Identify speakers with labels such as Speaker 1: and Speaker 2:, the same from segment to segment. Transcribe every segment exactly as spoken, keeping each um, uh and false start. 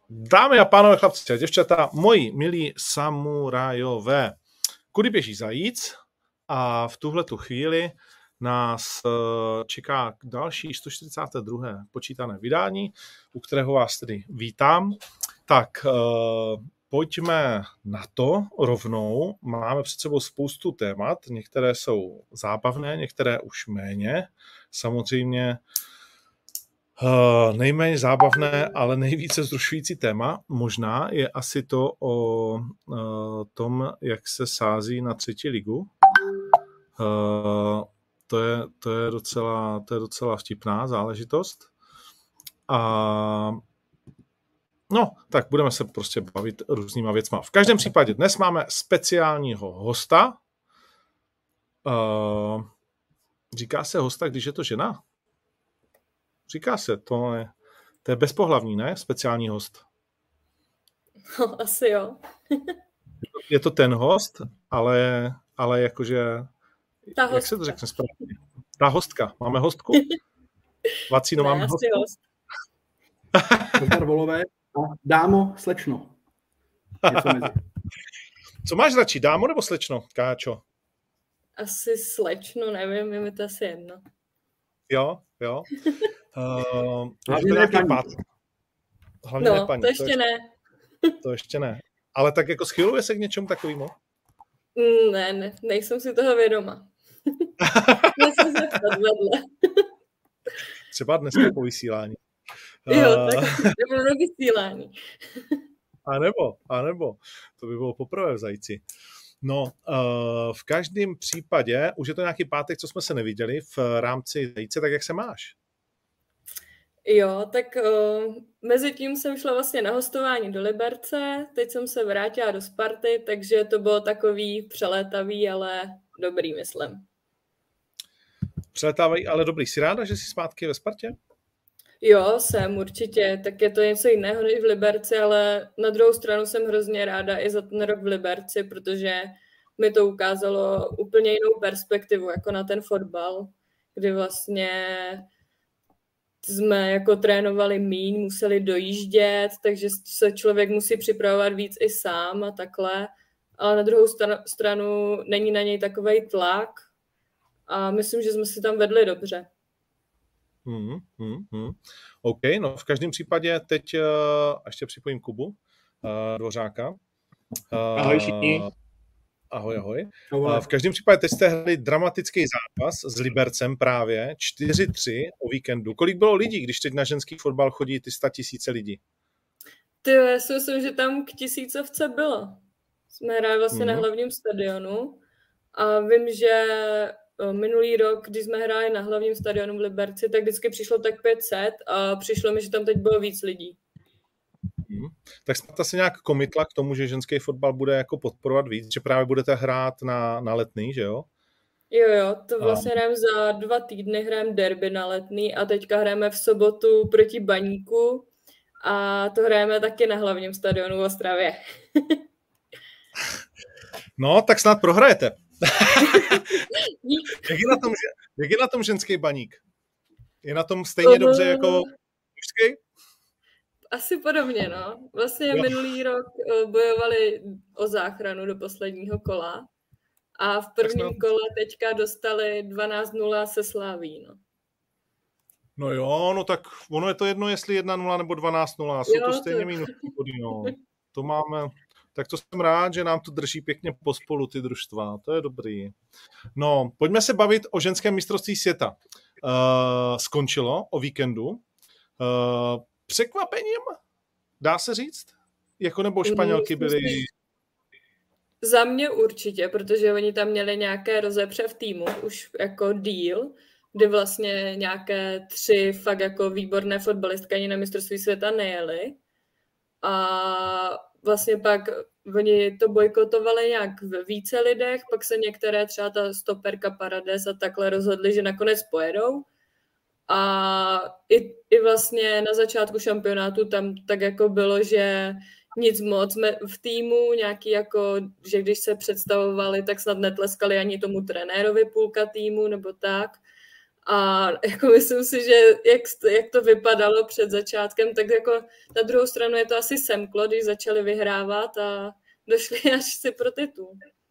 Speaker 1: Dámy a pánové, chlapci a děvčata, moji milí samurajové, kudy běží zajíc a v tuhletu chvíli nás čeká další sto čtyřicáté druhé počítané vydání, u kterého vás tedy vítám. Tak pojďme na to rovnou. Máme před sebou spoustu témat, některé jsou zábavné, některé už méně. Samozřejmě Uh, nejméně zábavné, ale nejvíce vzrušující téma možná je asi to o uh, tom, jak se sází na třetí ligu. Uh, to, je, to, je docela, to je docela vtipná záležitost. A no, tak budeme se prostě bavit různýma věcma. V každém případě dnes máme speciálního hosta. Uh, říká se hosta, když je to žena? Říká se, to je, to je bezpohlavní, ne? Speciální host.
Speaker 2: No, asi jo.
Speaker 1: Je to ten host, ale, ale jakože,
Speaker 2: Ta
Speaker 1: jak
Speaker 2: hostka.
Speaker 1: se to řekne správně? Ta hostka. Máme hostku? Vacíno,
Speaker 2: Ne,
Speaker 1: máme
Speaker 2: asi
Speaker 1: hostku?
Speaker 2: host.
Speaker 3: Doktor Volové, dámo, slečno. Něco mezi.
Speaker 1: Co máš radši, dámo nebo slečno, Káčo?
Speaker 2: Asi slečno, nevím, je mi to asi jedno.
Speaker 1: Jo, jo. Uh,
Speaker 3: Hlavně ne paní.
Speaker 1: Pát. Hlavně
Speaker 2: No,
Speaker 1: ne paní.
Speaker 2: to ještě
Speaker 1: to
Speaker 2: ne.
Speaker 1: To ještě ne. Ale tak jako schyluje se k něčemu takovému?
Speaker 2: Mm, Ne, ne, nejsem si toho vědoma. Musím se ptat vedle.
Speaker 1: Třeba dneska po vysílání.
Speaker 2: Jo,
Speaker 1: Uh,
Speaker 2: tak nebo do vysílání.
Speaker 1: A nebo, a nebo, to by bylo poprvé v Zajíci. No, uh, v každém případě, už je to nějaký pátek, co jsme se neviděli v rámci Zajíce, tak jak se máš?
Speaker 2: Jo, tak uh, mezi tím jsem šla vlastně na hostování do Liberce, teď jsem se vrátila do Sparty, takže to bylo takový přelétavý, ale dobrý, myslím.
Speaker 1: Přeletávají, ale dobrý. Jsi ráda, že jsi zpátky ve Spartě?
Speaker 2: Jo, jsem určitě, tak je to něco jiného než v Liberci, ale na druhou stranu jsem hrozně ráda i za ten rok v Liberci, protože mi to ukázalo úplně jinou perspektivu, jako na ten fotbal, kdy vlastně jsme jako trénovali míň, museli dojíždět, takže se člověk musí připravovat víc i sám a takhle, ale na druhou stranu není na něj takovej tlak a myslím, že jsme si tam vedli dobře.
Speaker 1: Hmm, hmm, hmm. OK, no v každém případě teď uh, ještě připojím Kubu uh, Dvořáka. Uh,
Speaker 3: Ahoj všichni.
Speaker 1: Ahoj, ahoj. Uh, v každém případě teď jste hráli dramatický zápas s Libercem právě, čtyři tři o víkendu. Kolik bylo lidí, když teď na ženský fotbal chodí ty sta tisíce lidí?
Speaker 2: Ty, já si myslím, že tam k tisícovce bylo. Jsme hráli vlastně mm. na hlavním stadionu a vím, že minulý rok, když jsme hráli na hlavním stadionu v Liberci, tak vždycky přišlo tak pět set a přišlo mi, že tam teď bylo víc lidí.
Speaker 1: Hmm. Tak Sparta se nějak komitla k tomu, že ženský fotbal bude jako podporovat víc, že právě budete hrát na, na Letný, že jo?
Speaker 2: Jo, jo, to vlastně hrajeme za dva týdny, hrajeme derby na Letný a teďka hrajeme v sobotu proti Baníku a to hrajeme taky na hlavním stadionu v Ostravě.
Speaker 1: No, tak snad prohrajete. jak, je na tom, jak je na tom ženský Baník? Je na tom stejně dobře jako mužský?
Speaker 2: Asi podobně, no. Vlastně jo. Minulý rok bojovali o záchranu do posledního kola a v prvním jsme... kole teďka dostali dvanáct nula se Slaví, no.
Speaker 1: No jo, no tak ono je to jedno, jestli jedna nula nebo dvanáct nula. Jsou jo, to stejně to... minusy body, no. To máme... Tak to jsem rád, že nám to drží pěkně pospolu ty družstva. To je dobrý. No, pojďme se bavit o ženském mistrovství světa. Uh, skončilo o víkendu. Uh, překvapením, dá se říct? Jako nebo Španělky byly...
Speaker 2: Za mě určitě, protože oni tam měli nějaké rozepře v týmu, už jako deal, kdy vlastně nějaké tři fakt jako výborné fotbalistky ani na mistrovství světa nejeli. A vlastně pak oni to bojkotovali nějak ve více lidech, pak se některé, třeba ta stoperka Paredes a takhle rozhodli, že nakonec pojedou. A i, i vlastně na začátku šampionátu tam tak jako bylo, že nic moc v týmu, nějaký jako, že když se představovali, tak snad netleskali ani tomu trenérovi půlka týmu nebo tak. A jako myslím si, že jak, jak to vypadalo před začátkem, tak jako na druhou stranu je to asi semklo, když začali vyhrávat a došli až si pro titul.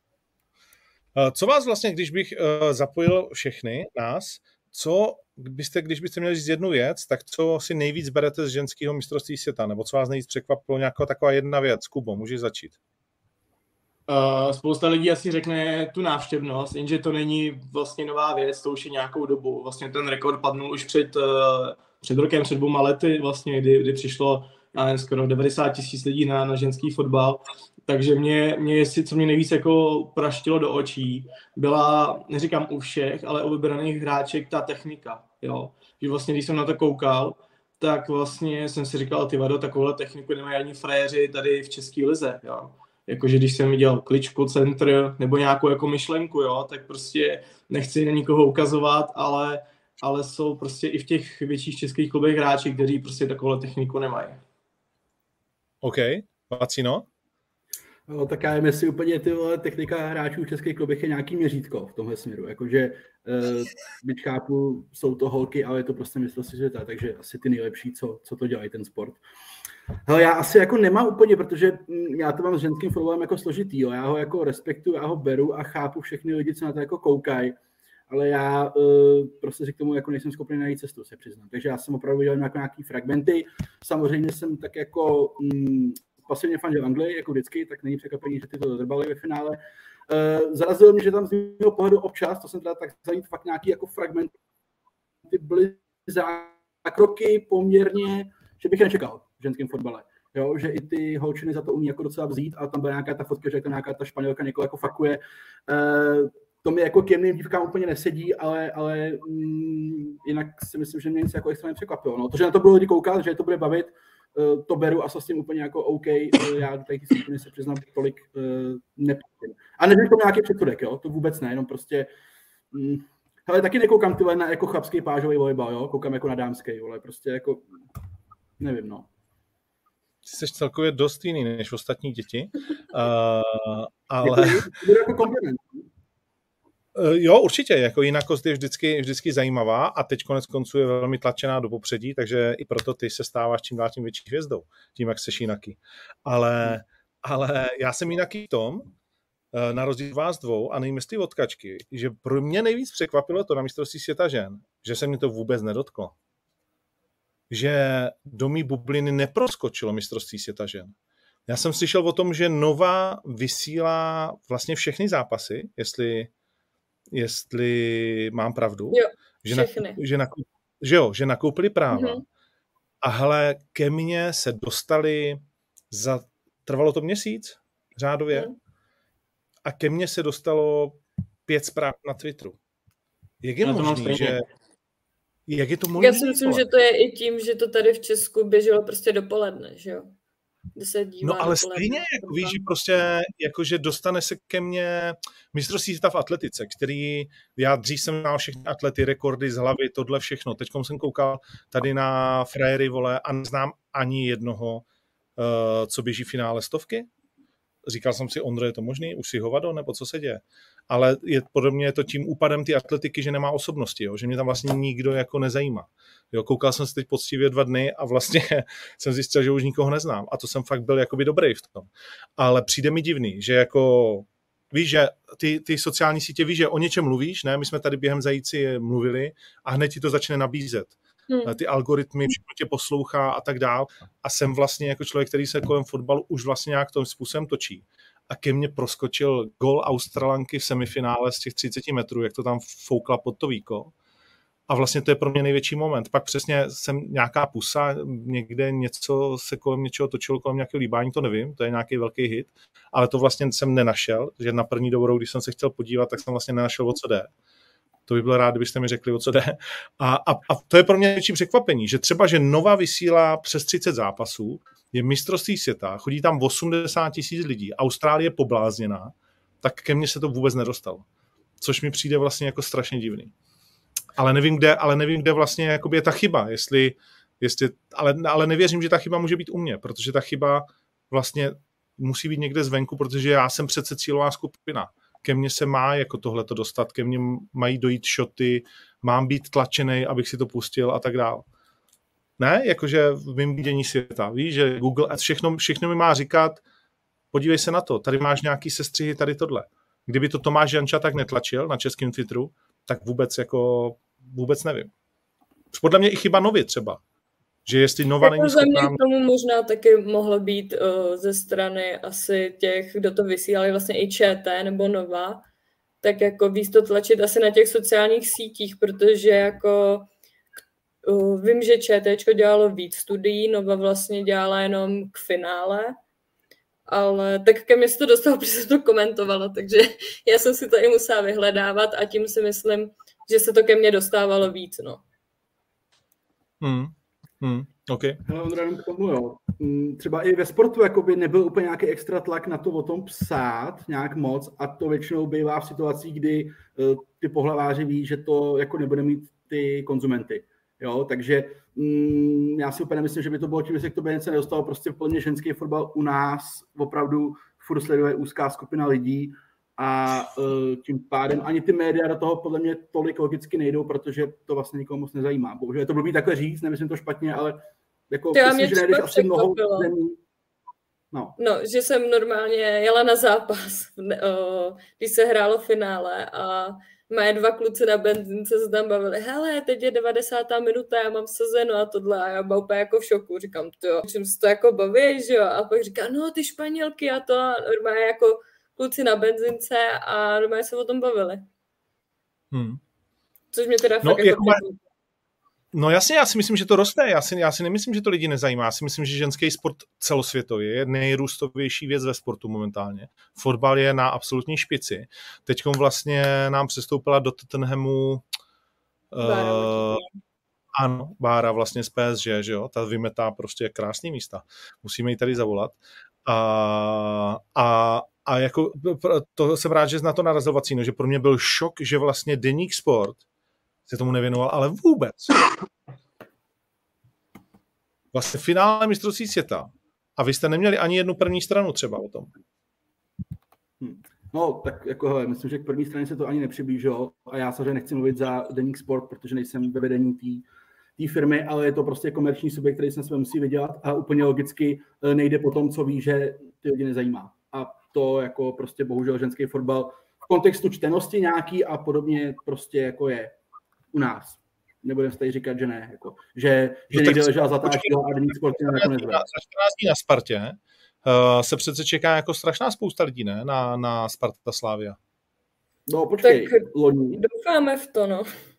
Speaker 1: Co vás vlastně, když bych zapojil všechny nás, co byste, když byste měli říct jednu věc, tak co si nejvíc berete z ženského mistrovství světa, nebo co vás nejvíc překvapilo, nějaká taková jedna věc? Kubo, můžeš začít.
Speaker 4: Uh, spousta lidí asi řekne tu návštěvnost, jenže to není vlastně nová věc, to už je nějakou dobu. Vlastně ten rekord padnul už před, uh, před rokem, před dvěma lety, vlastně, kdy, kdy přišlo nevím, skoro devadesát tisíc lidí na, na ženský fotbal. Takže mě, mě jestli, co mě nejvíc jako praštilo do očí, byla, neříkám u všech, ale u vybraných hráček ta technika. Jo? Že vlastně, když jsem na to koukal, tak vlastně jsem si říkal, ty vado, takovouhle techniku nemají ani frajeři tady v české lize. Jo? Jakože když jsem viděl kličku, centr nebo nějakou jako myšlenku, jo, tak prostě nechci na nikoho ukazovat, ale, ale jsou prostě i v těch větších českých klubech hráči, kteří prostě takovou techniku nemají. OK.
Speaker 1: Vacino?
Speaker 3: No, tak já nevím, jestli úplně ty vole, technika hráčů v českých klubech je nějaký měřítko v tomhle směru. Jakože, eh, byť chápu, jsou to holky, ale je to prostě mistrovství světa, takže asi ty nejlepší, co, co to dělají ten sport. Hele, já asi jako nemám úplně, protože já to mám s ženským fotbalem jako složitý, jo. Já ho jako respektuju, já ho beru a chápu všechny lidi, co na to jako koukají, ale já uh, prostě si k tomu jako nejsem schopný najít cestu, se přiznám. Takže já jsem opravdu dělal jako nějaký fragmenty. Samozřejmě jsem tak jako mm, pasivně fandil Anglii, jako vždycky, tak není překvapení, že ty to dodrbali ve finále. Uh, zarazilo mě, že tam z mého pohledu občas, to jsem teda tak zajít fakt nějaký jako fragmenty, byly zákroky poměrně, že bych nečekal v ženském fotbale. Jo, že i ty holčiny za to umí jako docela vzít, a tam byla nějaká ta fotka, že to nějaká ta Španělka někoho jako fakuje. Uh, to mi jako k jemným dívkám úplně nesedí, ale, ale mm, jinak si myslím, že mě nic jako extrémně překvapilo. No, to, že na to bylo lidi koukat, že to bude bavit, uh, to beru a s tím úplně jako OK. Uh, já do těch skupiny se přiznám tolik uh, nepůjdu. A nebyl to nějaký předsudek, jo, to vůbec ne, jenom prostě mm, hele, taky nekoukám tyhle na jako chlapský pážový volejbal, jo, koukám jako na dámský, vole, prostě jako nevím, no.
Speaker 1: Ty jsi celkově dost jiný než ostatní děti, uh, ale...
Speaker 3: To bude jako kompliment.
Speaker 1: Jo, určitě, jako jinakost je vždycky, vždycky zajímavá a teď konec konců je velmi tlačená do popředí, takže i proto ty se stáváš čím dál tím větší hvězdou, tím, jak seš jinaký. Ale, ale já jsem jinaký v tom, na rozdíl od vás dvou, a nevím, jestli od Kačky, že pro mě nejvíc překvapilo to na mistrovství světa žen, že se mě to vůbec nedotklo. Že do mý bubliny neproskočilo mistrovství světa žen. Já jsem slyšel o tom, že Nova vysílá vlastně všechny zápasy, jestli, jestli mám pravdu.
Speaker 2: Jo,
Speaker 1: že, na, že, na, že, jo, že nakoupili práva. Mm-hmm. A hele, ke mně se dostali za, trvalo to měsíc řádově, mm. a ke mně se dostalo pět zpráv na Twitteru. Jak je možný, že... Jak je to možné?
Speaker 2: Já si myslím, že to je i tím, že to tady v Česku běželo prostě dopoledne, že jo? Kde se dívá
Speaker 1: no ale
Speaker 2: dopoledne.
Speaker 1: Stejně, jako víš, že prostě, jakože dostane se ke mně mistrovství světa v atletice, který, já dřív jsem měl všechny atlety, rekordy z hlavy, tohle všechno. Teď jsem koukal tady na frajery, vole, a neznám ani jednoho, uh, co běží finále stovky. Říkal jsem si, Ondro, je to možný? Už si hovado, nebo co se děje? Ale je, podobně je to tím úpadem ty atletiky, že nemá osobnosti, jo? Že mě tam vlastně nikdo jako nezajímá. Jo? Koukal jsem si teď poctivě dva dny a vlastně jsem zjistil, že už nikoho neznám. A to jsem fakt byl jakoby dobrý v tom. Ale přijde mi divný, že jako víš, že ty, ty sociální sítě, víš, že o něčem mluvíš, ne? My jsme tady během zajíci mluvili a hned ti to začne nabízet. Hmm. Ty algoritmy, všechno tě poslouchá a tak dál. A jsem vlastně jako člověk, který se kolem fotbalu už vlastně nějak tím způsobem točí. A ke mně proskočil gól Australanky v semifinále z těch třicet metrů, jak to tam foukla pod to víko. A vlastně to je pro mě největší moment. Pak přesně jsem nějaká pusa, někde něco se kolem něčeho točilo, kolem nějakého líbání, to nevím, to je nějaký velký hit, ale to vlastně jsem nenašel, že na první dobrou, když jsem se chtěl podívat, tak jsem vlastně nenašel, o co jde. To by byl rád, kdybyste mi řekli, o co jde. A, a, a to je pro mě největší překvapení, že třeba, že Nova vysílá přes třicet zápasů, je mistrovství světa, chodí tam osmdesát tisíc lidí, Austrálie je poblázněná, tak ke mně se to vůbec nedostalo. Což mi přijde vlastně jako strašně divný. Ale nevím, kde, ale nevím, kde vlastně jakoby je ta chyba, jestli, jestli, ale, ale nevěřím, že ta chyba může být u mě, protože ta chyba vlastně musí být někde zvenku, protože já jsem přece cílová skupina. ke mně se má jako tohleto dostat, ke mně mají dojít šoty, mám být tlačený, abych si to pustil a tak dál. Ne, jakože v mým vidění světa, víš, že Google Ads všechno, všechno mi má říkat, podívej se na to, tady máš nějaký sestřihy, tady tohle. Kdyby to Tomáš Janča tak netlačil na českém Twitteru, tak vůbec jako, vůbec nevím. Podle mě i chyba Novy třeba. Že jestli Nova
Speaker 2: jako
Speaker 1: není
Speaker 2: schopná... Za mě
Speaker 1: schopná...
Speaker 2: k tomu možná taky mohlo být uh, ze strany asi těch, kdo to vysílali, vlastně i ČT nebo Nova, tak jako víc to tlačit asi na těch sociálních sítích, protože jako uh, vím, že ČTčko dělalo víc studií, Nova vlastně dělala jenom k finále, ale tak ke mně se to dostalo, protože jsem to komentovala, takže já jsem si to i musela vyhledávat a tím si myslím, že se to ke mně dostávalo víc, no.
Speaker 1: Hmm. Hmm, okay.
Speaker 3: Hele, on jenom k tomu, jo. Třeba i ve sportu jakoby nebyl úplně nějaký extra tlak na to o tom psát nějak moc a to většinou bývá v situacích, kdy uh, ty pohlaváři ví, že to jako nebude mít ty konzumenty. Jo, takže mm, já si úplně nemyslím, že by to bylo tím, že se k tobě něco nedostalo. Prostě plně ženský fotbal u nás opravdu furt sleduje úzká skupina lidí a uh, tím pádem ani ty média do toho podle mě tolik logicky nejdou, protože to vlastně nikomu moc nezajímá. Bohužel je to blbý takhle říct, nemyslím to špatně, ale jako myslím, že najdeš asi mnoho zemí. No.
Speaker 2: no, že jsem normálně jela na zápas, když se hrálo finále a moje dva kluci na benzince se tam bavili, hele, teď je devadesátá minuta, já mám sezeno a tohle a já byla úplně jako v šoku, říkám, tyjo, čím se to jako baví, že jo, a pak říká, no ty Španělky a to a normálně jako kluci na benzince a normálně se o tom bavili. Hmm. Což mě teda
Speaker 1: no,
Speaker 2: fakt jako... jako má...
Speaker 1: No jasně, já si myslím, že to roste. Já si, já si nemyslím, že to lidi nezajímá. Já si myslím, že ženský sport celosvětově je nejrůstovější věc ve sportu momentálně. Fotbal je na absolutní špici. Teďkom vlastně nám přestoupila do Tottenhamu
Speaker 2: Bára,
Speaker 1: uh, ano, Bára vlastně z P S G, že jo? Ta vymetá prostě krásný místa. Musíme ji tady zavolat. A, a, a jako to jsem rád, že na to narazil Vacíno, že pro mě byl šok, že vlastně Deník Sport se tomu nevěnoval, ale vůbec. Vlastně finále mistrovství světa. A vy jste neměli ani jednu první stranu třeba o tom.
Speaker 3: Hmm. No, tak jako hele, myslím, že k první straně se to ani nepřiblížilo a já samozřejmě nechci mluvit za Deník Sport, protože nejsem ve vedení té firmy, ale je to prostě komerční subjekt, který se na sebe musí vydělat a úplně logicky nejde po tom, co ví, že ty lidi nezajímá. A to jako prostě bohužel ženský fotbal v kontextu čtenosti nějaký a podobně prostě jako je u nás. Nebudeme se tady říkat, že ne. Jako, že že
Speaker 1: no,
Speaker 3: někde ležela zatáčka a Deník Sport nakonec
Speaker 1: za čtrnáct dní na Spartě uh, se přece čeká jako strašná spousta lidí, ne? Na, na Sparta Slavia.
Speaker 3: No počkej,
Speaker 2: tak
Speaker 3: loni.
Speaker 2: Doufáme v to, no.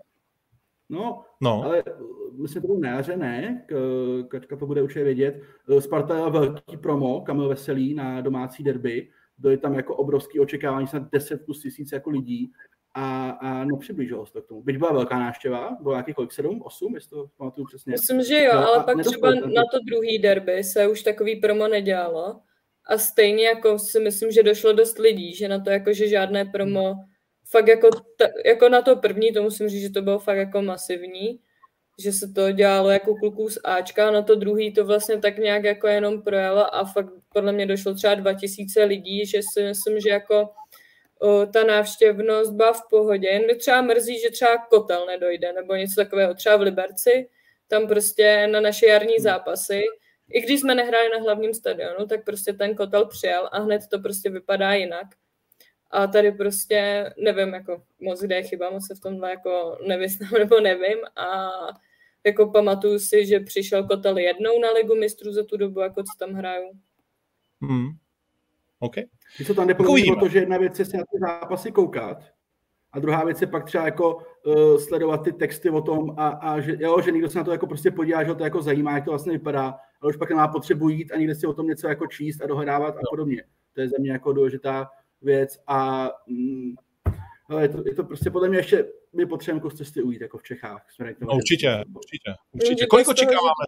Speaker 3: No,
Speaker 1: no.
Speaker 3: ale myslím, to bylo na jaře, ne? Kačka to bude určitě vědět. Sparta měla velký promo, Kamil Veselý na domácí derby. Byly tam jako obrovský očekávání, snad deset plus tisíc jako lidí. A, a nepřiblížilo se to k tomu. Byť byla velká návštěva, bylo nějaký kolik, sedm, osm, jestli to pamatuju přesně.
Speaker 2: Myslím, že jo, no, ale pak třeba ten... na to druhý derby se už takový promo nedělalo a stejně jako si myslím, že došlo dost lidí, že na to jako, že žádné promo, hmm. fakt jako, ta, jako na to první, to musím říct, že to bylo fakt jako masivní, že se to dělalo jako kluků z Ačka a na to druhý to vlastně tak nějak jako jenom projelo a fakt podle mě došlo třeba dva tisíce lidí, že si myslím, že jako O, ta návštěvnost byla v pohodě. Jen mě třeba mrzí, že třeba Kotel nedojde, nebo něco takového. Třeba v Liberci, tam prostě na naše jarní zápasy, i když jsme nehráli na hlavním stadionu, tak prostě ten Kotel přijel a hned to prostě vypadá jinak. A tady prostě nevím, jako moc kde je chyba, moc se v tomhle jako nevyznám, nebo nevím. A jako pamatuju si, že přišel Kotel jednou na Ligu mistrů za tu dobu, jako co tam hrajou.
Speaker 1: Hmm. Okay.
Speaker 3: Co tam jde o to, že jedna věc je si na ty zápasy koukat a druhá věc je pak třeba jako uh, sledovat ty texty o tom a, a že, jo, že někdo se na to jako prostě podívá, že ho to jako zajímá, jak to vlastně vypadá, ale už pak nemá potřebu jít a někde si o tom něco jako číst a dohledávat a podobně. To je za mě jako důležitá věc a mm, ale je, to, je to prostě podle mě ještě my potřebujeme kus cesty ujít jako v Čechách.
Speaker 1: No, určitě, určitě, určitě. Kolik očekáváme?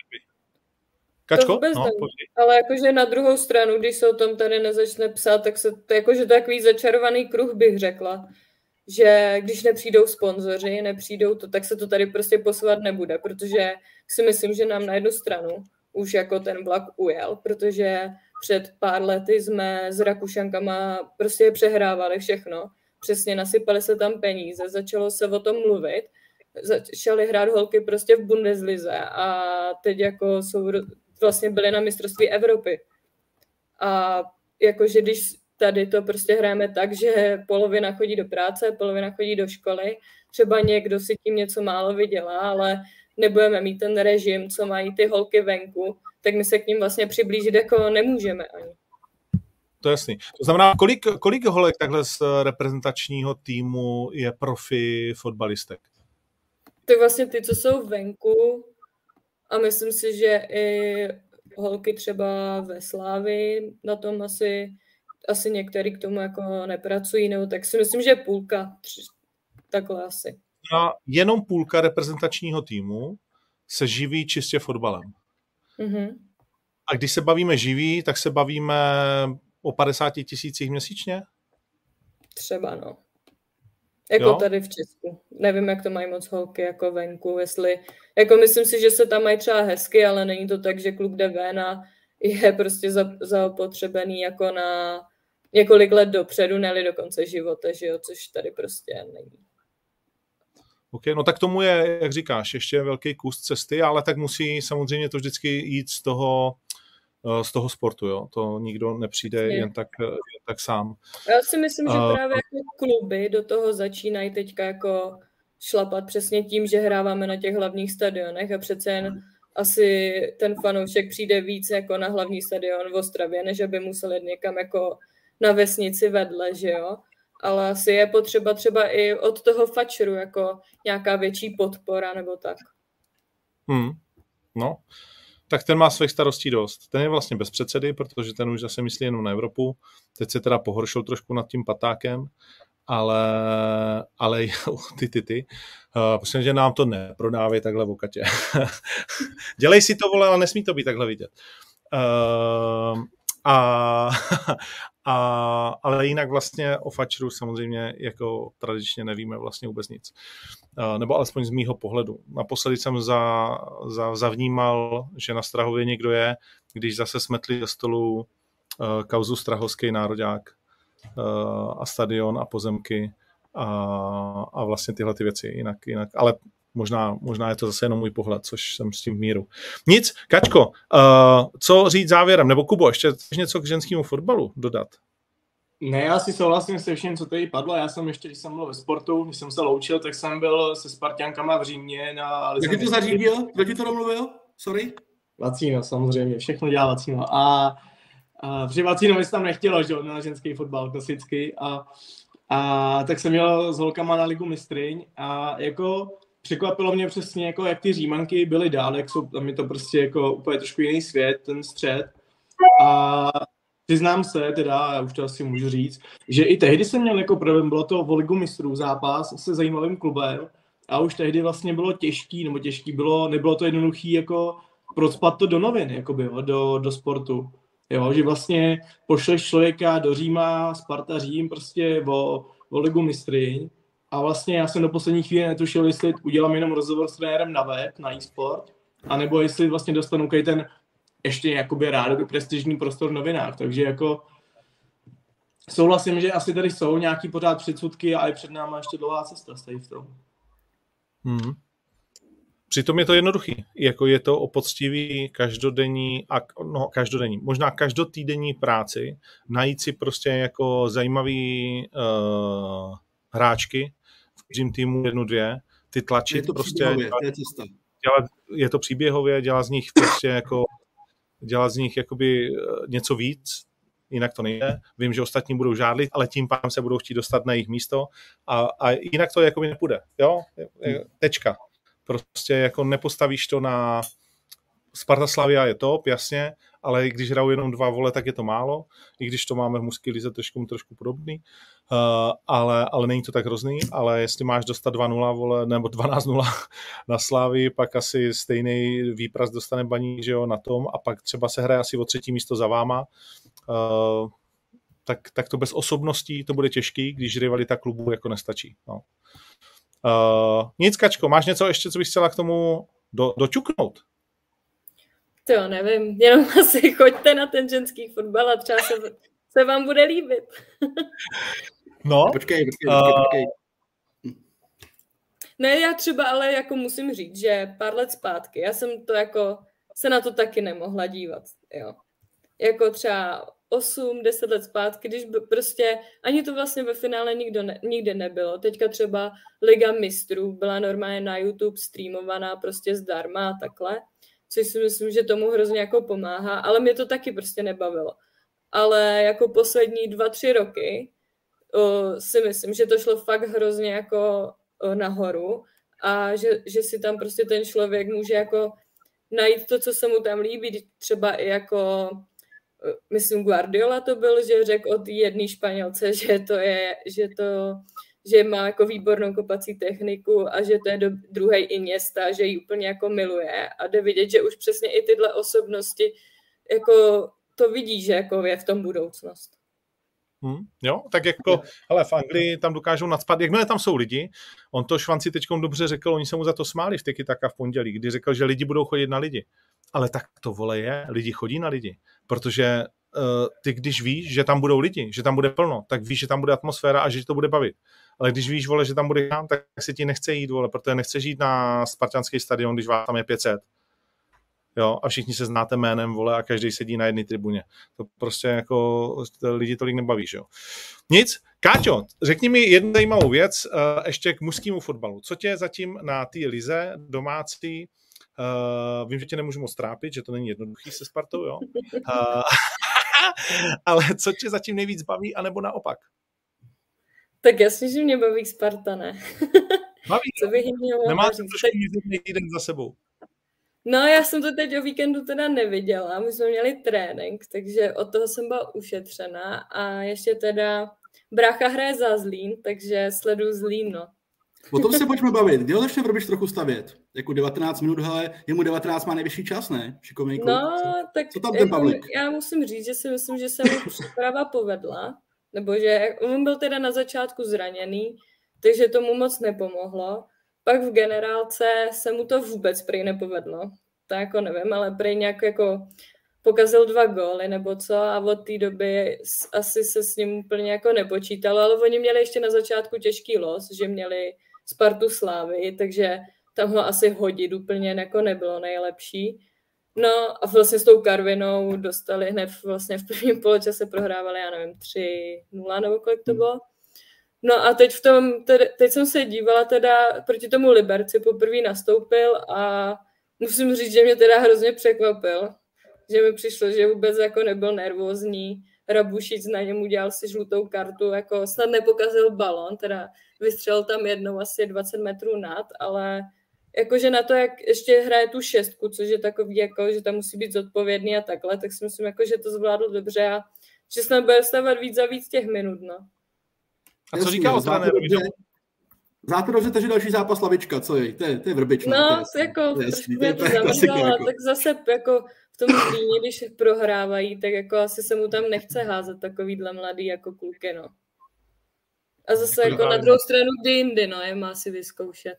Speaker 1: Kačko?
Speaker 2: To
Speaker 1: no,
Speaker 2: ale jakože na druhou stranu, když se o tom tady nezačne psát, tak se to jakože takový začarovaný kruh bych řekla, že když nepřijdou sponzoři, nepřijdou to, tak se to tady prostě posouvat nebude, protože si myslím, že nám na jednu stranu už jako ten vlak ujel, protože před pár lety jsme s Rakušankama prostě přehrávali všechno. Přesně nasypali se tam peníze, začalo se o tom mluvit, začaly hrát holky prostě v Bundeslize a teď jako jsou, vlastně byly na mistrovství Evropy. A jakože když tady to prostě hrajeme tak, že polovina chodí do práce, polovina chodí do školy, třeba někdo si tím něco málo vydělá, ale nebudeme mít ten režim, co mají ty holky venku, tak my se k ním vlastně přiblížit jako nemůžeme ani.
Speaker 1: To je jasný. To znamená, kolik, kolik holek takhle z reprezentačního týmu je profi fotbalistek?
Speaker 2: Tak vlastně ty, co jsou venku, a myslím si, že i holky třeba ve Slávii na tom asi, asi některý k tomu jako nepracují, nebo tak si myslím, že půlka, tři, takhle asi.
Speaker 1: A jenom půlka reprezentačního týmu se živí čistě fotbalem.
Speaker 2: Mm-hmm.
Speaker 1: A když se bavíme živí, tak se bavíme o padesáti tisících měsíčně?
Speaker 2: Třeba, no. Jako jo? Tady v Česku. Nevím, jak to mají moc holky jako venku, jestli... Jako myslím si, že se tam mají třeba hezky, ale není to tak, že kluk jde ven a je prostě za, zaopotřebený jako na několik let dopředu, ne-li do konce života, že jo, což tady prostě není.
Speaker 1: Ok, no tak tomu je, jak říkáš, ještě velký kus cesty, ale tak musí samozřejmě to vždycky jít z toho, z toho sportu, jo. To nikdo nepřijde je. jen tak, jen tak sám.
Speaker 2: Já si myslím, že uh, právě jako kluby do toho začínají teďka jako šlapat přesně tím, že hráváme na těch hlavních stadionech a přece jen asi ten fanoušek přijde víc jako na hlavní stadion v Ostravě, než aby musel jít někam jako na vesnici vedle, že jo. Ale asi je potřeba třeba i od toho fačru jako nějaká větší podpora nebo tak.
Speaker 1: Hmm. No, tak ten má svých starostí dost. Ten je vlastně bez předsedy, protože ten už zase myslí jenom na Evropu. Teď se teda pohoršil trošku nad tím patákem, ale, ale ty, ty, ty. Uh, prostě, že nám to neprodávej takhle v okatě. Dělej si to, vole, ale nesmí to být takhle vidět. Uh, a, a, ale jinak vlastně o fačru samozřejmě jako tradičně nevíme vlastně vůbec nic. Uh, nebo alespoň z mýho pohledu. Naposledy jsem za, za, zavnímal, že na Strahově někdo je, když zase smetli ze stolu uh, kauzu Strahovský nároďák uh, a stadion a pozemky a, a vlastně tyhle ty věci. Jinak, jinak. Ale Možná, možná je to zase jenom můj pohled, což jsem s tím v míru. Nic, Kačko, uh, co říct závěrem? Nebo Kubo, ještě něco k ženskému fotbalu dodat?
Speaker 4: Ne, já si souhlasím se vším, co tady padlo. Já jsem ještě, když jsem byl ve sportu, když jsem se loučil, tak jsem byl se Sparťankama v Římě. Na
Speaker 3: Kdo ti to zařídil? Kdo ti to domluvil? Sorry?
Speaker 4: Vacíno, samozřejmě, všechno dělá Vacíno. A, a protože Vacíno mi se tam nechtělo, že na ženský fotbal klasicky. A, a tak jsem měl s holkama na Ligu mistryň a jako překvapilo mě přesně, jako jak ty Římanky byly dál, jak jsou, tam je to prostě jako úplně trošku jiný svět, ten střed. A přiznám se, teda, já už to asi můžu říct, že i tehdy jsem měl jako problém, bylo to o Ligu mistrů zápas se zajímavým klubem a už tehdy vlastně bylo těžký, nebo těžký bylo, nebylo to jednoduchý jako procpat to do novin, jakoby, jo, do, do sportu. Jo, že vlastně pošleš člověka do Říma, Sparta Řím, prostě o, o Ligu mistryň. A vlastně já jsem do poslední chvíle netušil, jestli udělám jenom rozhovor s trenérem na web, na e-sport, anebo jestli vlastně dostanu kaj ten ještě jakoby rád prestižní prostor v novinách. Takže jako souhlasím, že asi tady jsou nějaký pořád předsudky a i před náma ještě dlouhá cesta tady v tom.
Speaker 1: Hmm. Přitom je to jednoduchý. Jako je to o poctivý každodenní, no každodenní, možná každotýdenní práci, najít si prostě jako zajímavý uh, hráčky v každém týmu jednu, dvě, ty tlačit je to prostě, dělat,
Speaker 3: je,
Speaker 1: dělat, je to příběhově, dělat z nich prostě jako, dělat z nich jakoby něco víc, jinak to nejde. Vím, že ostatní budou žádlit, ale tím pádem se budou chtít dostat na jejich místo a, a jinak to jakoby nepůjde, jo, tečka. Prostě jako nepostavíš to na Sparta Slavia je top, jasně, ale když hrajou jenom dva vole, tak je to málo, i když to máme v mužské lize trošku, trošku podobný, uh, ale, ale není to tak hrozný, ale jestli máš dostat dva nula vole, nebo dvanáct nula na Slavii, pak asi stejný výpras dostane Baník, že jo, na tom a pak třeba se hraje asi o třetí místo za váma, uh, tak, tak to bez osobností to bude těžký, když rivalita klubu jako nestačí. No. Uh, nic, Kačko, máš něco ještě, co bys chtěla k tomu do, dočuknout?
Speaker 2: To jo, nevím, jenom asi choďte na ten ženský fotbal a třeba se, se vám bude líbit.
Speaker 1: No.
Speaker 3: Počkej, počkej, počkej, počkej.
Speaker 2: Ne, já třeba ale jako musím říct, že pár let zpátky, já jsem to jako, se na to taky nemohla dívat, jo. Jako třeba osm deset let zpátky, když by prostě, ani to vlastně ve finále nikdo ne, nikdy nebylo. Teďka třeba Liga mistrů byla normálně na YouTube streamovaná prostě zdarma a takhle, což si myslím, že tomu hrozně jako pomáhá, ale mě to taky prostě nebavilo. Ale jako poslední dva, tři roky o, si myslím, že to šlo fakt hrozně jako o, nahoru a že, že si tam prostě ten člověk může jako najít to, co se mu tam líbí, třeba i jako myslím Guardiola to byl, že řekl o té jedné Španělce, že to je, že to, že má jako výbornou kopací techniku a že to je do, druhý Iniesta, že ji úplně jako miluje a jde vidět, že už přesně i tyhle osobnosti jako to vidí, že jako je v tom budoucnost.
Speaker 1: Hmm, jo, tak jako, hele, v Anglii tam dokážou nadspat, jakmile tam jsou lidi, on to Švanci teďkom dobře řekl, oni se mu za to smáli v Tiki Taka v pondělí, kdy řekl, že lidi budou chodit na lidi. Ale tak to vole je, lidi chodí na lidi, protože uh, ty když víš, že tam budou lidi, že tam bude plno, tak víš, že tam bude atmosféra a že to bude bavit. Ale když víš, vole, že tam bude tam, tak si ti nechce jít, vole, protože nechce žít na spartanský stadion, když vás tam je pět set. Jo, a všichni se znáte jménem, vole, a každý sedí na jedné tribuně. To prostě jako lidi tolik nebaví, že jo. Nic. Káťo, řekni mi jednu zajímavou věc uh, ještě k mužskému fotbalu. Co tě zatím na té lize domácí, uh, vím, že tě nemůžu moc trápit, že to není jednoduchý se Spartou, jo. Uh, ale co tě zatím nejvíc baví, anebo naopak?
Speaker 2: Tak jasně, že mě baví Sparta, ne?
Speaker 1: Baví,
Speaker 2: co bych jim měla
Speaker 1: Nemá to
Speaker 2: říct?
Speaker 1: trošku mizerný týden za sebou.
Speaker 2: No, já jsem to teď o víkendu teda neviděla, my jsme měli trénink, takže od toho jsem byla ušetřená a ještě teda brácha hraje za Zlín, takže sleduju Zlín, no.
Speaker 3: O tom se pojďme bavit. Kdy ho začne Vrbiš trochu stavět? Jako devatenáct minut, hele, jemu devatenáct má nejvyšší čas, ne? Šikovnej kluk.
Speaker 2: No, tak
Speaker 3: co tam ten
Speaker 2: jako,
Speaker 3: Pavlík?
Speaker 2: já musím říct, že si myslím, že se mu příprava povedla, nebo že on byl teda na začátku zraněný, takže tomu moc nepomohlo. Pak v generálce se mu to vůbec prý nepovedlo. To jako nevím, ale prý nějak jako pokazil dva góly nebo co a od té doby asi se s ním úplně jako nepočítalo, ale oni měli ještě na začátku těžký los, že měli Spartu Slávy, takže tam ho asi hodit úplně jako nebylo nejlepší. No a vlastně s tou Karvinou dostali hned vlastně v prvním poločase prohrávali, já nevím, tři nula nebo kolik to bylo. No a teď v tom, teď, teď jsem se dívala teda proti tomu Liberci, poprvé nastoupil a musím říct, že mě teda hrozně překvapil, že mi přišlo, že vůbec jako nebyl nervózní, Rabušic na něm udělal si žlutou kartu, jako snad nepokazil balon, teda vystřelil tam jednou asi dvacet metrů nad, ale jakože na to, jak ještě hraje tu šestku, což je takový, jako, že tam musí být zodpovědný a takhle, tak si myslím, jako, že to zvládl dobře a že snad bude stávat víc a víc těch minut, no.
Speaker 1: A co říká o trenérovi?
Speaker 3: Znáte dobře, takže další zápas lavička, co je? To je, to je Vrbič.
Speaker 2: No,
Speaker 3: to,
Speaker 2: to jako,
Speaker 3: to, je,
Speaker 2: trošku
Speaker 3: to, je,
Speaker 2: to zamrzalo, jako. Tak zase jako v tom Zlíně, když prohrávají, tak jako asi se mu tam nechce házet takovýhle mladý jako kluky, no. A zase jako na druhou stranu kdy jindy, no, je má si vyzkoušet.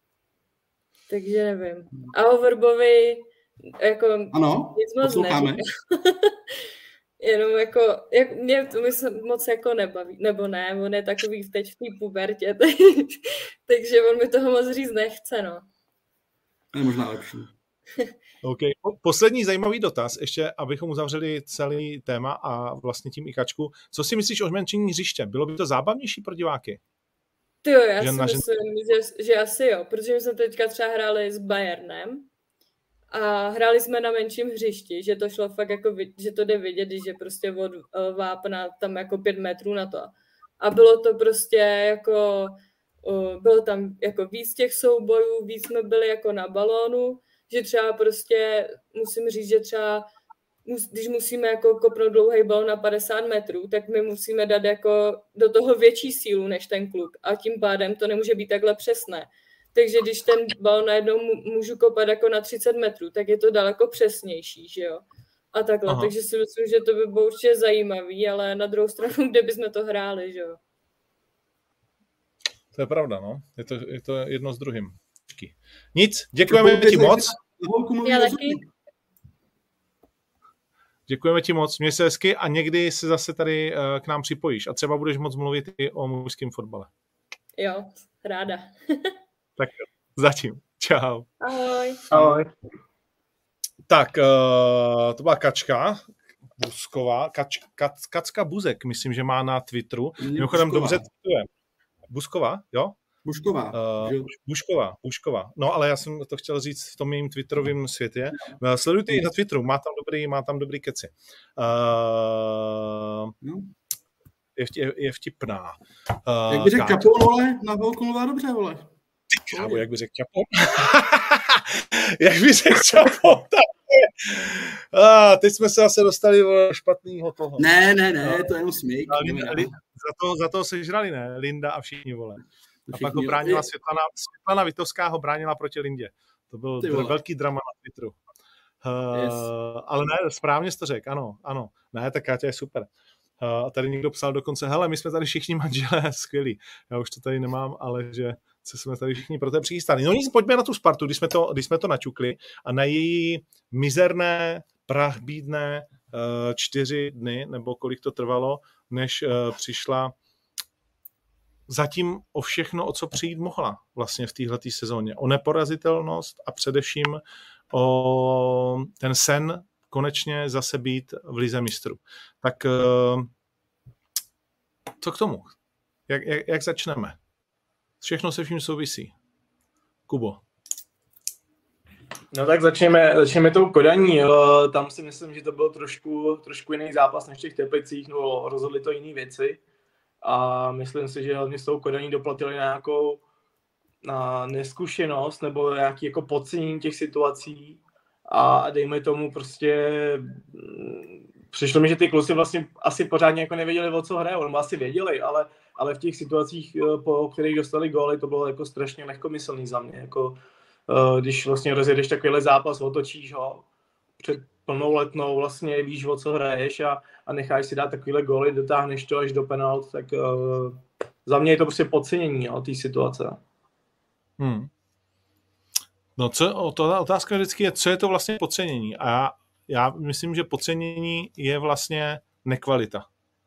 Speaker 2: Takže nevím. A o Vrbovi, jako
Speaker 3: ano,
Speaker 2: nic moc neříkám. Jenom jako, jak, mě to myslím, moc jako nebaví, nebo ne, on je takový teď v té pubertě, tak, takže on mi toho moc říct nechce, no.
Speaker 3: To je možná lepší.
Speaker 1: OK. Poslední zajímavý dotaz, ještě abychom uzavřeli celý téma a vlastně tím ikačku. Co si myslíš o zmenšení hřiště? Bylo by to zábavnější pro diváky?
Speaker 2: Tyjo, já že si myslím, že, že asi jo, protože my jsme teďka třeba hráli s Bayernem a hráli jsme na menším hřišti, že to šlo fakt jako, že to jde vidět, když je prostě od vápna tam jako pět metrů na to. A bylo to prostě jako, bylo tam jako víc těch soubojů, víc jsme byli jako na balónu, že třeba prostě, musím říct, že třeba, když musíme jako kopnout dlouhý balón na padesát metrů, tak my musíme dát jako do toho větší sílu než ten kluk a tím pádem to nemůže být takhle přesné. Takže když ten balón najednou můžu kopat jako na třicet metrů, tak je to daleko přesnější, že jo? A takhle, Aha. Takže si myslím, že to by bylo určitě zajímavý, ale na druhou stranu, kde bychom to hráli, že jo?
Speaker 1: To je pravda, no. Je to, je to jedno s druhým. Nic, děkujeme ti moc.
Speaker 2: Já taky.
Speaker 1: Děkujeme ti moc, měj se hezky a někdy se zase tady k nám připojíš a třeba budeš moc mluvit i o mužském fotbale.
Speaker 2: Jo, ráda.
Speaker 1: Tak jo, zatím. Čau.
Speaker 2: Ahoj.
Speaker 4: Ahoj.
Speaker 1: Tak, uh, to byla Kačka Busková, Kač, Kac, Kacka Buzek, myslím, že má na Twitteru. Mimochodem dobře cituje. Busková, jo?
Speaker 3: Bušková.
Speaker 1: Uh, Bušková, Bušková. No, ale já jsem to chtěl říct v tom mým twitterovém světě. Uh, sledujte ji na Twitteru, má tam dobrý, má tam dobrý keci. Uh,
Speaker 3: no.
Speaker 1: je, je, je vtipná.
Speaker 3: Uh, jak by řekl Čapon, vole, na velkou mluvá dobře, vole.
Speaker 1: Kámo, jak by řekl Čapon? jak by řekl Čapon? A teď jsme se zase dostali do špatného toho.
Speaker 3: Ne, ne, ne, to je jenom smík.
Speaker 1: Za to, za to se žrali, ne? Linda a všichni, vole. A všichni, pak ho bránila Světlana, Světlana Vitovská ho bránila proti Lindě. To byl, byl velký drama na Twitteru. Uh, yes. Ale ne, správně jsi to řekl, ano, ano. Ne, tak Káťa je super. Uh, a tady někdo psal dokonce, hele, my jsme tady všichni manželé, skvělí. Já už to tady nemám, ale že se jsme tady všichni pro to přichystali. No nic, pojďme na tu Spartu, když jsme to, když jsme to načukli a na její mizerné, prachbídné uh, čtyři dny, nebo kolik to trvalo, než uh, přišla zatím o všechno, o co přijít mohla vlastně v téhletý sezóně. O neporazitelnost a především o ten sen konečně zase být v lize mistrů. Tak uh, co k tomu? Jak, jak, jak začneme? Všechno se vším souvisí. Kubo.
Speaker 4: No tak začneme, začneme tou Kodaní. Tam si myslím, že to byl trošku, trošku jiný zápas než v těch Teplicích, no rozhodli to jiné věci. A myslím si, že hlavně s tou Kodaní doplatili na nějakou na neskušenost nebo nějaký jako podcenění těch situací. A dejme tomu prostě přišlo mi, že ty kluci vlastně asi pořádně jako nevěděli, o co hrajou, nebo asi věděli, ale, ale v těch situacích, po kterých dostali góly, to bylo jako strašně lehkomyslný za mě. Jako, když vlastně rozjedeš takovýhle zápas, otočíš ho před plnou letnou, vlastně víš, o co hraješ a, a necháš si dát takovýhle góly, dotáhneš to až do penalt, tak uh, za mě je to prostě podcenění té situace.
Speaker 1: Hmm. No, co, to, otázka vždycky je, co je to vlastně podcenění. A já, já myslím, že podcenění je vlastně nekvalita.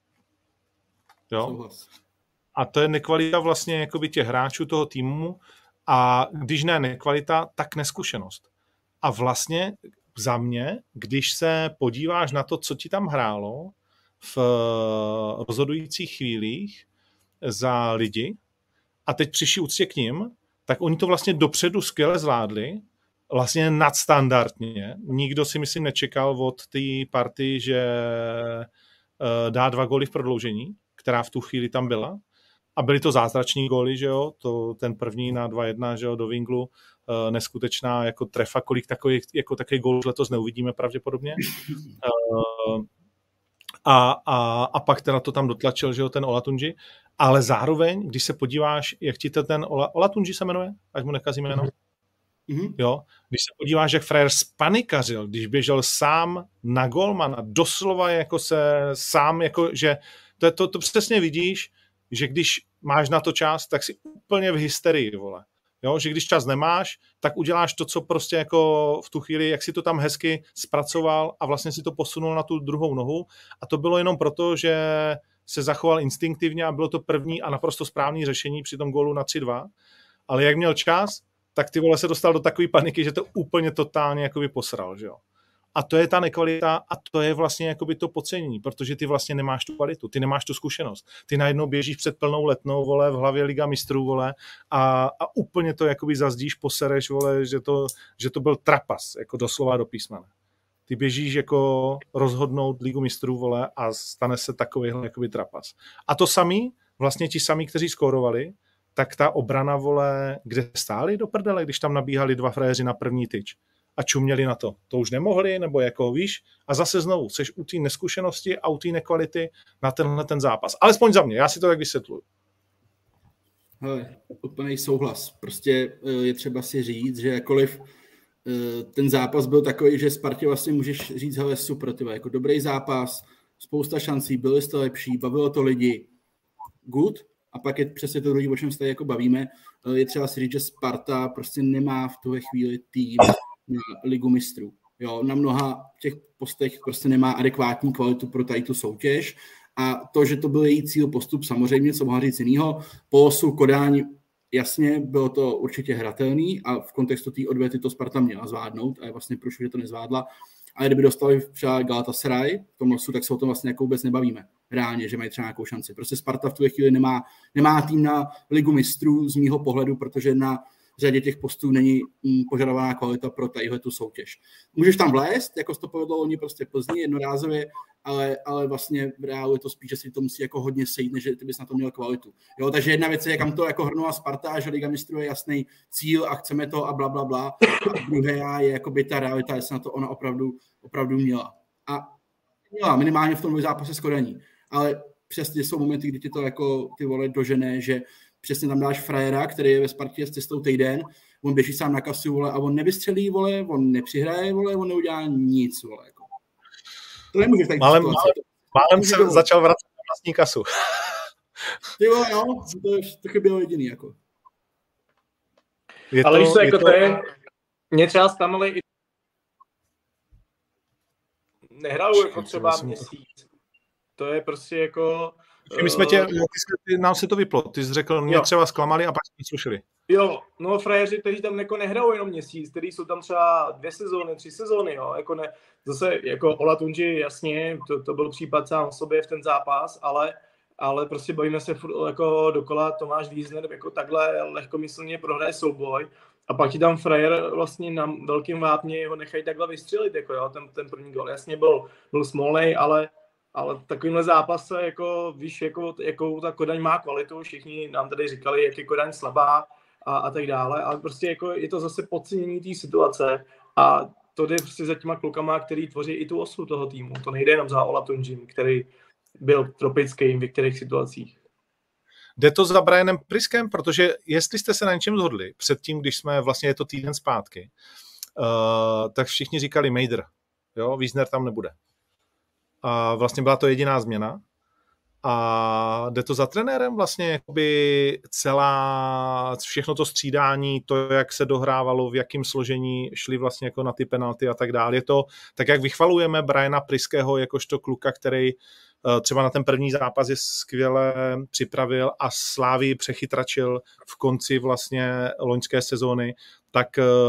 Speaker 1: Jo? A to je nekvalita vlastně jakoby těch hráčů toho týmu a když ne nekvalita, tak neskušenost. A vlastně za mě, když se podíváš na to, co ti tam hrálo v rozhodujících chvílích za lidi a teď přišli úctě k nim, tak oni to vlastně dopředu skvěle zvládli, vlastně nadstandardně. Nikdo si myslím nečekal od té party, že dá dva góly v prodloužení, která v tu chvíli tam byla. A byly to zázrační góly, že jo, to, ten první na dva jedna, že jo, do Winglu, neskutečná jako trefa, kolik takových, jako takový gól letos neuvidíme pravděpodobně. A, a, a pak teda to tam dotlačil, že jo, ten Olatunji. Ale zároveň, když se podíváš, jak ti to ten Ola, Olatunji se jmenuje, ať mu nekazíme jenom. Mm-hmm. Jo, když se podíváš, jak frajer spanikařil, když běžel sám na golmana, doslova jako se sám, jako, že to, to, to přesně vidíš, že když máš na to čas, tak si úplně v hysterii, vole. Jo, že když čas nemáš, tak uděláš to, co prostě jako v tu chvíli, jak si to tam hezky zpracoval a vlastně si to posunul na tu druhou nohu a to bylo jenom proto, že se zachoval instinktivně a bylo to první a naprosto správný řešení při tom gólu na tři dva, ale jak měl čas, tak ty vole se dostal do takové paniky, že to úplně totálně jakoby posral, že jo. A to je ta nekvalita a to je vlastně jakoby to podcenění, protože ty vlastně nemáš tu kvalitu, ty nemáš tu zkušenost. Ty najednou běžíš před plnou letnou, vole, v hlavě Liga mistrů, vole, a, a úplně to jakoby zazdíš, posereš, vole, že to, že to byl trapas, jako doslova do písmene. Ty běžíš jako rozhodnout Ligu mistrů, vole, a stane se takovýhle jakoby trapas. A to samý, vlastně ti samí, kteří skórovali, tak ta obrana, vole, kde stáli do prdele, když tam nabíhali dva frajeři na první tyč a čuměli na to. To už nemohli, nebo jako víš, a zase znovu, seš u té neskušenosti a u té nekvality na tenhle ten zápas. Alespoň za mě, já si to tak vysvětluju.
Speaker 3: Hele, úplný souhlas. Prostě je třeba si říct, že jakkoliv ten zápas byl takový, že Spartě vlastně můžeš říct, hele, super, tyhle, jako dobrý zápas, spousta šancí, byli jste lepší, bavilo to lidi, good, a pak je přesně to druhý, o čem se tady jako bavíme, je třeba si říct, že Sparta prostě nemá v tuhle chvíli tým na Ligu mistrů. Jo, na mnoha těch postech prostě nemá adekvátní kvalitu pro tady tu soutěž a to, že to byl její cíl postup, samozřejmě, co mohla říct jinýho, po osu Kodáň, jasně, bylo to určitě hratelný a v kontextu té odvety to Sparta měla zvládnout a je vlastně proč, že to nezvládla. Ale kdyby dostali třeba Galatasaray v tom losu, tak se o tom vlastně jako vůbec nebavíme. Reálně, že mají třeba nějakou šanci. Prostě Sparta v tuhle chvíli nemá, nemá tým na Ligu mistrů z mýho pohledu, protože na řadě těch postů není mm, požadovaná kvalita pro tadyhle tu soutěž. Můžeš tam vlézt, jako to povedlo oni prostě Plzni jednorázově, ale, ale vlastně v reálu je to spíš, že si to musí jako hodně sejít, než ty bys na to měl kvalitu. Jo, takže jedna věc je, kam to jako hrnula Sparta, že Liga mistrů je jasný cíl a chceme to a bla, bla, bla. A druhá je jakoby ta realita, jestli na to ona opravdu, opravdu měla. A měla minimálně v tom zápase s Kodaní. Ale přesně jsou momenty, kdy ti to jako ty vole dožené, že přesně tam dáš frajera, který je ve Spartě s cestou týden, on běží sám na kasu, vole, a on nevystřelí, vole, on nepřihraje, vole, on neudělá nic, vole, jako. To nemůžeš tak
Speaker 1: málem, málem, málem se to začal vracet na vlastní kasu.
Speaker 3: Ty vole, no, to, to chybělo jediný, jako.
Speaker 4: Je ale to, víš co, jako to, to je, mě třeba zklamali i nehraju jako třeba měsíc. To je prostě jako
Speaker 1: my jsme tě, ty, nám se to vyplo, ty jsi řekl, mě jo. třeba zklamali a pak jsme slušeli.
Speaker 4: Jo, no frajeři, kteří tam jako nehrajou jenom měsíc, kteří jsou tam třeba dvě sezóny, tři sezóny, jo, jako ne, zase jako Ola Tunji, jasně, to, to byl případ sám o sobě v ten zápas, ale, ale prostě bavíme se furt jako dokola, Tomáš Wiesner jako takhle lehkomyslně prohraje souboj a pak ti tam frajer vlastně na velkým vápně ho nechají takhle vystřelit, jako jo, ten, ten první gol, jasně byl, byl smolnej, ale Ale takovýmhle zápase, jako víš, jako, jako ta Kodaň má kvalitu, všichni nám tady říkali, jak je Kodaň slabá a, a tak dále, ale prostě jako je to zase podcenění té situace a to jde prostě za těma klukama, který tvoří i tu osu toho týmu. To nejde jenom za Ola Tunjim, který byl tropický v některých situacích.
Speaker 1: Jde to za Brianem Priskem, protože jestli jste se na něčem shodli předtím, když jsme vlastně je to týden zpátky, uh, tak všichni říkali Mejdr, jo, Wiesner tam nebude. A vlastně byla to jediná změna. A jde to za trenérem vlastně jakoby celá, všechno to střídání, to, jak se dohrávalo, v jakém složení šli vlastně jako na ty penalty a tak dále. Je to tak, jak vychvalujeme Briana Priského jakožto kluka, který třeba na ten první zápas je skvěle připravil a Slávii přechytračil v konci vlastně loňské sezóny, tak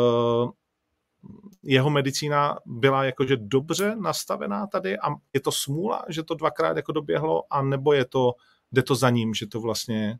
Speaker 1: jeho medicína byla jakože dobře nastavená tady a je to smůla, že to dvakrát jako doběhlo, a nebo je to, jde to za ním, že to vlastně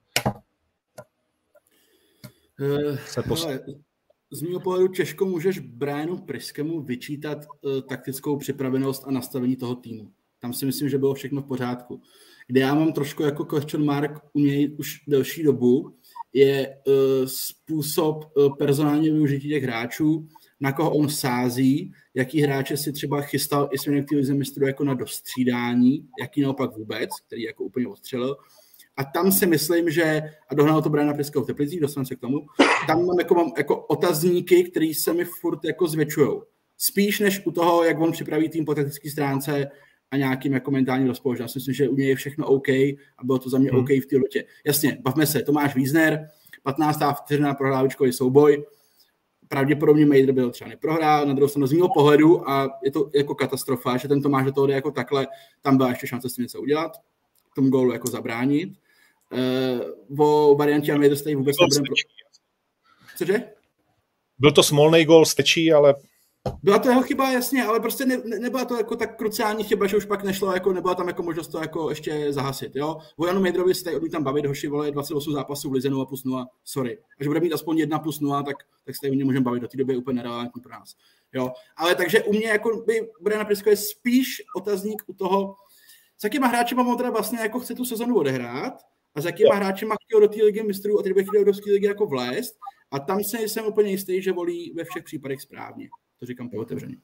Speaker 3: uh, se post... Z mého pohledu těžko můžeš Brianu Priskemu vyčítat uh, taktickou připravenost a nastavení toho týmu. Tam si myslím, že bylo všechno v pořádku. Kde já mám trošku jako question mark u něj už delší dobu, je uh, způsob uh, personálně využití těch hráčů, na koho on sází, jaký hráče si třeba chystal i směrem k té lize mistrů jako na dostřídání, jaký naopak vůbec, který jako úplně odstřelil. A tam si myslím, že, a dohnalo to Briana Priského v Teplicích, dostaneme se k tomu, tam mám jako, mám jako otazníky, které se mi furt jako zvětšujou. Spíš než u toho, jak on připraví tým po taktické stránce a nějakým jako mentálním rozpoložením. Já si myslím, že u něj je všechno OK a bylo to za mě hmm. OK v té lotě. Jasně, bavme se, Tomáš Wiesner, patnáctá vteřina pro hlavičkový souboj, pravděpodobně Mejdr byl třeba neprohrál, na druhou stranu z mého pohledu, a je to jako katastrofa, že ten Tomáš do toho jde jako takhle, tam byla ještě šance s tím něco udělat, tomu gólu jako zabránit. Uh, o variantě a Mejdr stojí vůbec nebudem... Pro... Cože?
Speaker 1: Byl to smolný gól, stečí, ale...
Speaker 3: Byla to jeho chyba, jasně, ale prostě ne, ne, nebyla to jako tak kruciální chyba, že už pak nešlo, jako nebyla tam jako možnost to jako ještě zahasit, jo. O Janu Mejdrovi se tady odmítám bavit, hoši, vole, dvacet osm zápasů v lize nula plus nula, sorry. Až bude mít aspoň jedna plus nula, tak, tak se tady o něm můžeme bavit, do té doby je úplně nerelevantní pro nás, jo. Ale takže u mě jako by Briana Prisko je spíš otazník u toho, s jakýma hráčima on teda vlastně jako chce tu sezonu odehrát a s jakýma hráčima chtěl do té ligy mistrů a teď by chtěl do Evropské ligy jako vlézt, a tam se jsem úplně jistý, že volí ve všech případech správně. To říkám po otevření.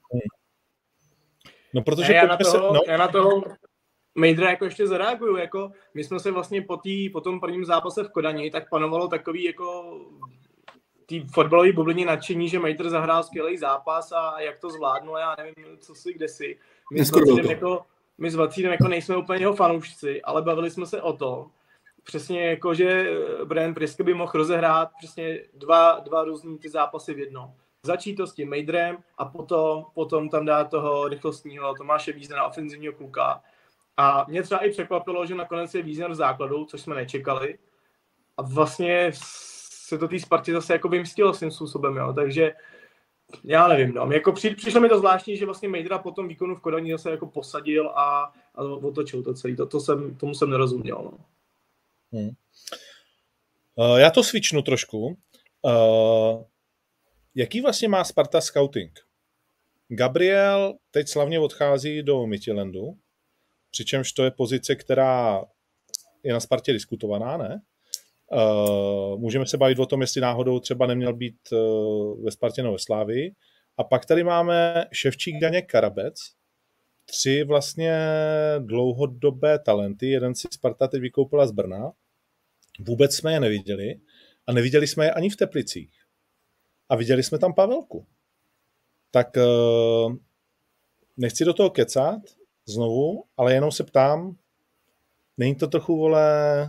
Speaker 1: No, protože
Speaker 4: já, na toho,
Speaker 1: se, no.
Speaker 4: já na toho Mejdra jako ještě zareaguju. Jako, my jsme se vlastně po, tý, po tom prvním zápase v Kodani, tak panovalo takový jako tý fotbalový bublině nadšení, že Mejdr zahrál skvělý zápas a jak to zvládnu, já nevím, co si, kde si. My s Vacídem jako, my s Vacídem jako nejsme úplně jeho fanoušci, ale bavili jsme se o tom, přesně jako, že Brian Priske by mohl rozehrát přesně dva, dva různý ty zápasy v jedno. začít to s tím Mejdrem a potom, potom tam dát toho rychlostního Tomáše Wiesnera, ofenzivního kluka. A mě třeba i překvapilo, že nakonec je Wiesner v základu, což jsme nečekali. A vlastně se to té Spartě zase jako vymstilo svým způsobem, jo. Takže já nevím, no. Jako při, přišlo mi to zvláštní, že vlastně Mejdra po tom výkonu v Kodani zase jako posadil a, a otočil to celé. To, to jsem, tomu jsem nerozuměl, no.
Speaker 1: Hmm. Uh, já to switchnu trošku. Uh, jaký vlastně má Sparta scouting? Gabriel teď slavně odchází do Midtjyllandu, přičemž to je pozice, která je na Spartě diskutovaná, ne? Uh, můžeme se bavit o tom, jestli náhodou třeba neměl být uh, ve Spartě nebo ve Slávii. A pak tady máme Ševčík, Daněk, Karabec. Tři vlastně dlouhodobé talenty. Jeden si Sparta teď vykoupila z Brna. Vůbec jsme je neviděli. A neviděli jsme je ani v Teplicích. A viděli jsme tam Pavelku. Tak uh, nechci do toho kecat znovu, ale jenom se ptám, není to trochu, vole,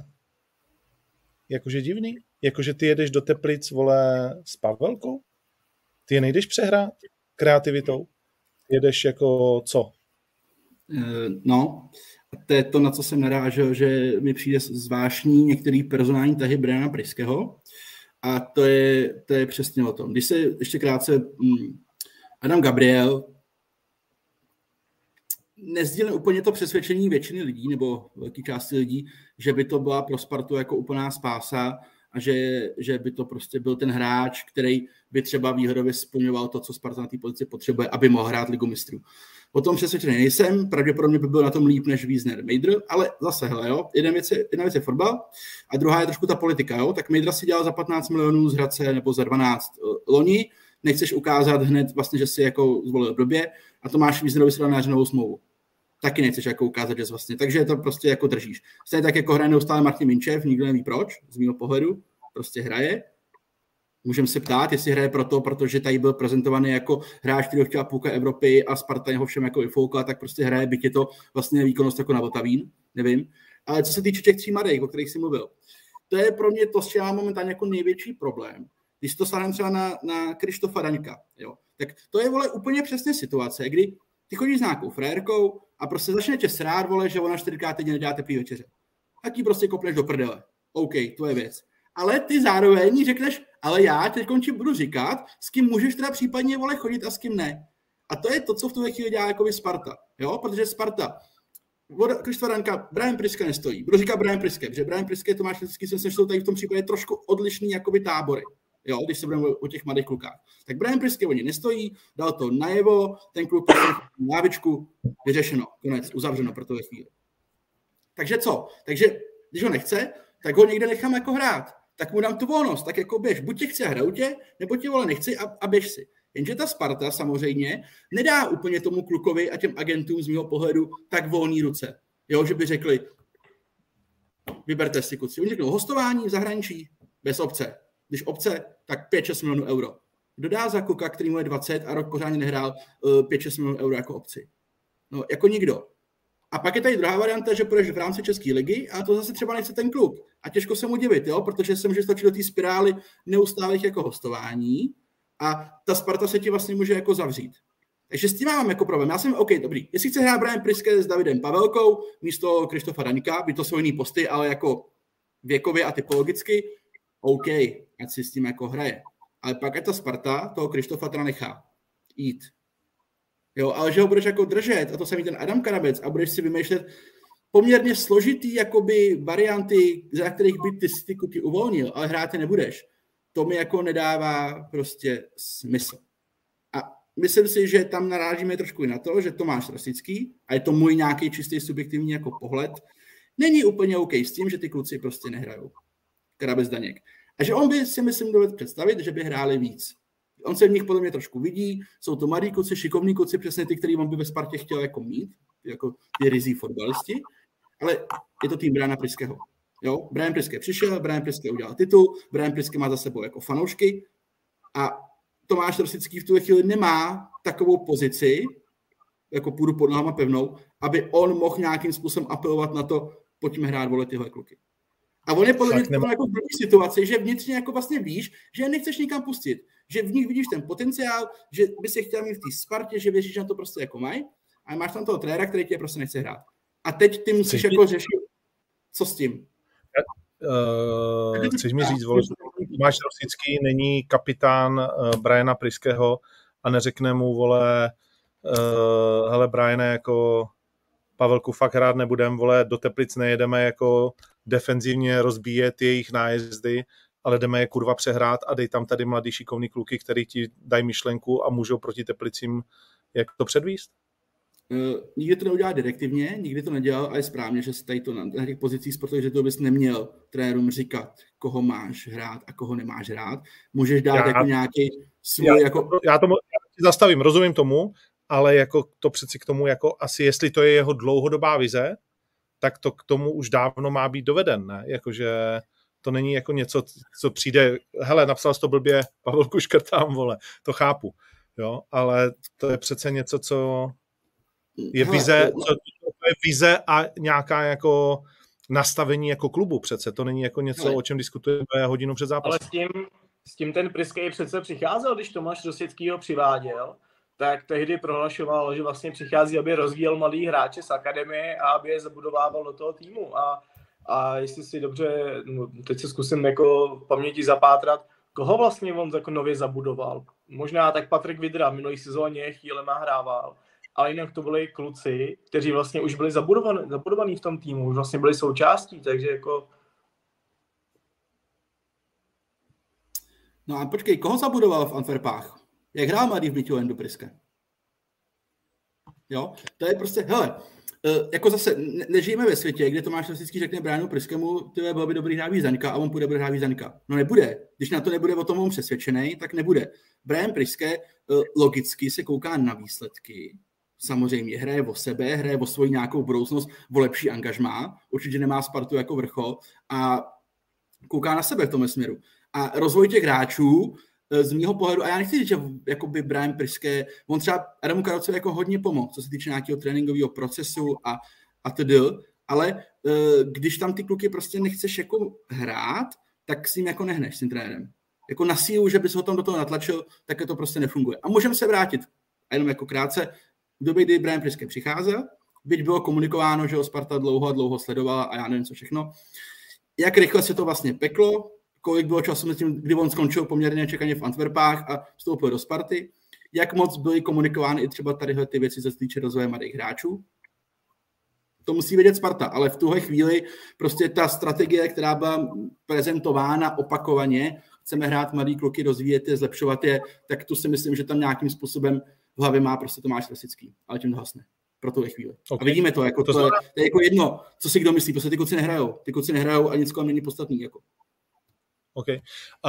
Speaker 1: jakože divný? Jakože ty jedeš do Teplic, vole, s Pavelkou? Ty je nejdeš přehrát kreativitou? Jedeš jako co?
Speaker 3: No, to je to, na co jsem narážel, že mi přijde zvláštní některý personální tahy Briana Priského a to je, to je přesně o tom. Když se ještě krátce Adam Gabriel nesdílím úplně to přesvědčení většiny lidí nebo velké části lidí, že by to byla pro Spartu jako úplná spása a že, že by to prostě byl ten hráč, který by třeba výhodově splňoval to, co Sparta na té pozici potřebuje, aby mohl hrát Ligu mistrů. O tom přesvědčený nejsem, pravděpodobně by byl na tom líp než Wiesner Mejdr, ale zase, hele, jo, jedna věc je, jedna věc je fotbal a druhá je trošku ta politika, jo, tak Mejdra si dělal za patnáct milionů z Hradce nebo za dvanáct loni, nechceš ukázat hned vlastně, že si jako zvolil blbě a Tomáš Wiesnerovi si dal nářenovou smlouvu. Taky nechceš jako ukázat, že vlastně, takže to prostě jako držíš. Stejně tak jako hraje neustále Martin Minčev, nikdo neví proč, z mého pohledu, prostě hraje. Můžeme se ptát, jestli hraje proto, protože tady byl prezentovaný jako hráč, který chtěl půlka Evropy a Sparta jeho všem jako vyfoukla, tak prostě hraje, byť je to vlastně výkonnost jako na Vltavín, nevím. Ale co se týče těch tří mladých, o kterých jsi mluvil, to je pro mě to, s čím mám momentálně jako největší problém. Když to stáhneme třeba na, na Krištofa Daňka, jo, tak to je, vole, úplně přesně situace, kdy ty chodíš s nějakou frérkou a prostě začne tě srát, vole, že ona čtyřikrát týdně nedá teplý večeře. A ti prostě kopneš do prdele. OK, to je věc. Ale ty zároveň řekneš, ale já teď končím budu říkat, s kým můžeš teda případně, vole, chodit a s kým ne. A to je to, co v tuhle chvíli dělá jakoby Sparta. Jo? Protože Sparta, Krištofa Daňka, Brian Priske nestojí. Budu říkat Brian Priske, protože Brian Priske, Tomáš Lidský, jsem se tady v tom případě trošku odlišný jakoby tábory. Jo, když se budeme o těch mladých klukách. Tak Brian Priske o ně nestojí, dal to najevo, ten kluk na lávičku, vyřešeno, konec, uzavřeno pro tuhle chvíli. Takže co? Takže když ho nechce, tak ho někde nechám jako hrát. Tak mu dám tu volnost, tak jako běž. Buď tě chci a hraju tě, nebo tě, vole, nechci a, a běž si. Jenže ta Sparta samozřejmě nedá úplně tomu klukovi a těm agentům z mého pohledu tak volný ruce. Jo, že by řekli, vyberte si kuci. Oni řeknou hostování v zahraničí bez obce. Když obce, tak pět šest milionů euro. Kdo dá za kluka, který mu je dvacet a rok pořádně nehrál pět šest milionů euro jako obci? No, jako nikdo. A pak je tady druhá varianta, že půjdeš v rámci České ligy a to zase třeba nechce ten klub. A těžko se mu divit, jo? Protože se může stačit do té spirály neustálých jako hostování a ta Sparta se ti vlastně může jako zavřít. Takže s tím mám jako problém. Já jsem, OK, dobrý. Jestli chce hrát Brian Priske s Davidem Pavelkou místo Krištofa Daňka, by to jsou jiný posty, ale jako věkově a typologicky, OK, ať si s tím jako hraje. Ale pak ať ta Sparta toho Krištofa teda nechá jít. Jo, ale že ho budeš jako držet, a to samý ten Adam Karabec, a budeš si vymýšlet poměrně složitý jakoby varianty, za kterých by ty ty kuky uvolnil, ale hrát je nebudeš. To mi jako nedává prostě smysl. A myslím si, že tam narážíme trošku i na to, že Tomáš Rosický, a je to můj nějaký čistý subjektivní jako pohled, není úplně OK s tím, že ty kluci prostě nehrajou. Karabec Daněk. A že on by si myslím dovedl představit, že by hráli víc. On se v nich podle mě trošku vidí, jsou to mladí kluci, šikovní kluci, přesně ty, který on by ve Spartě chtěl jako mít, jako ty rizí fotbalisti, ale je to tým Briana Priského. Jo, Brian Priske přišel, Brian Priske udělal titul, Brian Priske má za sebou jako fanoušky a Tomáš Rosický v tuhle chvíli nemá takovou pozici, jako půdu pod nohama pevnou, aby on mohl nějakým způsobem apelovat na to, pojďme hrát, vole, tyhle kluky. A on je podle mě jako v druhé situaci, že vnitřně jako vlastně víš, že je nechceš nikam pustit. Že v nich vidíš ten potenciál, že by se chtěl mít v té Spartě, že věříš, že na to prostě jako mají, a máš tam toho trenéra, který tě prostě nechce hrát. A teď ty musíš jako řešit, co s tím.
Speaker 1: Uh, chceš mi říct, vole, že Tomáš Rosický není kapitán uh, Briana Priského a neřekne mu, vole, uh, hele, Briane, jako Pavelku fakt hrát nebudem, vole, do Teplic nejedeme jako defenzivně rozbíjet jejich nájezdy, ale jdeme je kurva přehrát a dej tam tady mladý šikovný kluky, který ti dají myšlenku a můžou proti Teplicím jak to předvíst?
Speaker 3: Uh, nikdy to neudělá direktivně, nikdy to nedělal a je správně, že se tady to na, na těch pozicích, protože to bys neměl trenérům říkat, koho máš hrát a koho nemáš hrát. Můžeš dát já, jako nějaký svůj...
Speaker 1: Já,
Speaker 3: jako...
Speaker 1: já tomu já zastavím, rozumím tomu, ale jako to přeci k tomu, jako asi jestli to je jeho dlouhodobá vize, tak to k tomu už dávno má být doveden, ne? Jakože to není jako něco, co přijde, hele, napsal jsi to blbě, Pavelku škrtám, vole, to chápu, jo, ale to je přece něco, co je vize, co, to je vize a nějaká jako nastavení jako klubu přece, to není jako něco, o čem diskutujeme hodinu před zápasem.
Speaker 4: Ale s tím, s tím ten Priskej přece přicházel, když Tomáš Rosický ho přiváděl, tak tehdy prohlašoval, že vlastně přichází, aby rozvíjel mladý hráče z akademie a aby je zabudovával do toho týmu. A, a jestli si dobře, no, teď se zkusím jako v paměti zapátrat, koho vlastně on jako nově zabudoval. Možná tak Patrik Vidra v minulý sezóně chvílema hrával, ale jinak to byli kluci, kteří vlastně už byli zabudovaní, zabudovaní v tom týmu, už vlastně byli součástí, takže jako...
Speaker 3: No a počkej, koho zabudoval v Antwerpách? Jak hrál mladý v Midtjyllandu Priske? Jo, to je prostě, hele, jako zase, ne, nežijeme ve světě, kde Tomáš Rosický řekne Brianu Priskemu, ty bylo by dobrý hrát Vízaňka a on půjde hrát Vízaňka. No nebude. Když na to nebude o tom on přesvědčený, tak nebude. Brian Priske logicky se kouká na výsledky, samozřejmě hraje o sebe, hraje o svoji nějakou budoucnost, o lepší angažmá, určitě nemá Spartu jako vrchol a kouká na sebe v tomhle směru. A rozvoj těch hráčů z mýho pohledu, a já nechci říct, že jakoby Brian Priske, on třeba Adamu Karocovi jako hodně pomohl, co se týče nějakého tréninkového procesu a, a td., ale když tam ty kluky prostě nechceš jako hrát, tak s ním jako nehneš, s tím trenérem. Jako na sílu, že bys ho tam do toho natlačil, tak to prostě nefunguje. A můžeme se vrátit, a jenom jako krátce, v době, kdy Brian Priske přicházel, byť bylo komunikováno, že ho Sparta dlouho a dlouho sledovala a já nevím co všechno, jak rychle se to vlastně peklo, kolik bylo času mezi tím, kdy on skončil poměrně čekaně v Antwerpách a vstoupil do Sparty, jak moc byly komunikovány i třeba tadyhle ty věci, co se týče rozvoje mladých hráčů. To musí vědět Sparta, ale v tuhle chvíli prostě ta strategie, která byla prezentována opakovaně, chceme hrát mladý kluky, rozvíjet je, zlepšovat je, tak tu si myslím, že tam nějakým způsobem v hlavě má prostě Tomáš Rosický, ale tím to hasne. Pro tuhle chvíli. Okay. A vidíme to, jako to, to, je, to je jako jedno, co si kdo myslí, prostě ty kluci nehrajou. Ty kluci nehrajou a nic kolem není podstatný. Jako.
Speaker 1: OK. Uh,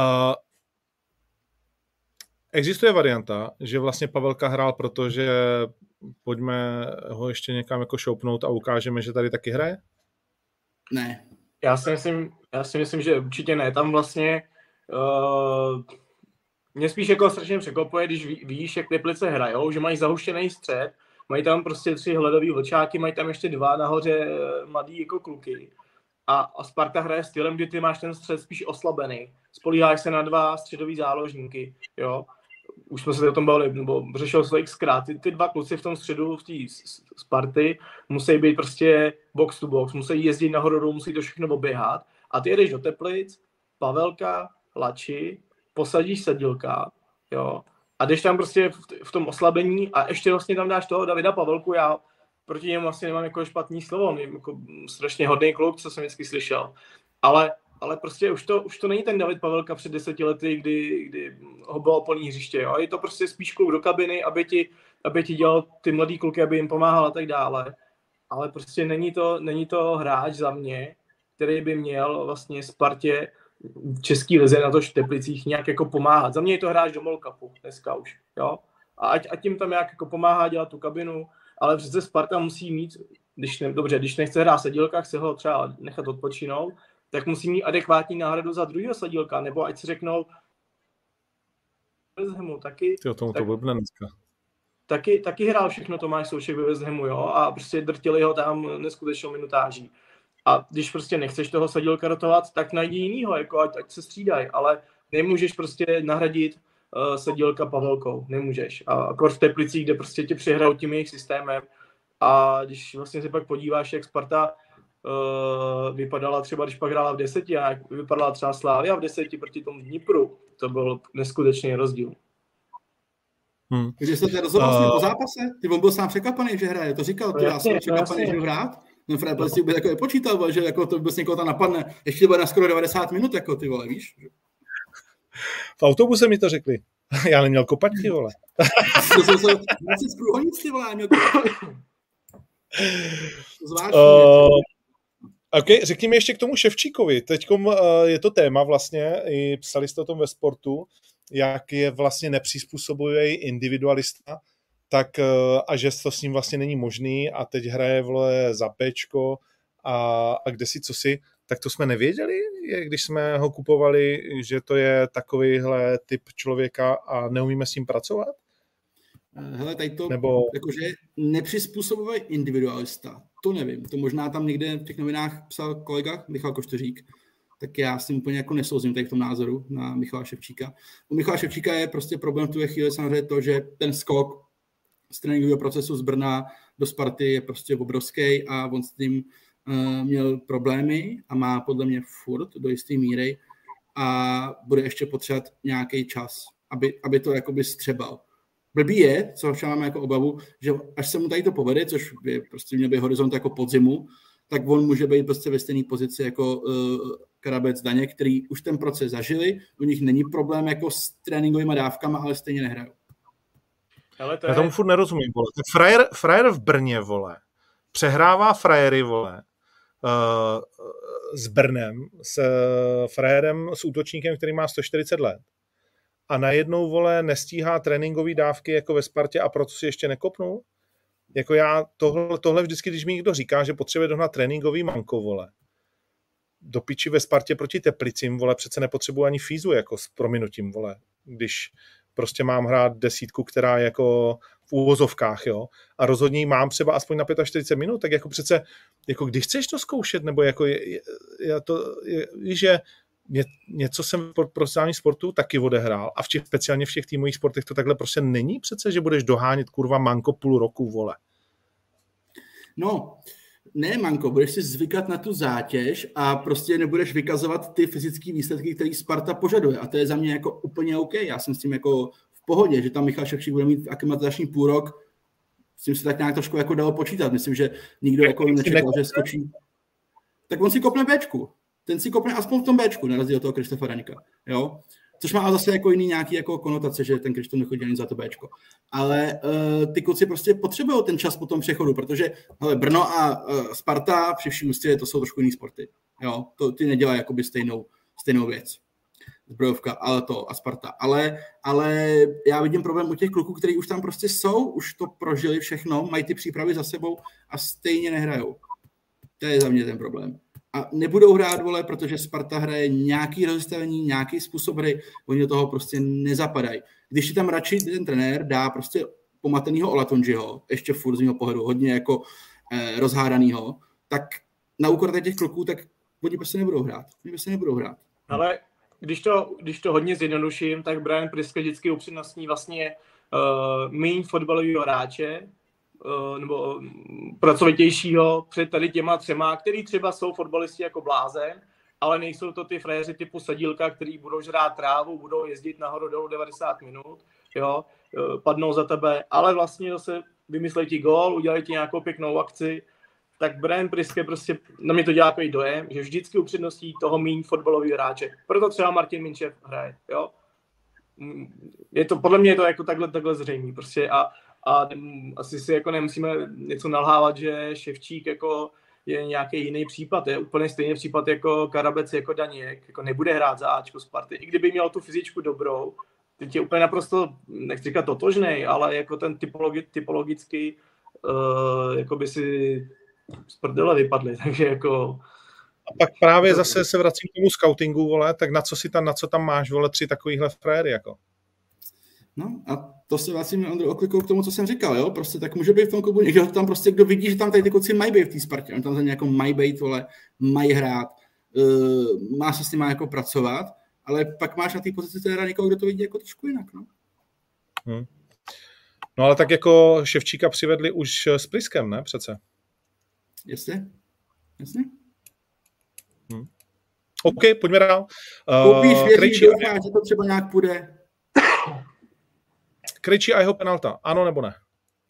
Speaker 1: existuje varianta, že vlastně Pavelka hrál, protože pojďme ho ještě někam jako šoupnout a ukážeme, že tady taky hraje?
Speaker 3: Ne.
Speaker 4: Já si myslím, já si myslím že určitě ne. Tam vlastně uh, mě spíš jako strašně překvapuje, když ví, víš, jak Teplice hrajou, že mají zahuštěný střed, mají tam prostě tři hledový vlčáky, mají tam ještě dva nahoře mladý jako kluky. A, a Sparta hraje stylem, kdy ty máš ten střed spíš oslabený. Spolíháš se na dva středový záložníky, jo. Už jsme se o tom bavili, nebo řešil se xkrát. Ty, ty dva kluci v tom středu, v té Sparty, musí být prostě box to box, musí jezdit nahoru, musí to všechno oběhat. A ty jedeš do Teplic, Pavelka, Lači, posadíš Sedilka, jo. A jdeš tam prostě v, v tom oslabení a ještě vlastně tam dáš toho Davida Pavelku, já proti němu vlastně nemám jako špatný slovo, on je jako strašně hodný kluk, co jsem vždycky slyšel. Ale, ale prostě už to, už to není ten David Pavelka před deseti lety, kdy, kdy ho bylo plný hřiště. Jo? Je to prostě spíš kluk do kabiny, aby ti, aby ti dělal ty mladý kluky, aby jim pomáhal a tak dále. Ale prostě není to, není to hráč za mě, který by měl vlastně Spartě v český lize na to Teplicích nějak jako pomáhat. Za mě je to hráč do Molkapu dneska už. Jo? A ať, ať tím tam nějak jako pomáhá dělat tu kabinu, ale přece Sparta musí mít, když ne, dobře, když nechce hrát Sedílka, chce ho třeba nechat odpočinout, tak musí mít adekvátní náhradu za druhého Sedílka, nebo ať si řeknou West Hamu taky.
Speaker 1: Ty o tom to blbne dneska.
Speaker 4: Taky, taky hrál všechno Tomáš Souček ve West Hamu, jo, a prostě drtili ho tam neskutečnou minutáží. A když prostě nechceš toho Sadílka rotovat, tak najdi jinýho, jako ať, ať se střídají, ale nemůžeš prostě nahradit uh, Sadílka Pavelkou, nemůžeš. A akor v Teplicích, kde prostě tě přihrajou tím jejich systémem. A když vlastně se pak podíváš, jak Sparta uh, vypadala třeba, když pak hrála v deseti a jak vypadala třeba Slavia v deseti proti tomu Dnipru, to byl neskutečný rozdíl.
Speaker 3: Hmm. Takže se to rozhodl vlastně uh... po zápase? Ty on byl sám překvapený, že hraje, to říkal, ty já jsem překvapený, že hrát. Ten Frédl si vůbec jako nepočítal, že jako to vůbec někoho tam napadne, ještě bude na skoro devadesát minut, jako ty vole, víš?
Speaker 1: V autobuse mi to řekli. Já neměl kopat, ty vole.
Speaker 3: To jsou dvacet průhonic, ty vole, já měl kopat. Zvláštní.
Speaker 1: Uh, ok, řekni mi ještě k tomu Ševčíkovi. Teďkom uh, je to téma vlastně, i psali jste o tom ve Sportu, jak je vlastně nepřizpůsobivý individualista, tak uh, a že to s ním vlastně není možný a teď hraje vole za péčko a, a kde si co si, tak to jsme nevěděli, když jsme ho kupovali, že to je takovýhle typ člověka a neumíme s ním pracovat?
Speaker 3: Hele, tady to,
Speaker 1: Nebo...
Speaker 3: jakože nepřizpůsobový individualista, to nevím, to možná tam někde v těch novinách psal kolega Michal Košteřík, tak já s tím úplně jako nesouzním tady v tom názoru na Michala Ševčíka. U Michala Ševčíka je prostě problém v tuhle chvíli samozřejmě to, že ten skok z tréninkového procesu z Brna do Sparty je prostě obrovský a on s tím uh, měl problémy a má podle mě furt do jisté míry a bude ještě potřebovat nějaký čas, aby, aby to jakoby střebal. Blbý je, co máme jako obavu, že až se mu tady to povede, což by prostě měl být horizont jako podzimu, tak on může být prostě ve stejné pozici jako uh, Karabec, Daněk, který už ten proces zažili, u nich není problém jako s tréninkovými dávkama, ale stejně nehrajou.
Speaker 1: Ale to je... Já tomu furt nerozumím, vole. Frajer, frajer v Brně, vole, přehrává frajery, vole, uh, s Brnem, s uh, frajerem, s útočníkem, který má sto čtyřicet let. A najednou, vole, nestíhá tréninkové dávky jako ve Spartě a proto si ještě nekopnul? Jako já tohle, tohle vždycky, když mi někdo říká, že potřebuje dohnat tréninkový manko, vole, do piči ve Spartě proti Teplicím, vole, přece nepotřebuji ani fízu, jako s prominutím, vole, když prostě mám hrát desítku, která je jako v úvozovkách, jo, a rozhodně ji mám třeba aspoň na čtyřicet pět minut, tak jako přece, jako když chceš to zkoušet, nebo jako je, je, je to, je, víš, že ně, něco jsem pro profesionální sportu taky odehrál a v těch, speciálně v těch týmových sportech to takhle prostě není přece, že budeš dohánět kurva manko půl roku, vole.
Speaker 3: No, ne manko, budeš si zvykat na tu zátěž a prostě nebudeš vykazovat ty fyzické výsledky, které Sparta požaduje. A to je za mě jako úplně OK. Já jsem s tím jako v pohodě, že tam Michal Ševčík bude mít aklimatizační půl rok. S tím se tak nějak trošku jako dalo počítat. Myslím, že nikdo jako nečekal, že skočí. Tak on si kopne Bčku. Ten si kopne aspoň v tom Bčku, na rozdíl od toho Krištofa Daňka. Jo? Což má zase jako jiný nějaký jako konotace, že ten Krištof nechodí ani za to Bčko. Ale uh, ty kluci prostě potřebují ten čas po tom přechodu, protože hele, Brno a uh, Sparta při vší úctě, to jsou trošku jiný sporty. Jo? To ty nedělají jakoby stejnou, stejnou věc. Zbrojovka, ale to a Sparta. Ale, ale já vidím problém u těch kluků, kteří už tam prostě jsou, už to prožili všechno, mají ty přípravy za sebou a stejně nehrajou. To je za mě ten problém. A nebudou hrát, vole, protože Sparta hraje nějaký rozestavení, nějaký způsob hry, oni do toho prostě nezapadají. Když si tam radši ten trenér dá prostě pomatenýho Olatunjiho, ještě furt z mého pohledu, hodně jako eh, rozhádanýho, tak na úkor těch kluků, tak oni prostě nebudou hrát. Oni prostě nebudou hrát.
Speaker 4: Ale když to, když to hodně zjednoduším, tak Brian Priske vždycky upřednostní vlastně uh, méně fotbalového hráče, nebo pracovitějšího před tady těma třema, který třeba jsou fotbalisti jako blázen, ale nejsou to ty frajeři typu Sadílka, který budou žrát trávu, budou jezdit nahoru dolů devadesát minut, jo, padnou za tebe, ale vlastně zase vymyslej ti gól, udělají ti nějakou pěknou akci, tak Brian Priske prostě, na mě to dělá takový dojem, že vždycky upředností toho méně fotbalového hráče. Proto třeba Martin Minčev hraje, jo. Je to, podle mě je to jako takhle, takhle zřejmý, prostě a A asi si jako nemusíme něco nalhávat, že Ševčík jako je nějaký jiný případ. Je úplně stejný případ jako Karabec, jako Daněk. Jako nebude hrát za Ačko Sparty. I kdyby měl tu fyzičku dobrou, teď je úplně naprosto, nechci říkat totožnej, ale jako ten typologi, typologicky uh, jako by si z prdele vypadli. Takže jako...
Speaker 1: A pak právě zase se vracím k tomu scoutingu, vole, tak na co si tam, na co tam máš, vole, tři takovýhle frajery, jako?
Speaker 3: No a to se vlastně Ondro oklikou k tomu, co jsem říkal, jo, prostě tak může být v tom klubu někdo tam prostě, kdo vidí, že tam tady ty kluci mají být v té Spartě, on tam za nějakou mají být, vole, mají hrát, uh, má se s tím jako pracovat, ale pak máš na té pozici teda někoho, kdo to vidí jako trošku jinak, no.
Speaker 1: Hmm. No ale tak jako Ševčíka přivedli už s Priskem, ne, přece?
Speaker 3: Jasně, jasně.
Speaker 1: Hmm. OK, pojďme dál.
Speaker 3: Koupíš,
Speaker 1: Uh,
Speaker 3: věříš,
Speaker 1: Krejčí,
Speaker 3: doufáš, že to třeba nějak půjde.
Speaker 1: Krejčí a jeho penalta, ano nebo ne?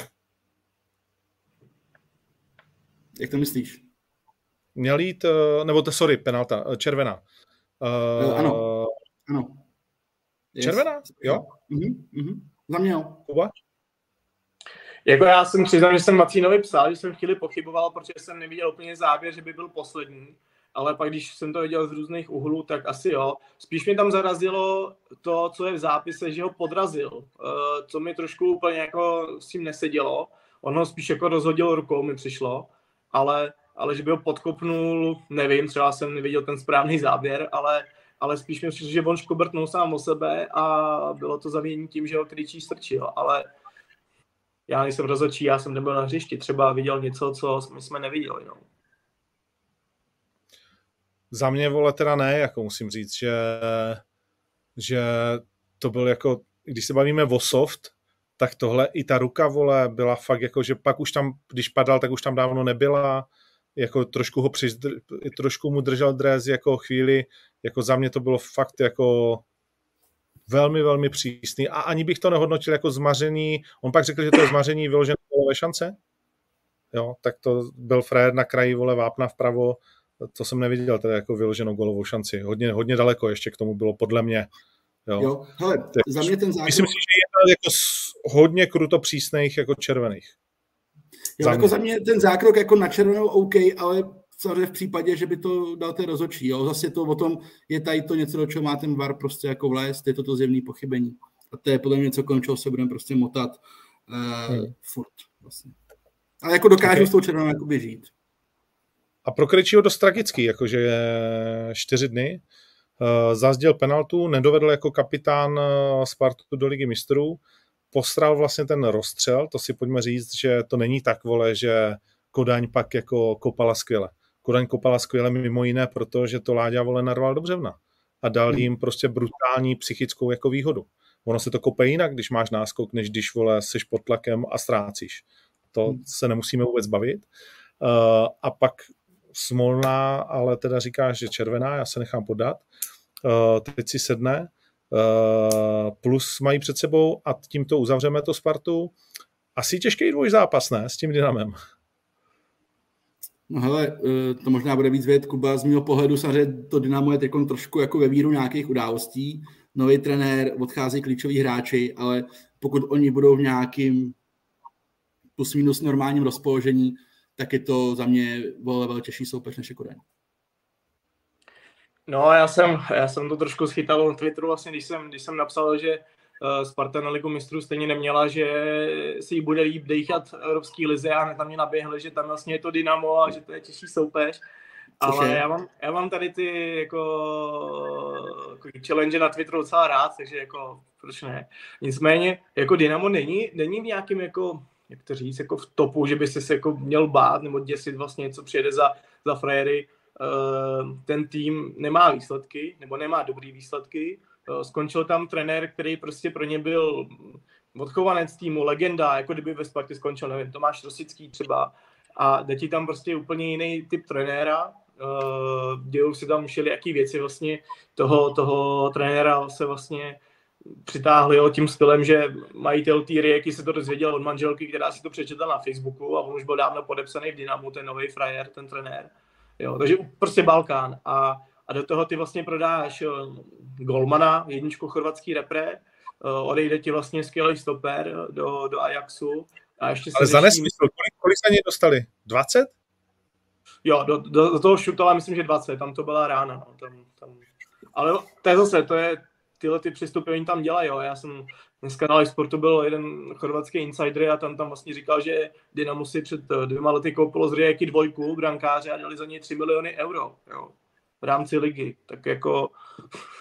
Speaker 3: Jak to myslíš?
Speaker 1: Měl jít, nebo to, sorry, penalta, červená.
Speaker 3: Uh, ano, ano.
Speaker 1: Yes. Červená? Jo?
Speaker 3: Mhm, mhm. Za mě jo.
Speaker 1: Kuba?
Speaker 4: Jako já jsem přiznal, že jsem Macínovi psal, že jsem chvíli pochyboval, protože jsem neviděl úplně záběr, že by byl poslední. Ale pak, když jsem to viděl z různých úhlů, tak asi jo. Spíš mě tam zarazilo to, co je v zápise, že ho podrazil. Co mi trošku úplně jako s tím nesedělo. On ho spíš jako rozhodil rukou, mi přišlo. Ale, ale že by ho podkopnul, nevím, třeba jsem neviděl ten správný záběr, ale, ale spíš mi přišlo, že on škobrtnul sám o sebe a bylo to zavinění tím, že ho Krejčí strčil. Ale já nejsem rozhodčí, já jsem nebyl na hřišti. Třeba viděl něco, co my jsme neviděli, no.
Speaker 1: Za mě, vole, teda ne, jako musím říct, že, že to byl jako, když se bavíme o soft, tak tohle i ta ruka, vole, byla fakt jako, že pak už tam, když padal, tak už tam dávno nebyla, jako trošku ho přizdr, trošku mu držel dres jako chvíli, jako za mě to bylo fakt jako velmi, velmi přísný a ani bych to nehodnotil jako zmaření, on pak řekl, že to je zmaření vyložené golové šance, jo, tak to byl Fred na kraji, vole, vápna vpravo, to jsem neviděl, teda jako vyloženou golovou šanci. Hodně, hodně daleko ještě k tomu bylo podle mě. Jo,
Speaker 3: jo hele, tak, za mě ten zákrok...
Speaker 1: Myslím si, že je jako hodně kruto přísných jako červených.
Speaker 3: Jo, za jako mě. Za mě ten zákrok jako na červenou OK, ale samozřejmě v případě, že by to dal ten rozhodčí. Jo. Zase to o tom, je tady to něco, do čeho má ten V A R prostě jako vlézt, je to to zjevné pochybení. A to je podle mě něco, kolem čeho se budeme prostě motat uh, hmm. furt. Vlastně. Ale jako dokážu okay. s tou červenou jakoby žít.
Speaker 1: A pro Krejčího dost tragický, jakože je čtyři dny. Zazděl penaltu, nedovedl jako kapitán Spartu do Ligy mistrů, posral vlastně ten rozstřel, to si pojďme říct, že to není tak, vole, že Kodaň pak jako kopala skvěle. Kodaň kopala skvěle mimo jiné, protože to Láďa, vole, narval do břevna a dal jim prostě brutální psychickou jako výhodu. Ono se to kope jinak, když máš náskok, než když, vole, seš pod tlakem a ztrácíš. To se nemusíme vůbec bavit. A pak smolná, ale teda říkáš, že červená, já se nechám podat. Uh, teď si sedne. Uh, plus mají před sebou a tímto uzavřeme to Spartu. Asi těžký dvojzápas, ne? S tím Dynamem.
Speaker 3: No hele, to možná bude víc vědět Kuba. Z mého pohledu samozřejmě to Dynamo je teď trošku jako ve víru nějakých událostí. Nový trenér, odchází klíčoví hráči, ale pokud oni budou v nějakým plus minus normálním rozpoložení, tak je to za mě vole těžší soupeř než Kodaň.
Speaker 4: No, já jsem, já jsem to trošku schytal na Twitteru, vlastně, když jsem, když jsem napsal, že uh, Sparta na Ligu mistrů stejně neměla, že si jí bude líp dejchat v Evropské lize a hned tam mě naběhli, že tam vlastně je to Dynamo a že to je těžší soupeř. Ale já mám, já mám tady ty jako, jako challenge na Twitteru docela rád, takže jako proč ne. Nicméně jako Dynamo není, není v nějakým jako, jak to říct, jako v topu, že by se jako měl bát nebo děsit vlastně, co přijede za, za frajery. Ten tým nemá výsledky, nebo nemá dobrý výsledky. Skončil tam trenér, který prostě pro ně byl odchovanec týmu, legenda, jako kdyby ve Spartě skončil, nevím, Tomáš Rosický třeba. A jde ti tam prostě úplně jiný typ trenéra. Dějou si tam všelijaký věci vlastně. Toho, toho trenéra se vlastně přitáhli jo, tím stylem, že majitel té Rijeky se to dozvěděl od manželky, která si to přečetla na Facebooku a on už byl dávno podepsaný v Dynamu, ten nový frajer, ten trenér. Jo, takže prostě Balkán. A, a do toho ty vlastně prodáš golmana, jedničku chorvatský repre, odejde ti vlastně skvělý stoper do, do Ajaxu. A ještě
Speaker 1: ale za nesmysl, kolik, kolik za něj dostali? dvacet?
Speaker 4: Jo, do, do, do toho šutala myslím, že dvacet, tam to byla rána. No, tam, tam. Ale to je zase, to je, tyhle ty přestupy oni tam dělají, jo. Já jsem dneska na Sportu byl jeden chorvatský insider a tam tam vlastně říkal, že Dynamo si před dvěma lety koupilo z Rijeky dvojku brankáře a dali za něj tři miliony euro, jo, v rámci ligy. Tak jako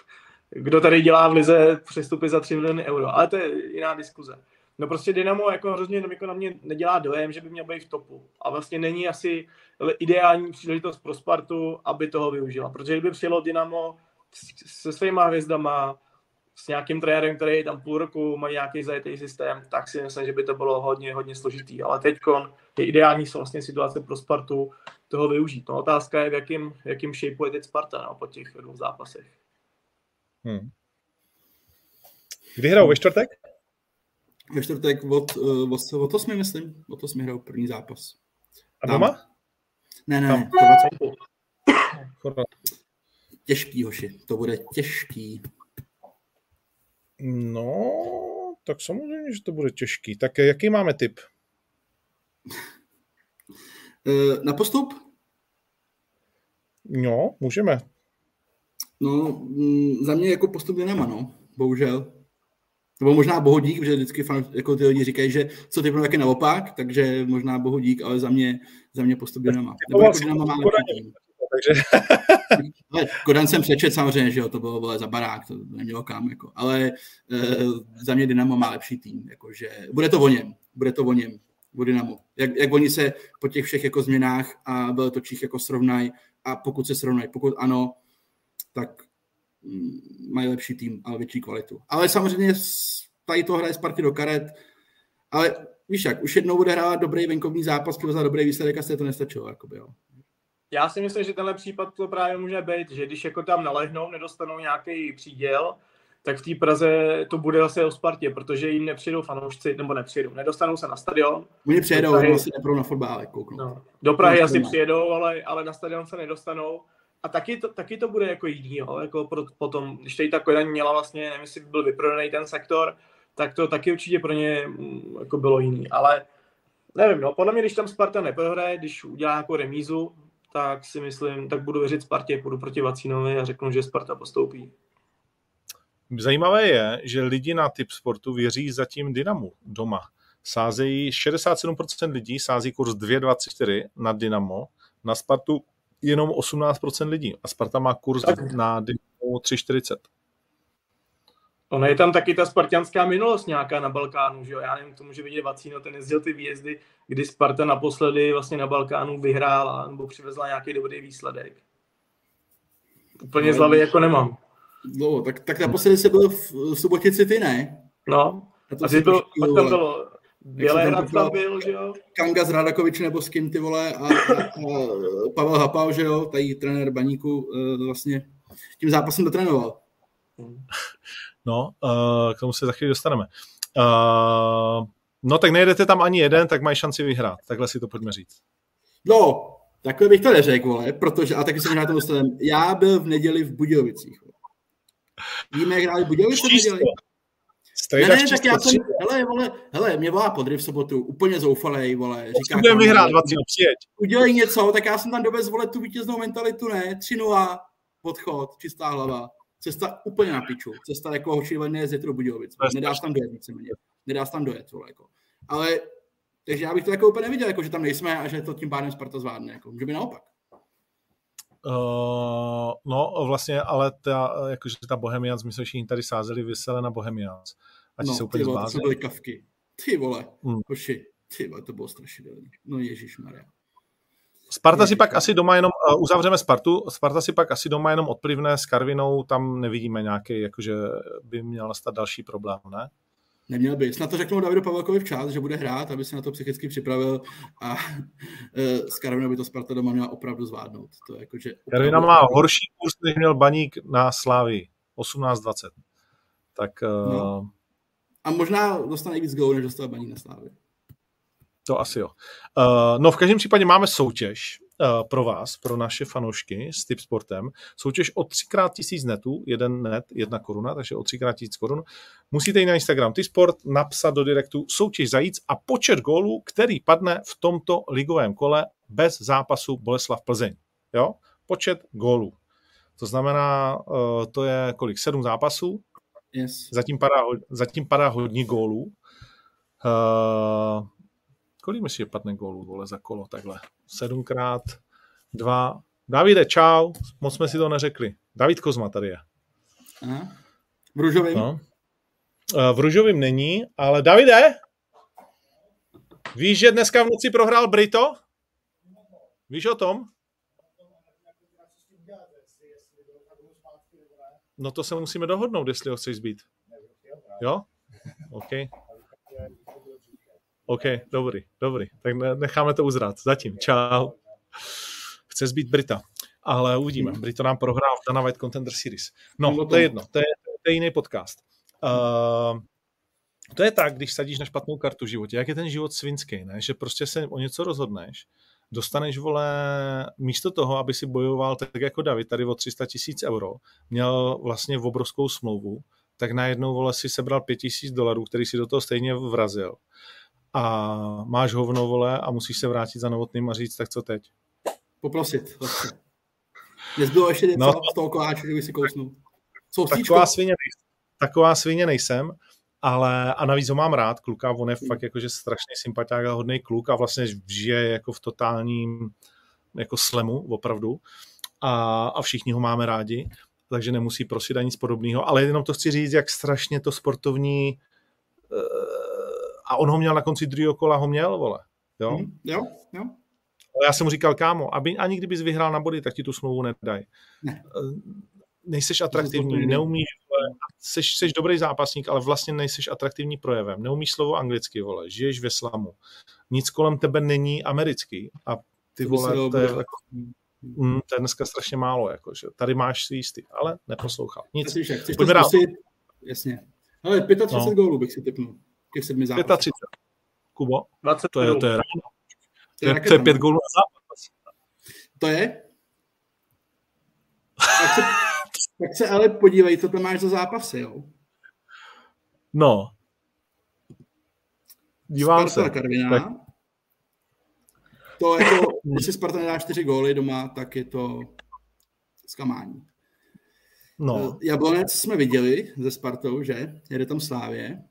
Speaker 4: kdo tady dělá v lize přestupy za tři miliony euro, ale to je jiná diskuze. No prostě Dynamo jako hrozně jako na mě nedělá dojem, že by měl být v topu. A vlastně není asi ideální příležitost pro Spartu, aby toho využila. Protože kdyby přijelo Dynamo se svýma hvězdama, s nějakým trenérem, který tam půl roku má nějaký zajetý systém, tak si myslím, že by to bylo hodně, hodně složitý. Ale teďkon je ideální vlastně situace pro Spartu toho využít. No, otázka je, v jakým, v jakým shapeu je teď Sparta, no, po těch dvou zápasech.
Speaker 1: Hmm. Kdy hrajou ve čtvrtek?
Speaker 3: Ve čtvrtek od, od, od osmi, myslím. Od osmi hrajou první zápas.
Speaker 1: A doma?
Speaker 3: Ne, ne,
Speaker 1: Tam.
Speaker 3: ne. Těžký, hoši. To bude těžký.
Speaker 1: No, tak samozřejmě, že to bude těžký. Tak jaký máme tip?
Speaker 3: Na postup?
Speaker 1: No, můžeme.
Speaker 3: No, za mě jako postup Dynama, no. Bohužel. Nebo možná bohodík, že vždycky fan, jako ty lidi říkají, že co typnou taky naopak, takže možná bohodík, ale za mě, za mě postup Dynama. Nebo jako Dynama má lepší tým.
Speaker 1: Takže...
Speaker 3: Ale Kodan jsem přečet samozřejmě, že jo, to bylo vole, za barák, to nemělo kam, jako. Ale e, za mě Dynamo má lepší tým, jakože bude to o něm, bude to o něm, o Dynamo. Jak, jak oni se po těch všech jako změnách a veletočích jako srovnají a pokud se srovnají, pokud ano, tak mm, mají lepší tým, ale větší kvalitu. Ale samozřejmě tady to hraje Sparty do karet, ale víš jak, už jednou bude hrát dobrý venkovní zápas, za dobrý výsledek a se to nestačilo, jakoby, jo.
Speaker 4: Já si myslím, že tenhle případ to právě může být, že když jako tam nalehnou, nedostanou nějaký příděl, tak v té Praze to bude zase o Spartě, protože jim nepřijdou fanoušci, nebo nepřijdou, nedostanou se na stadion.
Speaker 3: Oni přijedou, oni si neprou na fotbál, kouknou.
Speaker 4: No, do Prahy no, asi přijedou, ale, ale na stadion se nedostanou. A taky to, taky to bude jako jiný, jo, jako pro, potom, když tady ta Kodaň měla vlastně, nevím, jestli byl vyprodaný ten sektor, tak to taky určitě pro ně jako bylo jiný, ale nevím, no, podle mě, když tam Sparta neprohraje, když udělá jako remízu, tak si myslím, tak budu věřit Spartě, půjdu proti Vacínovi a řeknu, že Sparta postoupí.
Speaker 1: Zajímavé je, že lidi na typ sportu věří zatím Dynamu doma. Sázejí šedesát sedm procent lidí, sází kurz dvě dvacet čtyři na Dynamo, na Spartu jenom osmnáct procent lidí a Sparta má kurz tak na Dynamo tři čtyřicet.
Speaker 4: Ono je tam taky ta spartianská minulost nějaká na Balkánu, že jo? Já nevím, to může vidět Vacíno, ten jezdil ty výjezdy, kdy Sparta naposledy vlastně na Balkánu vyhrála nebo přivezla nějaký dobrý výsledek. Úplně no, z hlavy jako nemám.
Speaker 3: No, tak, tak naposledy se byl v, v Subotici ty, ne?
Speaker 4: No, a ty to, pak tam bylo Bělehrad tam byl, že jo?
Speaker 3: Kanga z Radakovič nebo s kým, ty vole, a, a, a Pavel Hapal, že jo, tady trenér Baníku, vlastně tím zápasem dotrénoval.
Speaker 1: No, uh, k tomu se za chvíli dostaneme. Uh, no, tak nejedete tam ani jeden, tak mají šanci vyhrát. Takhle si to pojďme říct.
Speaker 3: No, takhle bych to neřekl, vole, protože, a taky jsem na to dostanem, já byl v neděli v Budějovicích. Vole. Víme, jak hráli Budějovice v neděli? Ne, ne, tak já jsem, hele, vole, hele, mě volá Podry v sobotu, úplně zoufalej, vole. Říká,
Speaker 1: budeme vyhrát dvacet, přijeď.
Speaker 3: Udělej něco, tak já jsem tam dovez, vole, tu vítěznou mentalitu, ne, tři nula, odchod, čistá hlava. Cesta úplně na piču. Cesta jako hoši nejezdí do Budějovic. Nedá se tam dojet víceméně. Nedá se tam dojet. Vole, jako. Ale, takže já bych to jako úplně neviděl, jako, že tam nejsme a že to tím pádem Sparta zvládne. Jako. Může být naopak.
Speaker 1: Uh, no vlastně, ale ta, jakože ta Bohemians, my jsme všichni tady sázeli vysele na Bohemians. A ti
Speaker 3: no,
Speaker 1: se úplně
Speaker 3: ty vole, to byly kavky. Ty vole,
Speaker 1: hmm.
Speaker 3: hoši. Ty vole, to bylo strašidelné. No ježišmarja.
Speaker 1: Sparta si pak asi doma jenom, uh, uzavřeme Spartu, Sparta si pak asi doma jenom odplivne s Karvinou, tam nevidíme nějaký, jakože by měl nastat další problém, ne?
Speaker 3: Neměl by. Snad to řeknou Davidu Pavelkovi včas, že bude hrát, aby se na to psychicky připravil a uh, s Karvinou by to Sparta doma měla opravdu zvládnout. To je jakože opravdu...
Speaker 1: Karvina má horší kurz, než měl Baník na Slávii, osmnáct dvacet. Tak... Uh...
Speaker 3: No. A možná dostane víc gólů, než dostal Baník na Slávii.
Speaker 1: To asi jo. Uh, no v každém případě máme soutěž uh, pro vás, pro naše fanoušky s Tipsportem. Soutěž o třikrát tisíc netů, jeden net, jedna koruna, takže o třikrát tisíc korun. Musíte jít na Instagram Tipsport, napsat do direktu soutěž zajíc a počet gólů, který padne v tomto ligovém kole bez zápasu Boleslav Plzeň. Jo? Počet gólů. To znamená, uh, to je kolik? Sedm zápasů.
Speaker 3: Yes.
Speaker 1: Zatím padá, zatím padá hodně gólů. Uh, Kolik myslíš, že padne gólů, vole, za kolo, takhle? Sedmkrát, dva. Davide, čau, moc jsme si to neřekli. David Kozma tady je.
Speaker 3: Aha. V Ružovým?
Speaker 1: No. V Ružovým není, ale Davide, víš, že dneska v noci prohrál Brito? Víš o tom? No to se musíme dohodnout, jestli ho chceš zbít. Jo? OK. OK, dobrý, dobrý. Tak necháme to uzrát. Zatím. Čau. Chce zbít Brita. Ale uvidíme. Brito nám prohrál v Dana White Contender Series. No, to je jedno. To je, to je jiný podcast. Uh, to je tak, když sadíš na špatnou kartu v životě. Jak je ten život svinský, ne? Že prostě se o něco rozhodneš, dostaneš, vole, místo toho, aby si bojoval tak jako David, tady o tři sta tisíc euro, měl vlastně obrovskou smlouvu, tak najednou, vole, si sebral pět tisíc dolarů, který si do toho stejně vrazil. A máš hovno, vole, a musíš se vrátit za Novotným a říct, tak co teď?
Speaker 3: Poprosit. Vlastně. Nezbylo ještě něco
Speaker 1: no,
Speaker 3: z toho koláče, kdyby si kousnul.
Speaker 1: Taková svině, taková svině nejsem, ale a navíc ho mám rád, kluka, on je hmm. fakt jakože strašný sympatiák a hodnej kluk a vlastně žije jako v totálním jako slemu, opravdu. A, a všichni ho máme rádi, takže nemusí prosit ani nic podobného, ale jenom to chci říct, jak strašně to sportovní uh, a on ho měl na konci druhého kola, ho měl, vole. Jo?
Speaker 3: Hmm. Jo, jo.
Speaker 1: Já jsem mu říkal, kámo, aby, ani kdybys vyhrál na body, tak ti tu smlouvu nedají.
Speaker 3: Ne.
Speaker 1: Nejseš atraktivní, neumíš, seš, seš dobrý zápasník, ale vlastně nejseš atraktivní projevem. Neumíš slovo anglicky, vole, žiješ ve slamu. Nic kolem tebe není americký. A ty, vole, to je, jako, mm, to je dneska strašně málo. Jako, že tady máš si jistý, ale neposlouchal. Nic.
Speaker 3: Chceš, chceš to zkusit? Jasně. Ale třicet pět no. gólů bych si typnul. Těch sedmi zápasů.
Speaker 1: třicet pět. Kubo?
Speaker 4: dvacet
Speaker 1: to je, to je ráno. To je, to je pět gólů na zápas.
Speaker 3: To je? Tak se, tak se ale podívej, co to máš za zápasy, jo?
Speaker 1: No. Dívám
Speaker 3: Sparta
Speaker 1: se.
Speaker 3: Karviná.
Speaker 1: Tak.
Speaker 3: To jako, když si Sparta nedá čtyři góly doma, tak je to zklamání.
Speaker 1: No.
Speaker 3: Jablonec jsme viděli ze Spartou, že? Jede tam Slávě.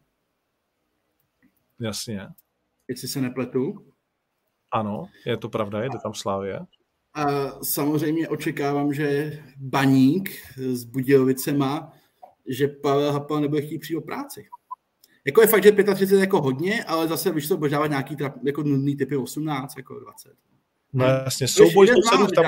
Speaker 1: Jasně.
Speaker 3: Jestli se nepletu.
Speaker 1: Ano, je to pravda, jde tam Slávě.
Speaker 3: A samozřejmě očekávám, že Baník s Budějovicema, že Pavel Hapal nebude chtít přijít o práci. Jako je fakt, že třicet pět je jako hodně, ale zase víš to božávat nějaký trap, jako nudný typy osmnáct, jako dvacet.
Speaker 1: No jasně, souboj sousedů tam...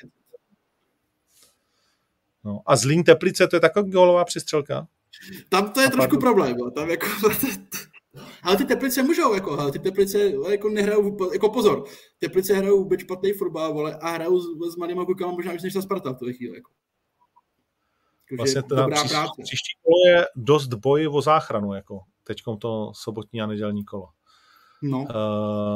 Speaker 1: No, a Zlín Teplice, to je taková gólová přestřelka?
Speaker 3: Tam to je a trošku pardon. problém, tam jako... Ale ty Teplice můžou, jako, ale ty Teplice jako nehrajou, jako pozor, Teplice hrajou vůbec špatný fotbal, vole, a hrajou s, s malýma klukama možná víc než ta Sparta v té chvíli. Jako.
Speaker 1: Vlastně dobrá příští, práce. Příští kolo je dost boj o záchranu, jako teďkom to sobotní a nedělní kolo.
Speaker 3: No.
Speaker 1: Uh,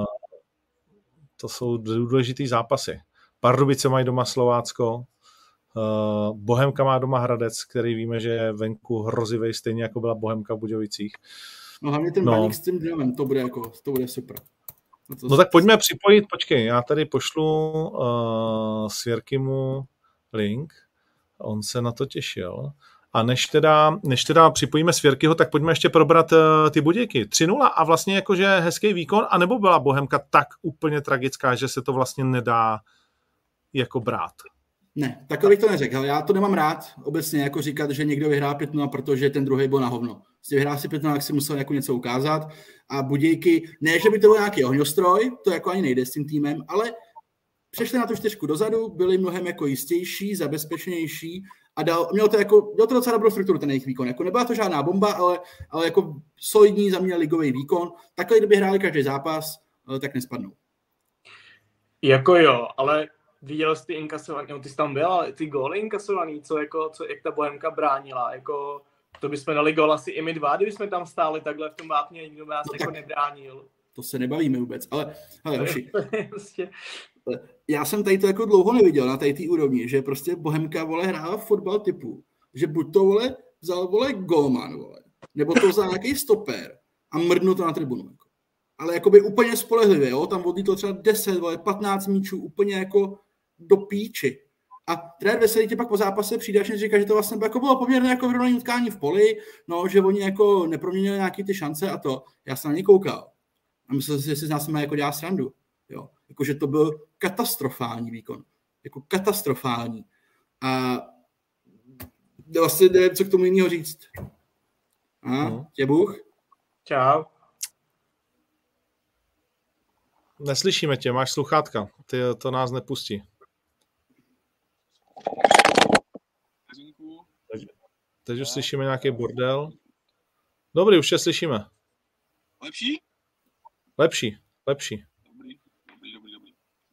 Speaker 1: to jsou důležitý zápasy. Pardubice mají doma Slovácko, uh, Bohemka má doma Hradec, který víme, že je venku hrozivej, stejně jako byla Bohemka v Budějovicích.
Speaker 3: No hlavně ten no. Baník s tím dřevem, to bude jako, to bude super.
Speaker 1: To no tak pojďme připojit, počkej, já tady pošlu uh, Svěrkymu link, on se na to těšil. A než teda, než teda připojíme Svěrkyho, tak pojďme ještě probrat uh, ty Budějky. tři nula a vlastně jakože hezký výkon, anebo byla Bohemka tak úplně tragická, že se to vlastně nedá jako brát?
Speaker 3: Ne, takhle bych to neřekl. Já to nemám rád obecně jako říkat, že někdo vyhrá pět nula, protože ten druhý byl na hovno. Když vyhrál si pět nula, tak si musel jako něco ukázat. A Budějky, ne, že by to byl nějaký ohňostroj, to jako ani nejde s tím týmem, ale přešli na tu čtyřku dozadu, byli mnohem jako jistější, zabezpečnější a dal, mělo to jako, mělo to docela dobrou strukturu, ten jejich výkon. Jako nebyla to žádná bomba, ale, ale jako solidní za mě ligový výkon. Takhle, kdyby hráli každý zápas, tak nespadnou.
Speaker 4: Jako jo, ale viděl jsi ty inkasovaný, no ty jsi tam byl, ale ty góly inkasovaný, co jako, co, jak ta Bohemka bránila, jako to bychom dali gól asi i my dva, kdybychom tam stáli takhle v tom vápně, nikdo by nás no jako nebránil.
Speaker 3: To se nebavíme vůbec, ale hele, hoši, já jsem tady to jako dlouho neviděl na té úrovni, že prostě Bohemka, vole, hrála fotbal typu, že buď to, vole, vzal, vole, golman, vole, nebo to vzal nějaký stoper a mrdnul to na tribunu, jako. Ale jakoby úplně spolehlivě, jo, tam odlítlo třeba deset, vole, patnáct míčů, úplně jako do píči. A trenér Veselý tě pak po zápase přijde, až říká, že to vlastně jako bylo poměrně jako vyrovnané utkání v poli, no, že oni jako neproměnili nějaké ty šance a to. Já jsem na ně koukal. A myslel si, že si z nás má jako dělá srandu. Jo. Jakože to byl katastrofální výkon. Jako katastrofální. A vlastně nevím, co k tomu jiného říct. A,
Speaker 1: Hmm.
Speaker 3: tě Bůh?
Speaker 4: Čau.
Speaker 1: Neslyšíme tě, máš sluchátka. Ty, to nás nepustí. Teď, teď už slyšíme nějaký bordel. Dobrý, už tě slyšíme.
Speaker 5: Lepší?
Speaker 1: Lepší, lepší.
Speaker 5: Dobrý, dobrý, dobrý, dobrý.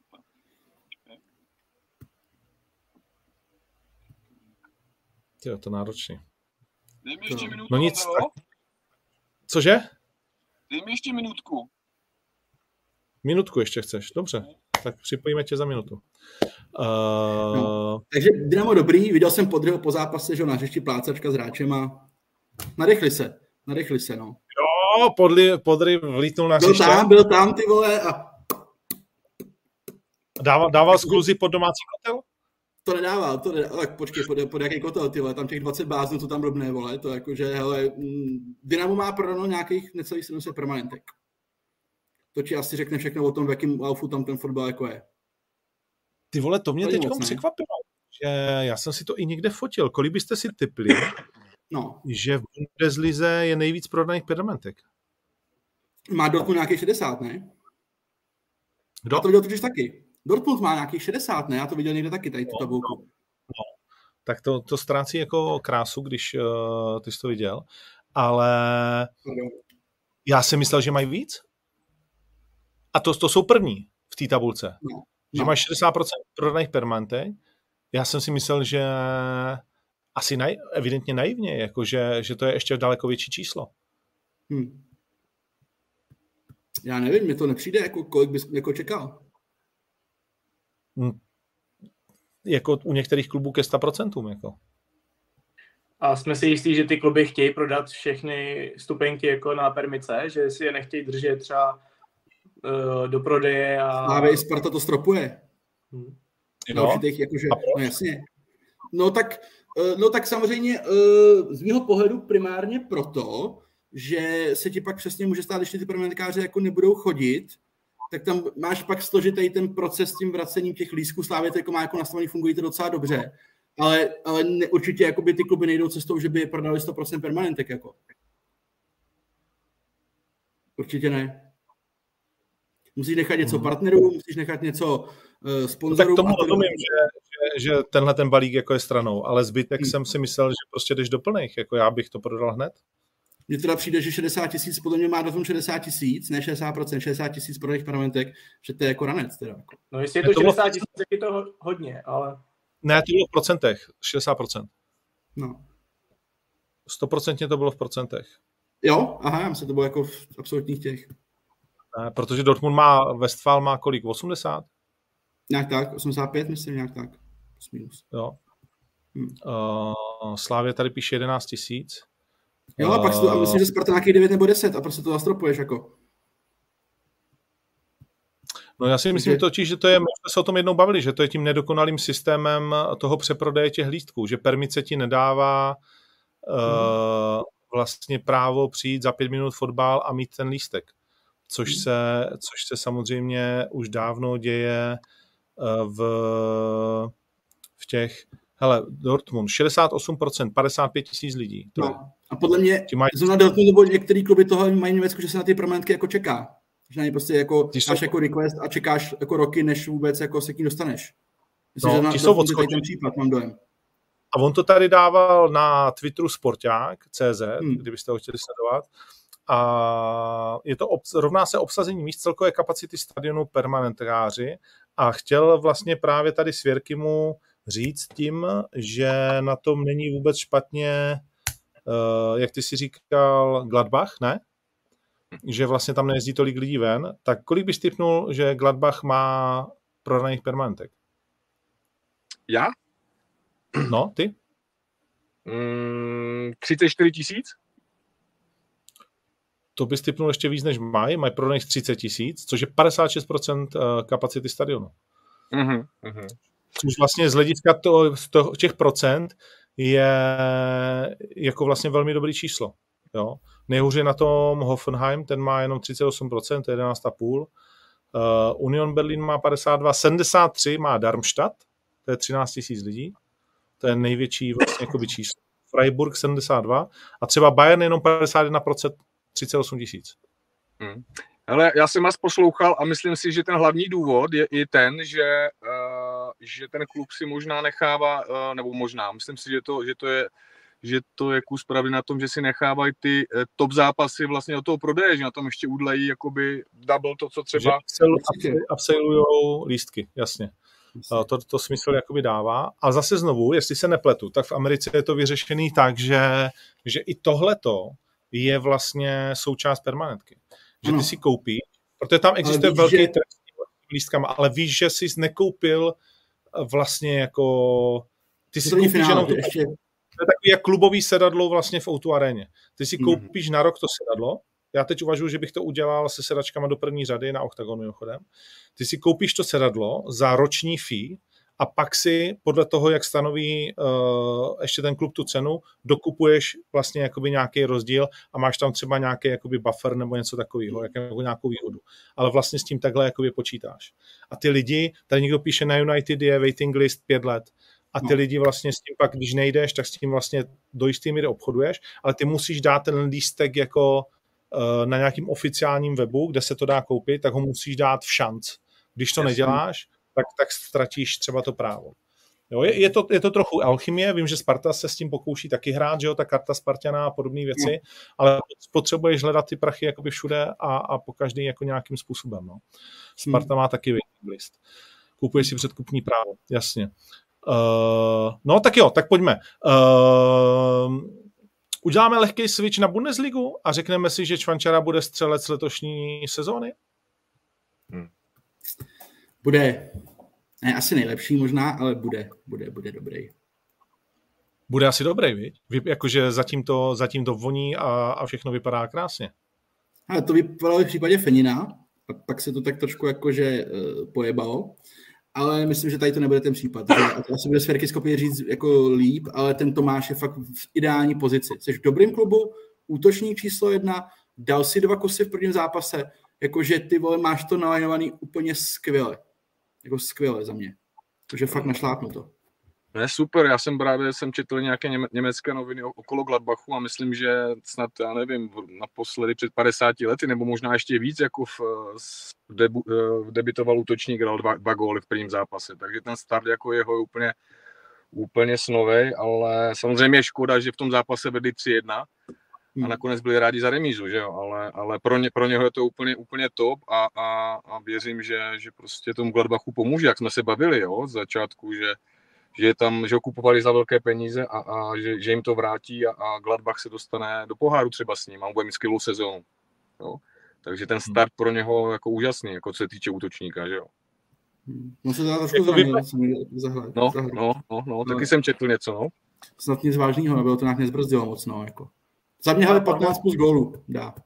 Speaker 1: Tyjo, to náročný.
Speaker 5: Dej mi ještě minutku.
Speaker 1: No nic,
Speaker 5: Andreo.
Speaker 1: tak... Cože?
Speaker 5: Dej mi ještě minutku.
Speaker 1: Minutku ještě chceš, dobře. Tak připojíme tě za minutu. Uh...
Speaker 3: No. Takže Dynamo dobrý, viděl jsem Podryho po zápase, že na hřišti plácačka s hráčema. Narychli se, narychli se, no.
Speaker 1: Jo, podli, Podry vlítnul na
Speaker 3: Byl
Speaker 1: hřiště.
Speaker 3: tam, byl tam, ty vole, a
Speaker 1: Dával, dával skluzy pod domácí kotel?
Speaker 3: to nedával, to nedával. Tak počkej, pod, pod jaký kotel, ty vole, tam těch dvacet bláznů, to tam blbne, vole, to jakože, hele, mm, Dynamo má prodáno nějakých necelých sedm set permanentek. To ti asi řekne všechno o tom, v jakém laufu tam ten fotbal jako je.
Speaker 1: Ty vole, to mě
Speaker 3: To je
Speaker 1: teď
Speaker 3: moc, ne?
Speaker 1: překvapilo, že já jsem si to i někde fotil. Kolik byste si tipli,
Speaker 3: No,
Speaker 1: že v Bundeslize je nejvíc prodaných permanentek?
Speaker 3: má Dortmund nějakých šedesát, ne?
Speaker 1: Kdo?
Speaker 3: Já to viděl totiž taky. Dortmund má nějakých šedesát, ne? Já to viděl někde taky, tady tu tabulku.
Speaker 1: Tak to, to ztrácí jako krásu, když uh, ty jsi to viděl. Ale já jsem myslel, že mají víc. A to, to jsou první v té tabulce.
Speaker 3: No,
Speaker 1: Že
Speaker 3: no.
Speaker 1: mají šedesát procent prodaných permanentek. Já jsem si myslel, že asi naj, evidentně naivně, jako že, že to je ještě daleko větší číslo.
Speaker 3: Hm. Já nevím, mi to nepřijde, jako kolik bys jako čekal.
Speaker 1: Hm. Jako u některých klubů ke sto procent. Jako.
Speaker 4: A jsme si jistí, že ty kluby chtějí prodat všechny stupenky jako na permice, že si je nechtějí držet třeba uh, do prodeje a...
Speaker 3: Slávě i Sparta to stropuje.
Speaker 1: Jo?
Speaker 3: Na určitých, jakože,
Speaker 1: A proč?
Speaker 3: no jasně. No tak, eh, no tak samozřejmě eh, z mého pohledu primárně proto, že se ti pak přesně může stát, když ty permanentkáři jako nebudou chodit, tak tam máš pak složitý ten proces s tím vracením těch lístků. Slávě to jako má jako nastavený, funguje to docela dobře. Ale, ale ne, určitě jakoby ty kluby nejdou cestou, že by prodali sto procent permanentek. Jako. Určitě ne. Musíš nechat něco partnerů, musíš nechat něco uh,
Speaker 1: No, tak
Speaker 3: sponzorů.
Speaker 1: tomu
Speaker 3: a to-
Speaker 1: rozumím, že, že, že tenhle ten balík jako je stranou, ale zbytek
Speaker 3: Hmm.
Speaker 1: jsem si myslel, že prostě jdeš do plných, jako já bych to prodal hned.
Speaker 3: Mně teda přijde, že šedesát tisíc, podle mě má do tom šedesát tisíc, ne šedesát procent, šedesát tisíc prodaných permanentek, že to je jako ranec. Teda. Jako.
Speaker 4: No jestli je
Speaker 1: Je
Speaker 4: to
Speaker 1: to bylo-
Speaker 4: šedesát tisíc, tak je to ho- hodně, ale...
Speaker 1: Ne, to bylo v procentech, šedesát procent.
Speaker 3: No.
Speaker 1: sto procent to bylo v procentech.
Speaker 3: Jo, aha, já myslím, to bylo jako v absolutních těch.
Speaker 1: Ne, protože Dortmund má, Westfál má kolik, osmdesát?
Speaker 3: Nějak tak, osmdesát pět, myslím, nějak tak. Plus minus.
Speaker 1: Jo.
Speaker 3: Hmm.
Speaker 1: Uh, Slávě tady píše jedenáct tisíc.
Speaker 3: Jo, a pak si to, a myslím, že Sparta nějaký devět nebo deset a prostě to zastropuješ jako.
Speaker 1: No já si myslím
Speaker 3: Takže-
Speaker 1: totiž, že to je, my jsme se o tom jednou bavili, že to je tím nedokonalým systémem toho přeprodeje těch lístků, že permice ti nedává uh, vlastně právo přijít za pět minut fotbal a mít ten lístek. Což se, což se samozřejmě už dávno děje uh, v, v těch, hele, Dortmund, šedesát osm procent, padesát pět tisíc lidí. To je.
Speaker 3: No. A podle mě,
Speaker 1: Ti mají-
Speaker 3: zrovna Dortmund nebo některý kluby toho mají v Německu, že se na ty permanentky jako čeká. Že na ně prostě jako
Speaker 1: Ti jsou-
Speaker 3: máš jako request a čekáš jako roky, než vůbec jako se k ní dostaneš. Myslím,
Speaker 1: No,
Speaker 3: že na
Speaker 1: ti jsou
Speaker 3: Dortmundu je tady
Speaker 1: odskočení.
Speaker 3: ten případ, mám dojem.
Speaker 1: A on to tady dával na Twitteru Sporták tečka cé zet,
Speaker 3: Hmm.
Speaker 1: kdybyste ho chtěli sledovat. A je to obs- rovná se obsazení míst celkové kapacity stadionu permanentkáři a chtěl vlastně právě tady Svěrkymu říct tím, že na tom není vůbec špatně, uh, jak ty si říkal, Gladbach, ne? Že vlastně tam nejezdí tolik lidí ven. Tak kolik bys tipnul, že Gladbach má prodaných permanentek?
Speaker 5: Já?
Speaker 1: No, ty?
Speaker 5: Mm, třicet čtyři tisíc?
Speaker 1: To bys tipnul ještě víc než mají, mají prodaných třicet tisíc, což je padesát šest procent kapacity stadionu.
Speaker 5: Mhm, mhm.
Speaker 1: Což vlastně z hlediska toho, z toho, těch procent je jako vlastně velmi dobrý číslo. Jo. Nejhůře na tom Hoffenheim, ten má jenom třicet osm procent, to je jedenáct celá pět. Uh, Union Berlin má padesát dva, sedmdesát tři má Darmstadt, to je třináct tisíc lidí. To je největší vlastně jakoby číslo. Freiburg sedmdesát dva a třeba Bayern jenom padesát jedna procent třicet osm tisíc.
Speaker 5: Hmm. Ale já jsem vás poslouchal a myslím si, že ten hlavní důvod je i ten, že, uh, že ten klub si možná nechává, uh, nebo možná, myslím si, že to, že to je že to je kus pravdy na tom, že si nechávají ty top zápasy vlastně od toho prodeje, že na tom ještě udlejí jakoby double to, co třeba...
Speaker 1: Že upsellujou lístky, jasně. To, to smysl jakoby dává. A zase znovu, jestli se nepletu, tak v Americe je to vyřešený tak, že, že i tohleto je vlastně součást permanentky. Že ty si koupíš, protože tam existuje víš, velký že... trest s lístkama, ale víš, že jsi nekoupil vlastně jako... Ty si koupíš finál, jenom tu... Ještě... To je takový jak klubový sedadlo vlastně v O dva aréně. Ty si koupíš mm-hmm. na rok to sedadlo. Já teď uvažuji, že bych to udělal se sedačkama do první řady na OKTAGON mimochodem. Ty si koupíš to sedadlo za roční fee a pak si podle toho, jak stanoví uh, ještě ten klub tu cenu, dokupuješ vlastně jakoby nějaký rozdíl a máš tam třeba nějaký jakoby buffer nebo něco takového, jako nějakou výhodu. Ale vlastně s tím takhle jakoby počítáš. A ty lidi, tady někdo píše na United je waiting list pět let. A ty no. lidi vlastně s tím pak, když nejdeš, tak s tím vlastně do jistý míry obchoduješ, ale ty musíš dát ten lístek jako uh, na nějakým oficiálním webu, kde se to dá koupit, tak ho musíš dát v šanc. Když to Jasně. neděláš, tak, tak ztratíš třeba to právo. Jo, je, je, to, je to trochu alchymie, vím, že Sparta se s tím pokouší taky hrát, že jo, ta karta Spartana a podobné věci, no. ale potřebuješ hledat ty prachy jakoby všude a, a po každý jako nějakým způsobem. No. Sparta hmm. má taky waiting list. Kupuješ si předkupní právo, jasně. Uh, no tak jo, tak pojďme. Uh, uděláme lehký switch na Bundesligu a řekneme si, že Čvančara bude střelec letošní sezóny?
Speaker 3: Hmm. Bude, ne, asi nejlepší možná, ale bude, bude, bude dobrý.
Speaker 1: Bude asi dobrý, viď? Jakože zatím to, zatím to voní a, a všechno vypadá krásně.
Speaker 3: Ale to vypadalo v případě Fenina, a pak se to tak trošku jakože uh, pojebalo. Ale myslím, že tady to nebude ten případ. Asi bude Sverky schopný říct jako líp, ale ten Tomáš je fakt v ideální pozici. Jsi v dobrým klubu, útočník číslo jedna, dal si dva kusy v prvním zápase, jakože ty vole máš to nalajnovaný úplně skvěle. Jako skvěle za mě. Takže fakt našlápnu to.
Speaker 5: Ne, super, já jsem právě jsem četl nějaké německé noviny okolo Gladbachu a myslím, že snad, já nevím, naposledy před padesáti lety, nebo možná ještě víc, jako v, v, debu, v debitoval útočník, dal dva, dva góly v prvním zápase, takže ten start jako jeho je úplně, úplně snovej, ale samozřejmě je škoda, že v tom zápase vedli tři jedna a nakonec byli rádi za remízu, že jo, ale, ale pro, ně, pro něho je to úplně, úplně top a, a, a věřím, že, že prostě tomu Gladbachu pomůže, jak jsme se bavili, jo, z začátku, že že tam, že ho kupovali za velké peníze a, a že, že jim to vrátí a, a Gladbach se dostane do poháru třeba s ním a on bude mít skvělou sezónu. Jo? Takže ten start pro něho jako úžasný, jako co se týče útočníka, že jo.
Speaker 3: No se dá trošku zahrát.
Speaker 5: No, no, no, no, taky no. jsem četl něco, no.
Speaker 3: Snad nic vážného, nebylo to nějak nezbrzdilo moc, no, jako. Za mě hele patnáct plus gólů, dá.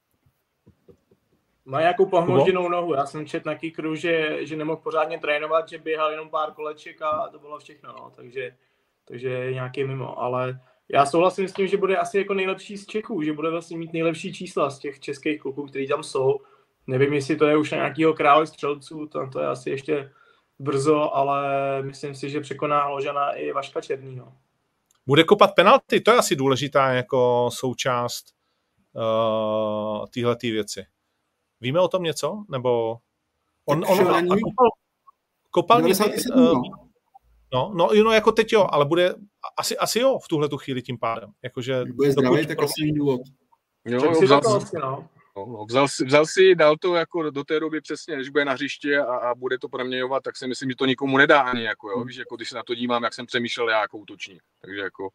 Speaker 4: Má nějakou pohmoženou nohu. Já jsem četl na Kikru, že, že nemohl pořádně trénovat, že běhal jenom pár koleček a to bylo všechno. No. Takže, takže je nějaký mimo. Ale já souhlasím s tím, že bude asi jako nejlepší z Čechů, že bude vlastně mít nejlepší čísla z těch českých kluků, kteří tam jsou. Nevím, jestli to je už na nějakého krále střelců, tam to je asi ještě brzo, ale myslím si, že překoná Hložana i Vaška Černýho.
Speaker 1: Bude kopat penalty, to je asi důležitá jako součást uh, téhletý věci. Víme o tom něco? Nebo on, on, on kopal, kopal někdy, uh, no, no, no, jako teď jo, ale bude asi, asi jo v tuhletu chvíli tím pádem. Jakože
Speaker 3: bude zdravý, tak asi důvod.
Speaker 5: Jo, jo, vzal, si, no. No, vzal, si, vzal si, dal to jako do té doby přesně, když bude na hřišti a, a bude to proměňovat, tak si myslím, že to nikomu nedá ani, jako, jo. Víš, jako když se na to dívám, jak jsem přemýšlel já jako útočník. Takže jako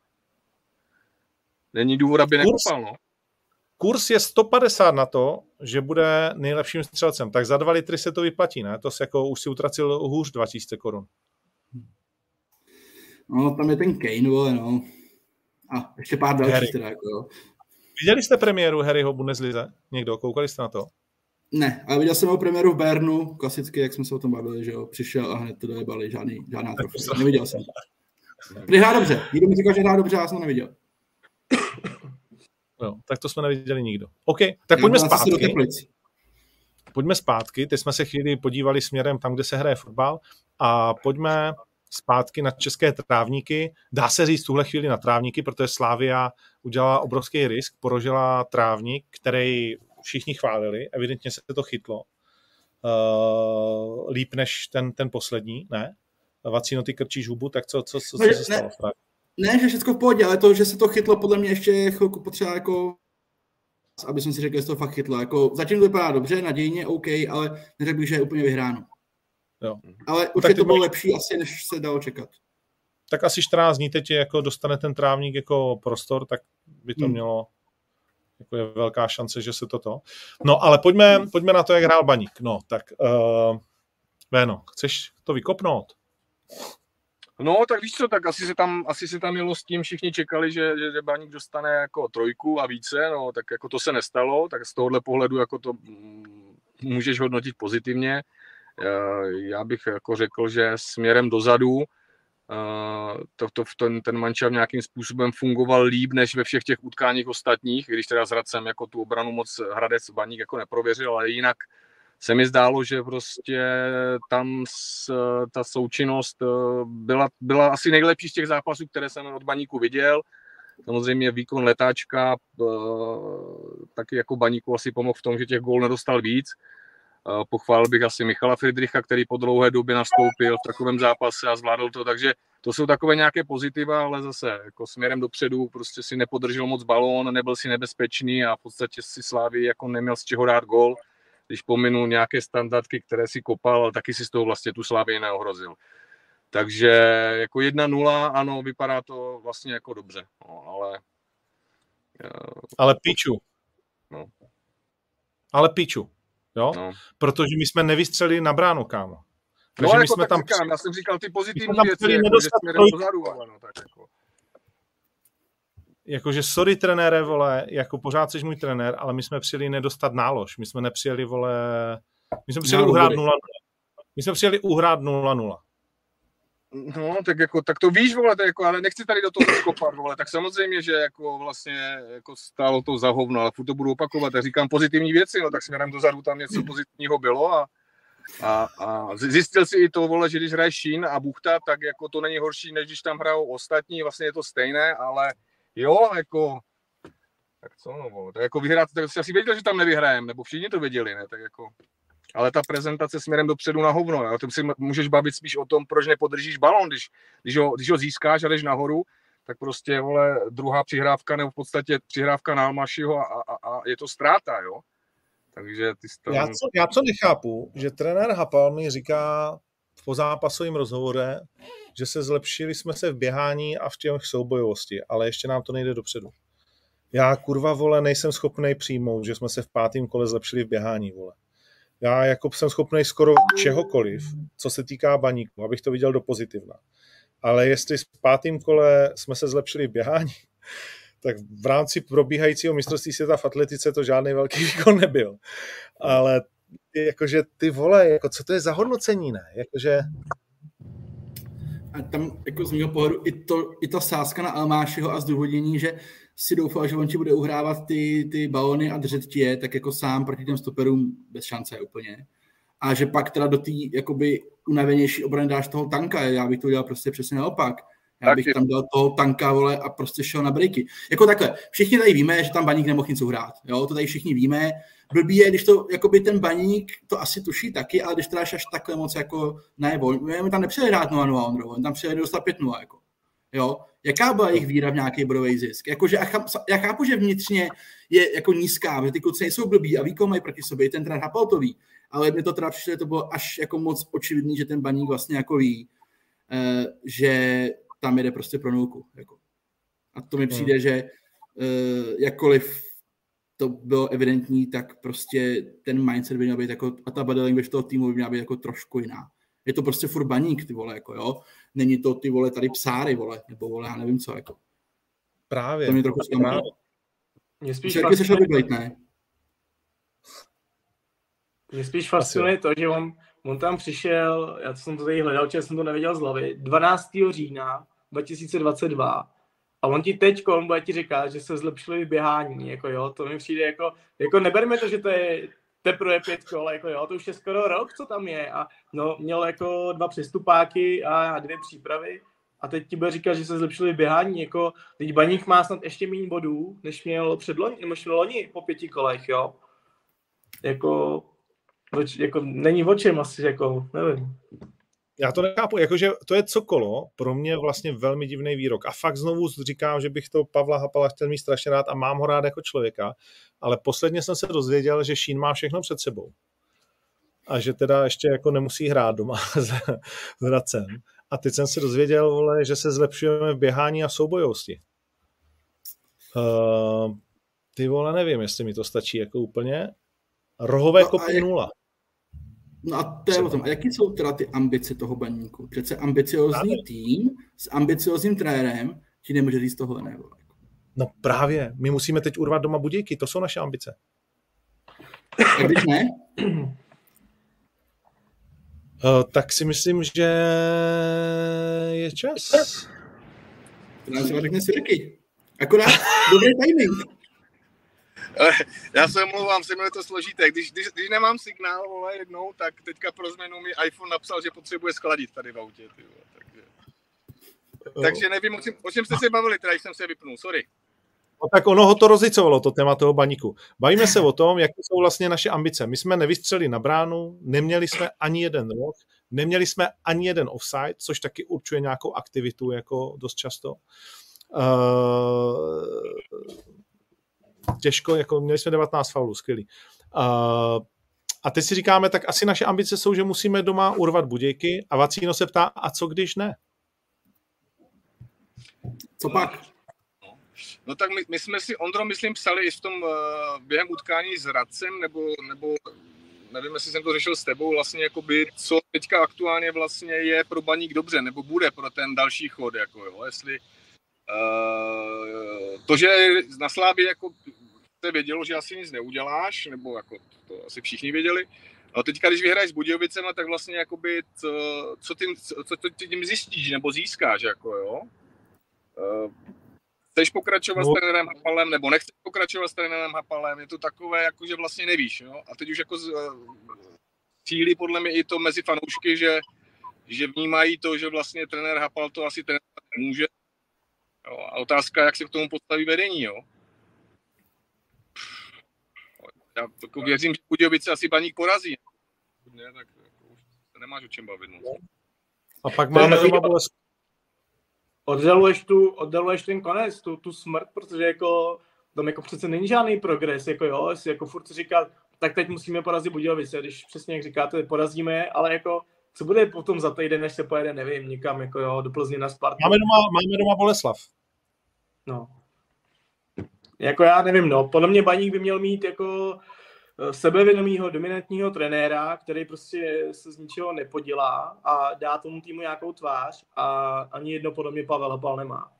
Speaker 5: není důvod, aby nekopal, no.
Speaker 1: Kurs je sto padesát na to, že bude nejlepším střelcem. Tak za dva litry se to vyplatí, ne? To se jako už si utracil hůř dva tisíce korun.
Speaker 3: No, tam je ten Kane, vole, no. A ještě pár dalších teda, jako jo.
Speaker 1: Viděli jste premiéru Harryho Bundeslize? Někdo? Koukali jste na to?
Speaker 3: Ne, ale viděl jsem ho premiéru v Bernu, klasicky, jak jsme se o tom bavili, že jo. Přišel a hned to dojebali, žádný, žádná trofej. Neviděl jsem. Prý hrá dobře. Někdo mi říkal, že hrá dobře, já jsem to neviděl.
Speaker 1: No, tak to jsme neviděli nikdo. OK, tak pojďme zpátky. Pojďme zpátky. Teď jsme se chvíli podívali směrem tam, kde se hraje fotbal a pojďme zpátky na české trávníky. Dá se říct tuhle chvíli na trávníky, protože Slavia udělala obrovský risk, porožila trávník, který všichni chválili, evidentně se to chytlo. Uh, líp než ten, ten poslední, ne? Vacíno, ty krčíš hubu, tak co, co, co, co
Speaker 3: ne,
Speaker 1: se stalo?
Speaker 3: Ne, ne, že všechno v pohodě, ale to, že se to chytlo, podle mě ještě chvilku potřeba jako, aby jsem si řekl, že se to fakt chytlo. Jako, zatím to vypadá dobře, nadějně, OK, ale neřekl bych, že je úplně vyhráno.
Speaker 1: Jo.
Speaker 3: Ale určitě to bylo máš... lepší asi, než se dalo čekat.
Speaker 1: Tak asi čtrnáct dní teď jako dostane ten trávník jako prostor, tak by to hmm. mělo, jako je velká šance, že se toto. No, ale pojďme, pojďme na to, jak hrál Baník. No, tak uh, Véno, chceš to vykopnout?
Speaker 5: No, tak víš co, tak asi se tam, asi se tam jelo s tím, všichni čekali, že, že, že Baník dostane jako trojku a více, no, tak jako to se nestalo, tak z tohohle pohledu jako to mm, můžeš hodnotit pozitivně. Já bych jako řekl, že směrem dozadu to, to, ten, ten mančav nějakým způsobem fungoval líp než ve všech těch utkáních ostatních, když teda s Hradcem jako tu obranu moc Hradec Baník jako neprověřil, ale jinak se mi zdálo, že prostě tam s, ta součinnost byla, byla asi nejlepší z těch zápasů, které jsem od Baníku viděl. Samozřejmě výkon Letáčka taky jako Baníku asi pomohl v tom, že těch gól nedostal víc. Pochválil bych asi Michala Friedricha, který po dlouhé době nastoupil v takovém zápase a zvládl to, takže to jsou takové nějaké pozitiva, ale zase jako směrem dopředu prostě si nepodržel moc balón, nebyl si nebezpečný a v podstatě si Slávy jako neměl z čeho dát gól, když pominu nějaké standardky, které si kopal, ale taky si z toho vlastně tu Slávy neohrozil. Takže jako jedna nula, ano, vypadá to vlastně jako dobře, no, ale...
Speaker 1: Ale piču.
Speaker 5: No.
Speaker 1: Ale piču. Jo?
Speaker 5: No.
Speaker 1: Protože my jsme nevystřelili na bránu, kámo.
Speaker 5: Takže
Speaker 1: no,
Speaker 5: my
Speaker 1: jako
Speaker 5: jsme
Speaker 1: tak
Speaker 5: tam říkám, já jsem říkal ty pozitivní věci, jako, že směrem dozadu, no, tak jako.
Speaker 1: Jakože sorry trenére, vole, jako pořád jsi můj trenér, ale my jsme přijeli nedostat nálož, my jsme nepřijeli, vole, my jsme přijeli uhrát nula nula. My jsme přijeli uhrát nula nula.
Speaker 5: No, tak jako, tak to víš, vole, to jako, ale nechci tady do toho skopat, vole, tak samozřejmě, že jako vlastně jako stálo to za hovno, ale furt to budu opakovat, tak říkám pozitivní věci, no tak směrem dozadu tam něco pozitivního bylo a, a, a zjistil si i to, vole, že když hraješ Šín a Buchta, tak jako to není horší, než když tam hrajou ostatní, vlastně je to stejné, ale jo, jako, tak co, no, vole, tak jako vyhrát, tak si asi věděl, že tam nevyhrajeme, nebo všichni to věděli, ne, tak jako... Ale ta prezentace směrem dopředu na hovno, jo? To si můžeš bavit spíš o tom, proč nepodržíš balón, když, když, ho, když ho získáš a jdeš nahoru, tak prostě, vole, druhá přihrávka nebo v podstatě přihrávka na Almašiho a, a, a je to ztráta, jo. Takže ty tam...
Speaker 1: já, co, já co nechápu, že trenér Hapal mi říká v pozápasovém rozhovoře, že se zlepšili jsme se v běhání a v těch soubojovosti, ale ještě nám to nejde dopředu. Já, kurva, vole, nejsem schopnej přijmout, že jsme se v pátém kole zlepšili v běhání, vole. Já jako jsem schopný skoro čehokoliv, co se týká Baníku, abych to viděl do pozitivna. Ale jestli v pátém kole jsme se zlepšili v běhání, tak v rámci probíhajícího mistrovství světa v atletice to žádný velký výkon nebyl. Ale jakože ty vole, jako co to je za hodnocení, ne? Jakože...
Speaker 3: A tam jako z mého pohledu i, to, i ta sázka na Almášiho a zdůvodnění, že si doufal, že on ti bude uhrávat ty, ty balony a držet ti je, tak jako sám proti těm stoperům bez šance úplně. A že pak teda do té jakoby unavenější obrany dáš toho Tanka, já bych to udělal prostě přesně naopak. Já bych tam dal toho Tanka, vole, a prostě šel na breaky. Jako takhle, všichni tady víme, že tam Baník nemohl nic uhrát, jo, to tady všichni víme. Blbý je, když to, jakoby ten Baník to asi tuší taky, ale když to dáš až takhle moc jako najevo, my tam nepřijeli hrát nula nula, Ondro, on tam přijeli dostat pět nula, jako. Jo, jaká byla jejich víra v nějaký bodový zisk? Jakože já chápu, že vnitřně je jako nízká, že ty kluci nejsou blbí a výkon mají proti sobě, ten trenér Hapal to ví, ale mě to teda přišlo, to bylo až jako moc očividný, že ten Baník vlastně jako ví, uh, že tam jede prostě pro nulku. Jako. A to mi přijde, hmm. že uh, jakkoliv to bylo evidentní, tak prostě ten mindset by měl být jako, a ta body language toho týmu by měla být jako trošku jiná. Je to prostě furt Baník, ty vole, jako jo. Není to, ty vole, tady Psáry, vole, nebo vole, já nevím co, jako.
Speaker 1: Právě.
Speaker 3: To mě trochu zklamalo.
Speaker 4: Mě spíš
Speaker 3: Šerky se šel vyblejt, ne?
Speaker 4: Mě spíš fascinuje to, že on, on tam přišel, já jsem to tady hledal, že jsem to nevěděl z hlavy, dvanáctého října dva tisíce dvacet dva a on ti teď, on bude ti říkat, že se zlepšili v běhání, jako jo, to mi přijde jako, jako neberme to, že to je teprve pět kol, jako jo, to už je skoro rok, co tam je a no, měl jako dva přestupáky a dvě přípravy a teď ti bude říkat, že se zlepšili běhání, jako teď Baník má snad ještě méně bodů, než měl předloni, nebo měl loni po pěti kolech, jo. Jako, jako není o čem asi, jako, nevím.
Speaker 1: Já to nechápu, jakože to je cokolo, pro mě vlastně velmi divný výrok. A fakt znovu říkám, že bych to Pavla Hapala chtěl mít strašně rád a mám ho rád jako člověka, ale posledně jsem se dozvěděl, že Šín má všechno před sebou. A že teda ještě jako nemusí hrát doma s Hradcem. A teď jsem se dozvěděl, vole, že se zlepšujeme v běhání a soubojovosti. Uh, ty vole, nevím, jestli mi to stačí jako úplně. Rohové
Speaker 3: no
Speaker 1: kopy
Speaker 3: jak...
Speaker 1: nula.
Speaker 3: No a to je o tom. A jaký jsou teda ty ambice toho Baníku? Přece ambiciozní
Speaker 1: právě.
Speaker 3: Tým s ambiciozním trenérem ti nemůže říct tohle, ne?
Speaker 1: No právě. My musíme teď urvat doma Budějky. To jsou naše ambice.
Speaker 3: A když ne?
Speaker 1: Uh, tak si myslím, že je čas.
Speaker 3: To nám třeba řekne Sirky. Akorát dobrý timing.
Speaker 5: Já se omlouvám, se mi to složité. Když, když, když nemám signál, vole, jednou, tak teďka pro změnu mi iPhone napsal, že potřebuje schladit tady v autě. Ty, vole, takže. Oh. takže nevím, o čem, o čem jste se bavili, teda jsem se vypnul, sorry.
Speaker 1: No tak ono ho to rozicovalo, to téma toho Baníku. Bavíme se o tom, jaké jsou vlastně naše ambice. My jsme nevystřelili na bránu, neměli jsme ani jeden roh, neměli jsme ani jeden offside, což taky určuje nějakou aktivitu jako dost často. Uh, těžko, jako měli jsme devatenáct faulů, skvělý. Uh, a teď si říkáme, tak asi naše ambice jsou, že musíme doma urvat Budějky a Vacíno se ptá, a co když ne?
Speaker 3: Co pak?
Speaker 5: No tak my, my jsme si, Ondro, myslím, psali i v tom uh, během utkání s Hradcem, nebo, nebo nevím, jestli jsem to řešil s tebou, vlastně jakoby, co teďka aktuálně vlastně je pro Baník dobře, nebo bude pro ten další chod, jako jo, jestli uh, to, že na Slávii jako se vědělo, že asi nic neuděláš, nebo jako to asi všichni věděli, a teďka, když vyhraješ s Budějovicema, tak vlastně jakoby, to, co, tím, co tím zjistíš, nebo získáš, jako jo. Uh, Chceš pokračovat no. s trenérem Hapalem, nebo nechceš pokračovat s trenérem Hapalem, je to takové, jako, že vlastně nevíš. Jo? A teď už jako cílí podle mě i to mezi fanoušky, že, že vnímají to, že vlastně trenér Hapal to asi trenér nemůže. Jo? A otázka, jak se k tomu postaví vedení. Jo? Já jako věřím, že Budějovice asi Baník porazí. Ne, tak jako, už se nemáš o čem bavit. No.
Speaker 1: A pak máme doma Boleslav.
Speaker 4: Oddaluješ, tu, oddaluješ ten konec, tu, tu smrt, protože jako tam jako přece není žádný progres, jako jo, jestli jako furt říkat, tak teď musíme porazit Budějovice, když přesně jak říkáte, porazíme, ale jako co bude potom za týden, než se pojede, nevím, někam jako jo, do Plzně na Spartu.
Speaker 1: Máme doma, máme doma Boleslav.
Speaker 4: No. Jako já nevím, no, podle mě Baník by měl mít jako sebevědomýho, dominantního trenéra, který prostě se z ničeho nepodělá a dá tomu týmu nějakou tvář a ani jedno podle mě Pavel Hapal nemá.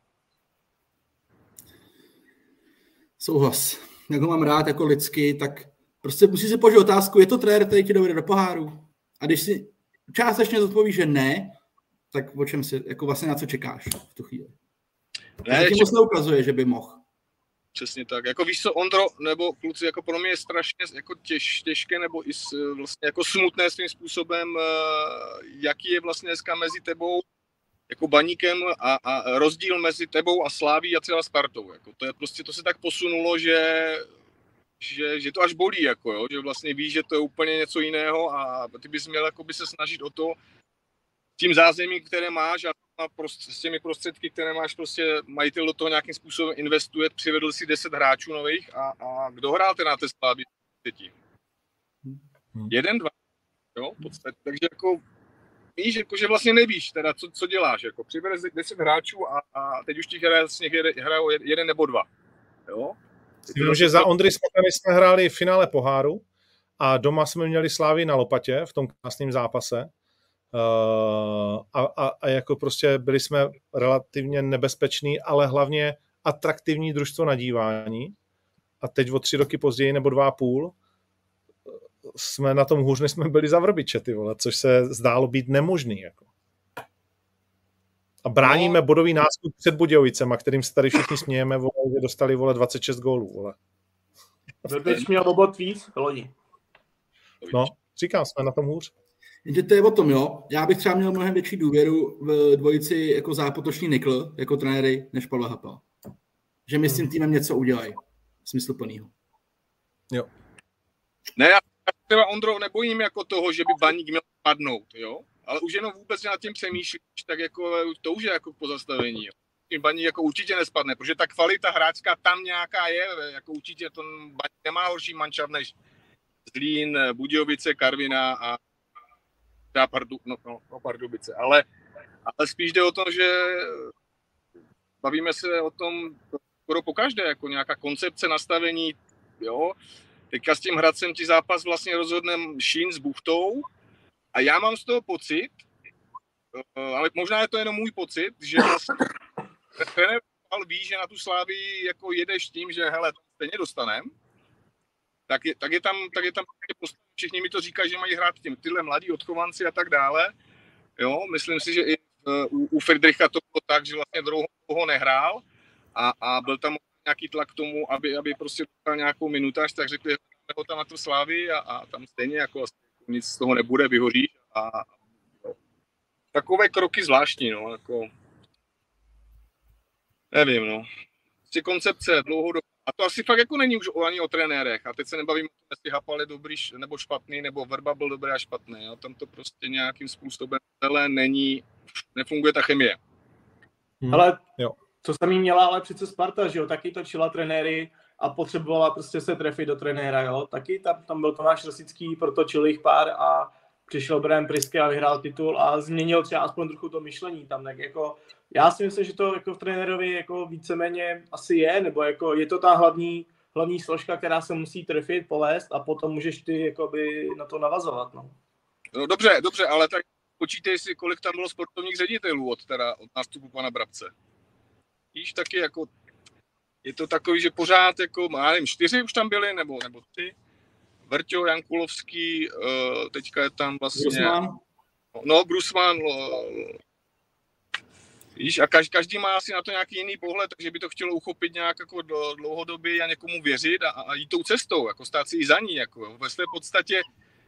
Speaker 3: Souhlas. Jak ho mám rád jako lidsky, tak prostě musí si položit otázku, je to trenér, který ti dovede do poháru? A když si částečně zodpovíš, že ne, tak o čem si, jako vlastně na co čekáš v tu chvíli? Ne, tím moc neukazuje, že by mohl.
Speaker 5: Přesně tak. Jako víš co, Ondro, nebo kluci, jako pro mě je strašně jako těž, těžké, nebo i s, vlastně jako smutné svým způsobem, jaký je vlastně dneska mezi tebou jako Baníkem a, a rozdíl mezi tebou a Sláví a třeba Spartou. Jako to je prostě, to se tak posunulo, že, že, že to až bolí, jako jo, že vlastně víš, že to je úplně něco jiného a ty bys měl jakoby se snažit o to, tím zázemím, které máš a s těmi prostředky, které máš, prostě majitel do toho nějakým způsobem investuje, přivedl si deset hráčů nových a, a kdo hrál ten na té Slávii? Jeden, dva, jo, v podstatě. Takže jako víš, jako, že vlastně nevíš teda, co, co děláš, jako přivedeš deset hráčů a, a teď už ti hraje, hrajou jeden nebo dva, jo.
Speaker 1: Vím, že za Ondry Smokany jsme hráli v finále poháru a doma jsme měli Slávii na lopatě v tom krásném zápase. Uh, a, a, a jako prostě byli jsme relativně nebezpeční, ale hlavně atraktivní družstvo na dívání a teď o tři roky později nebo dva a půl jsme na tom hůř, než jsme byli za Vrbiče, ty vole, což se zdálo být nemožný. Jako. A bráníme no. bodový náskok před Budějovicema, kterým se tady všichni smějeme, vole, že dostali vole dvacet šest gólů. Vole.
Speaker 4: Vrbič měl obot víc loni.
Speaker 1: No, říkám, jsme na tom hůř.
Speaker 3: Jenže to je o tom, jo. Já bych třeba měl mnohem větší důvěru v dvojici jako Zápotočný Nikl, jako trenéry, než Pavla Hapala. Že my s tím týmem něco udělají. Smysluplnýho.
Speaker 1: Jo.
Speaker 5: Ne, já třeba Ondro nebojím jako toho, že by Baník měl padnout, jo. Ale už jenom vůbec nad tím přemýšlíš, tak jako to už je jako k pozastavení, jo. Baník jako určitě nespadne, protože ta kvalita hráčská tam nějaká je, jako určitě to Baník nemá horší manšaft než Zlín, Budějovice, Karviná a Pardu, no, no, no, Pardubice, ale, ale spíš jde o to, že bavíme se o tom skoro pokaždé, jako nějaká koncepce nastavení, jo. Teďka s tím Hradcem ti zápas vlastně rozhodne Šín s Buchtou a já mám z toho pocit, ale možná je to jenom můj pocit, že vlastně trenér ví, že na tu Slávii jako jedeš tím, že hele, to stejně dostanem, tak je, tak je tam, tak je tam všichni mi to říkají, že mají hrát tím tyhle mladí odchovanci a tak dále. Jo, myslím si, že i u, u Friedricha to bylo tak, že vlastně dlouho, dlouho nehrál a, a byl tam nějaký tlak k tomu, aby, aby prostě dostal nějakou minutáž, tak řekli, že ho tam na tu Slávii a, a tam stejně jako nic z toho nebude, vyhoří. A, jo. Takové kroky zvláštní, no, jako nevím, no. Prostě koncepce dlouhodobá. A to asi fakt jako není už ani o trenérech. A teď se nebavím, jestli Hapal je dobrý nebo špatný, nebo Vrba byl dobrý a špatný. Jo. Tam to prostě nějakým způsobem celé není, nefunguje ta chemie.
Speaker 4: Hmm. Ale jo. Co samý měla ale přece Sparta, že jo, taky točila trenéry a potřebovala prostě se trefit do trenéra, jo. Taky tam, tam byl Tomáš Rosický, protočil jich pár a přišel Brian Priske a vyhrál titul a změnil třeba aspoň trochu to myšlení tam, tak jako já si myslím, že to jako v trenérovi jako víceméně asi je, nebo jako je to ta hlavní, hlavní složka, která se musí trefit, povést a potom můžeš ty jakoby na to navazovat, no.
Speaker 5: No dobře, dobře, ale tak počítej si, kolik tam bylo sportovních ředitelů od, teda, od nástupu pana Brabce. Víš, taky jako, je to takový, že pořád jako, já nevím, čtyři už tam byli, nebo, nebo tři. Vrťo, Jankulovský, uh, teďka je tam vlastně...
Speaker 3: Brusman.
Speaker 5: No, Brusman, no, víš, a každý, každý má asi na to nějaký jiný pohled, takže by to chtělo uchopit nějak jako dlouhodobě a někomu věřit a, a jít tou cestou, jako stát si i za ní, jako ve své podstatě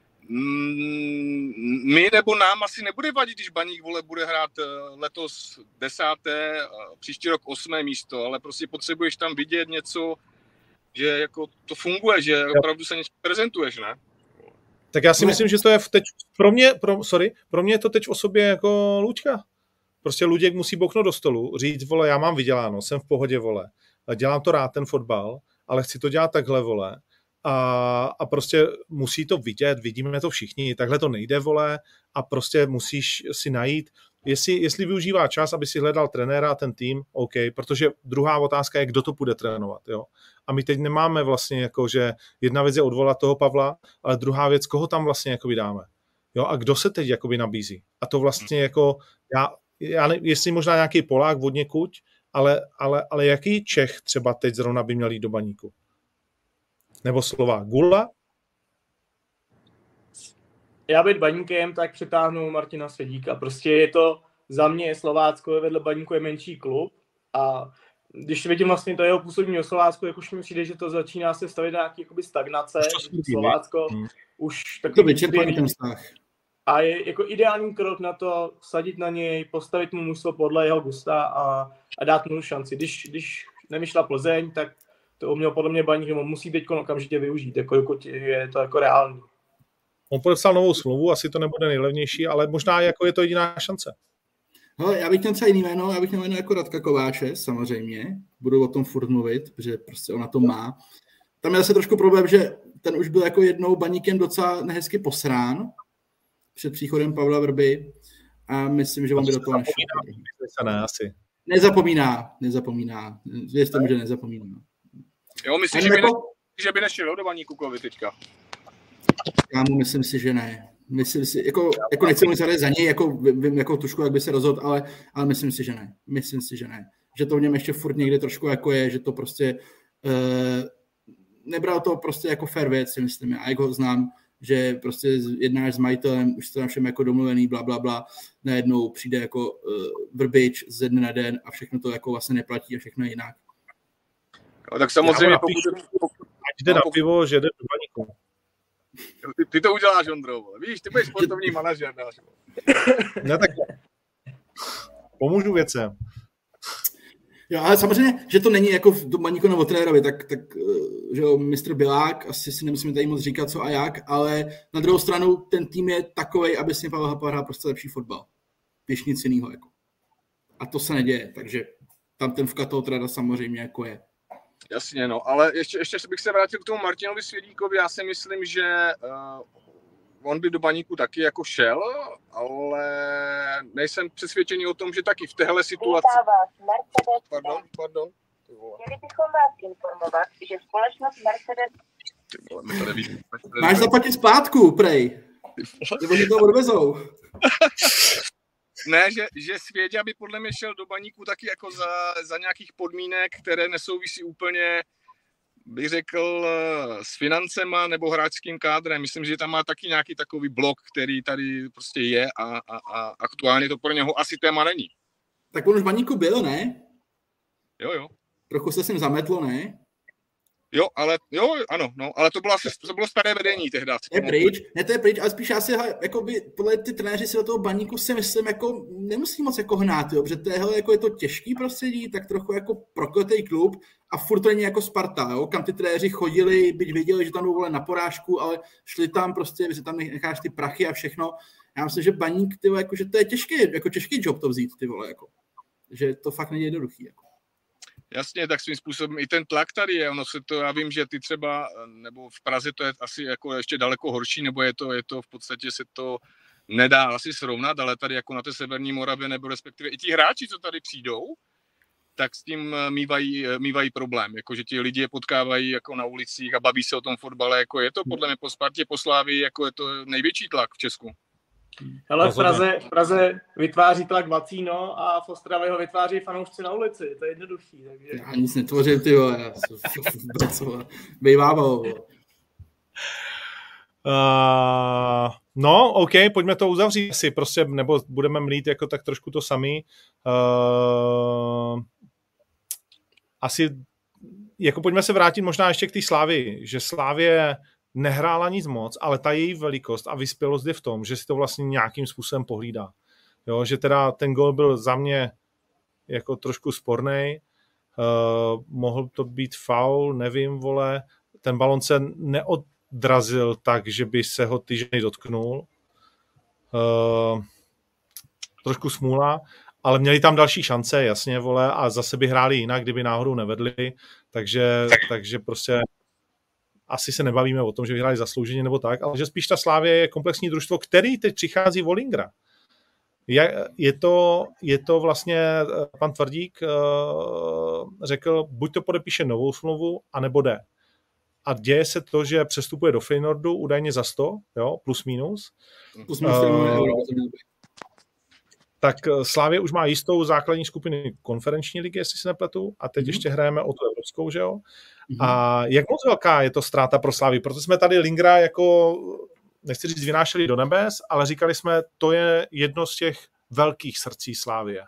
Speaker 5: mm, my nebo nám asi nebude vadit, když Baník, vole, bude hrát letos desáté, příští rok osmé místo, ale prostě potřebuješ tam vidět něco, že jako to funguje, že opravdu se něco prezentuješ, ne?
Speaker 1: Tak já si myslím, že to je teď pro mě, pro, sorry, pro mě je to teď v osobě jako Luďka. Prostě Luděk musí boknout do stolu, říct, vole, já mám vyděláno, jsem v pohodě, vole, dělám to rád, ten fotbal, ale chci to dělat takhle, vole, a, a prostě musí to vidět, vidíme to všichni, takhle to nejde, vole, a prostě musíš si najít, jestli, jestli využívá čas, aby si hledal trenéra a ten tým, OK, protože druhá otázka je, kdo to bude trénovat, jo. A my teď nemáme vlastně jako, že jedna věc je odvolat toho Pavla, ale druhá věc, koho tam vlastně jako vydáme. Jo, a kdo se teď jakoby nabízí. A to vlastně jako, já, já ne, jestli možná nějaký Polák od někud, ale, ale, ale jaký Čech třeba teď zrovna by měl jít do Baníku? Nebo Slovák? Gula?
Speaker 4: Já být Baníkem, tak přetáhnu Martina Svědíka. Prostě je to, za mě Slovácko vedle Baníku je menší klub a když vidím vlastně to jeho působení o Slovácku, jak už mi přijde, že to začíná se stavit nějaký jakoby stagnace, Slovácko hmm. už takový
Speaker 3: ten vztah.
Speaker 4: A je jako ideální krok na to vsadit na něj, postavit mu mužstvo podle jeho gusta a, a dát mu šanci. Když, když nevyšla Plzeň, tak to uměl podle mě Baník musí teď okamžitě využít, jako, jako je to jako reálný.
Speaker 1: On podepsal novou smlouvu, asi to nebude nejlevnější, ale možná jako je to jediná šance.
Speaker 3: Hele, já bych měl třeba jiný jméno, já bych měl jméno jako Radka Kováče, samozřejmě. Budu o tom furt mluvit, protože prostě ona to má. Tam je zase trošku problém, že ten už byl jako jednou Baníkem docela nehezky posrán před příchodem Pavla Vrby a myslím, že on by do toho nešel.
Speaker 1: Ne, asi.
Speaker 3: Nezapomíná, nezapomíná. Věřte mi, že nezapomíná.
Speaker 5: Jo, myslím, že by, jako... ne, že by nešel do Baníku teďka.
Speaker 3: Já mu myslím si, že ne. Myslím si, jako, jako nechci mu za něj, jako vím, jako tušku, jak by se rozhodl, ale, ale myslím si, že ne. Myslím si, že ne. Že to v něm ještě furt někde trošku jako je, že to prostě uh, nebral to prostě jako fair věc, si myslím. A jak ho znám, že prostě jednáš s majitelem, už jste na všem jako domluvený, bla, bla, bla, najednou přijde jako uh, Vrbič ze dne na den a všechno to jako vlastně neplatí a všechno je jinak.
Speaker 5: No, tak samozřejmě
Speaker 1: pokud... Ať jde na pivo, že jde do Baníku.
Speaker 5: Ty, ty to uděláš, Ondro. Víš, ty budeš sportovní manažer.
Speaker 1: Ne, tak pomůžu věcem.
Speaker 3: Jo, ale samozřejmě, že to není jako v Baníku nebo trenérovi, tak, tak že jo, mistr Bilák, asi si nemusíme tady moc říkat co a jak, ale na druhou stranu ten tým je takovej, aby si Pavel Hampl hrál prostě lepší fotbal. Když nic jiného. Jako. A to se neděje, takže tam ten vklad toho trenéra samozřejmě jako je.
Speaker 5: Jasně, no, ale ještě, ještě bych se vrátil k tomu Martinovi Svědíkovi. Já si myslím, že uh, on by do Baníku taky jako šel, ale nejsem přesvědčený o tom, že taky v téhle situaci... Pardon, pardon.
Speaker 6: Měli bychom vás informovat, že společnost Mercedes...
Speaker 5: Ty vole, my tady vidíme.
Speaker 3: Máš zaplatit splátku, prej. Nebo že to odvezou.
Speaker 5: Ne, že, že Svěďa by podle mě šel do Baníku taky jako za, za nějakých podmínek, které nesouvisí úplně, bych řekl, s financema nebo hráčským kádrem. Myslím, že tam má taky nějaký takový blok, který tady prostě je a, a, a aktuálně to pro něho asi téma není.
Speaker 3: Tak on už v Baníku byl, ne?
Speaker 5: Jo, jo.
Speaker 3: Trochu se s ním zametlo, ne?
Speaker 5: Jo, ale jo, ano, no, ale to bylo, to bylo staré vedení tehdy.
Speaker 3: To je pryč, ne, to je pryč, ale spíš já si, jako by, podle ty trenéři si do toho Baníku si myslím, jako nemusí moc jako hnát, jo, protože to je, hele, jako je to těžký prostředí, tak trochu jako prokletej klub a furt to není jako Sparta, jo, kam ty trenéři chodili, byť věděli, že tam jdou vole na porážku, ale šli tam prostě, vy si tam necháš ty prachy a všechno. Já myslím, že Baník, ty vole, jako, že to je těžký, jako těžký job to vzít, ty vole, jako, že to fakt není jednoduchý, jako.
Speaker 5: Jasně, tak svým způsobem i ten tlak tady je, ono se to, já vím, že ty třeba, nebo v Praze to je asi jako ještě daleko horší, nebo je to, je to v podstatě se to nedá asi srovnat, ale tady jako na té severní Moravě, nebo respektive i ti hráči, co tady přijdou, tak s tím mývají, mývají problém, jako že ti lidi je potkávají jako na ulicích a baví se o tom fotbale, jako je to podle mě po Spartě, po Slávii, jako je to největší tlak v Česku.
Speaker 4: Hele, v Praze, v Praze vytváří tlak Vacíno a v Ostravě ho vytváří fanoušci na ulici. To je jednoduchý. Takže...
Speaker 3: Já nic netvořím, ty vole. Já jsem bejvával. Uh,
Speaker 1: no, OK, pojďme to uzavřít si, prostě, nebo budeme mlít jako tak trošku to samý. Uh, asi, jako pojďme se vrátit možná ještě k té Slávii, že Slávie nehrála nic moc, ale ta její velikost a vyspělost je v tom, že si to vlastně nějakým způsobem pohlídá. Jo, že teda ten gól byl za mě jako trošku spornej, uh, mohl to být faul, nevím, vole, ten balon se neodrazil tak, že by se ho Tyženy dotknul. Uh, trošku smůla, ale měli tam další šance, jasně, vole, a zase by hráli jinak, kdyby náhodou nevedli, takže, takže prostě asi se nebavíme o tom, že vyhráli zaslouženě nebo tak, ale že spíš ta Slávie je komplexní družstvo, který teď přichází Volingra. Je, je, to, je to vlastně, pan Tvrdík uh, řekl, buď to podepíše novou smlouvu, anebo jde. A děje se to, že přestupuje do Feyenoordu údajně za sto, jo, plus minus.
Speaker 3: Plus minus uh,
Speaker 1: tak Slavia už má jistou základní skupinu konferenční ligy, jestli se nepletu, a teď mm. ještě hrajeme o tu evropskou, že jo? Mm. A jak moc velká je to ztráta pro Slavii? Proto jsme tady Lingra jako, nechci říct, vynášeli do nebes, ale říkali jsme, to je jedno z těch velkých srdcí Slavie.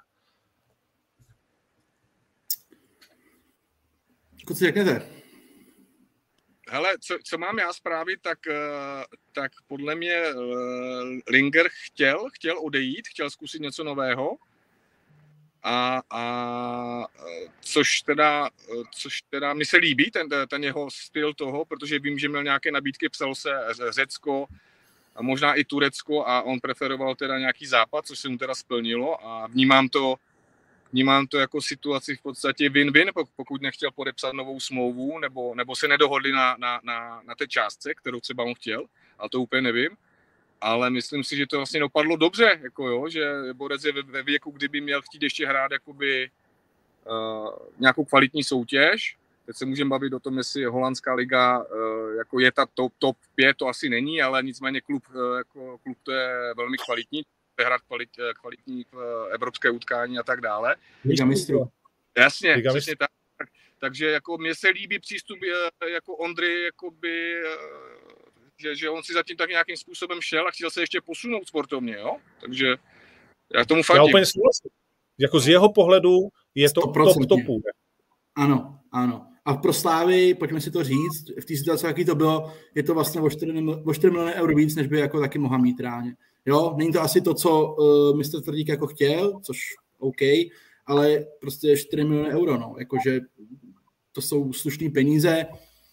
Speaker 3: Co si řeknete?
Speaker 5: Hele, co, co mám já zprávy, tak, tak podle mě Linger chtěl, chtěl odejít, chtěl zkusit něco nového. A, a což teda, což teda mi se líbí, ten, ten jeho styl toho, protože vím, že měl nějaké nabídky, psal se Řecko, a možná i Turecko a on preferoval teda nějaký západ, což se mu teda splnilo a vnímám to, Vnímám to jako situaci v podstatě win-win, pokud nechtěl podepsat novou smlouvu, nebo, nebo se nedohodli na, na, na, na té částce, kterou třeba on chtěl, ale to úplně nevím. Ale myslím si, že to vlastně dopadlo dobře, jako jo, že Borec je ve, ve věku, kdyby měl chtít ještě hrát jakoby, uh, nějakou kvalitní soutěž. Teď se můžeme bavit o tom, jestli holandská liga uh, jako je ta top, top pět, to asi není, ale nicméně klub, uh, jako klub to je velmi kvalitní. hrát kvalit, kvalitní evropské utkání a tak dále.
Speaker 3: Liga mistrů.
Speaker 5: Jasně, Liga přesně tak. tak. Takže jako mně se líbí přístup jako Ondry, jakoby, že, že on si zatím tak nějakým způsobem šel a chtěl se ještě posunout sportovně, jo? Takže já tomu fandím.
Speaker 1: Já úplně souhlasím. Jako z jeho pohledu je to top topu.
Speaker 3: Ano, ano. A pro Slávy, pojďme si to říct, v té situaci, jaký to bylo, je to vlastně o čtyři miliony eur víc, než by jako taky mohla mít reálně. Jo, není to asi to, co uh, mistr Tvrdík jako chtěl, což OK, ale prostě čtyři miliony euro, no, jakože to jsou slušné peníze.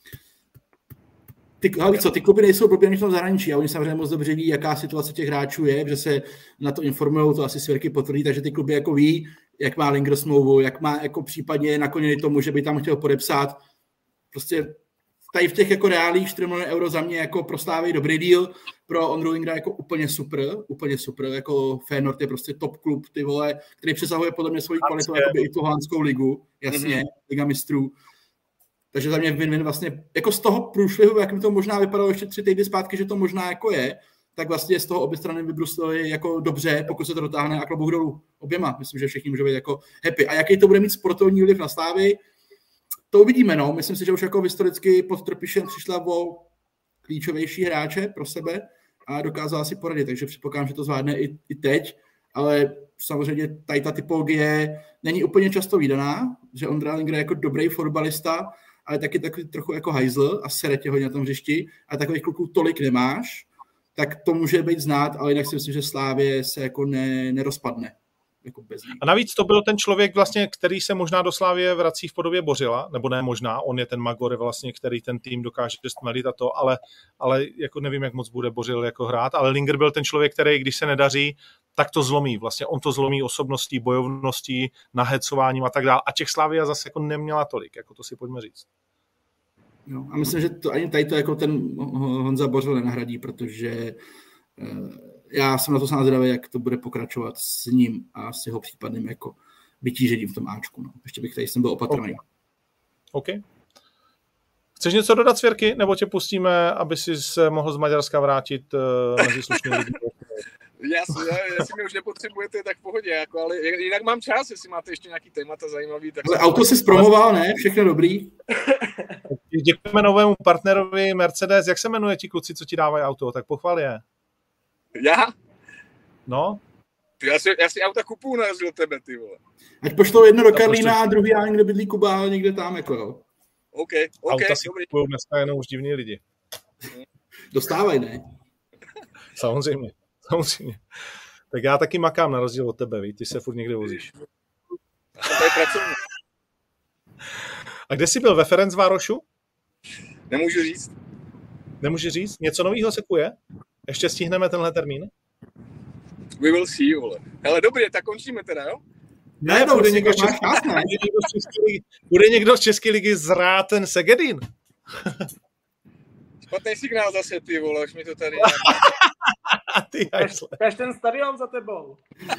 Speaker 3: Ty, ale co, ty kluby nejsou blbě než v tom zahraničí a oni samozřejmě moc dobře ví, jaká situace těch hráčů je, že se na to informují, to asi Svěrky potvrdí, takže ty kluby jako ví, jak má Linger smlouvu, jak má jako případně nakloněný tomu, že by tam chtěl podepsat. Prostě tady v těch jako reálích čtyři miliony euro za mě jako pro Slávy dobrý deal, pro Ondru Lingera jako úplně super, úplně super, jako Feyenoord je prostě top klub, ty vole, který přesahuje podle mě svoji kvalitu jako i tu holandskou ligu, jasně, mm-hmm. Liga mistrů. Takže za mě win-win vlastně, jako z toho průšvihu, jak mi to možná vypadalo ještě tři týdny zpátky, že to možná jako je, tak vlastně z toho obě strany vybruslili jako dobře, pokud se to dotáhne a klobouk dolů oběma. Myslím, že všichni můžou být jako happy. A jaký to bude mít sportovní vliv na Slávy, to uvidíme, no. Myslím si, že už jako historicky pod Trpišem přišla o klíčovější hráče pro sebe a dokázala si poradit, takže předpokládám, že to zvládne i, i teď, ale samozřejmě tady ta typologie není úplně často vídaná, že Ondra Linger je jako dobrý fotbalista, ale taky takový trochu jako hajzl a sere tě hodně na tom hřišti a takových kluků tolik nemáš, tak to může být znát, ale jinak si myslím, že Slávie se jako ne, nerozpadne. Jako bez ní.
Speaker 1: A navíc to byl ten člověk, vlastně, který se možná do Slávie vrací v podobě Bořila, nebo ne možná, on je ten Magor, vlastně, který ten tým dokáže stmelit a to, ale, ale jako nevím, jak moc bude Bořil jako hrát, ale Linger byl ten člověk, který, když se nedaří, tak to zlomí. Vlastně on to zlomí osobností, bojovností, nahecováním a tak dále. A těch Slavia zase jako neměla tolik, jako to si pojďme říct.
Speaker 3: No, a myslím, že to, ani tady to jako ten Honza Bořil nenahradí, protože uh, já jsem na to sám zvědavý, jak to bude pokračovat s ním a s jeho případným jako vytížením v tom Ačku. No. Ještě bych tady jsem byl opatrný.
Speaker 1: OK. okay. Chceš něco dodat, Svěrky, nebo tě pustíme, aby si se mohl z Maďarska vrátit uh, mezi slušný lidi?
Speaker 5: Jasně, jestli mě už nepotřebujete, tak v pohodě, jako, ale jinak mám čas, jestli máte ještě nějaký témata zajímavý. Tak
Speaker 3: ale auto si zpromoval, ne? Všechno dobrý.
Speaker 1: Děkujeme novému partnerovi Mercedes. Jak se jmenuje ti kluci, co ti dávají auto? Tak pochval je.
Speaker 5: Já?
Speaker 1: No?
Speaker 5: Ty, já, si, já si auta kupuju na rozdíl tebe, ty vole.
Speaker 3: Ať pošlou jedno do Karlína a druhý já někde bydlí Kuba, ale někde tam, jako jo.
Speaker 5: OK, OK,
Speaker 1: auta si
Speaker 5: dobrý.
Speaker 1: kupují dneska jenom už divní lidi.
Speaker 3: Dostávaj, ne?
Speaker 1: Samozřejmě. Samozřejmě. Tak já taky makám na rozdíl od tebe, víš? Ty se furt někde vozíš. A kde jsi byl? Ve Ferencvárošu?
Speaker 5: Nemůžu říct.
Speaker 1: Nemůžu říct? Něco novýho se kuje? Ještě stihneme tenhle termín?
Speaker 5: We will see, vole. Hele, dobrý, tak končíme teda, jo?
Speaker 1: Ne, ne bude, někdo český, bude, někdo z České ligy, bude někdo z České ligy zrát ten Segedin.
Speaker 5: Špatný signál zase, ty vole, už mi to tady...
Speaker 1: Ty
Speaker 4: Kaž ten stadion za tebou.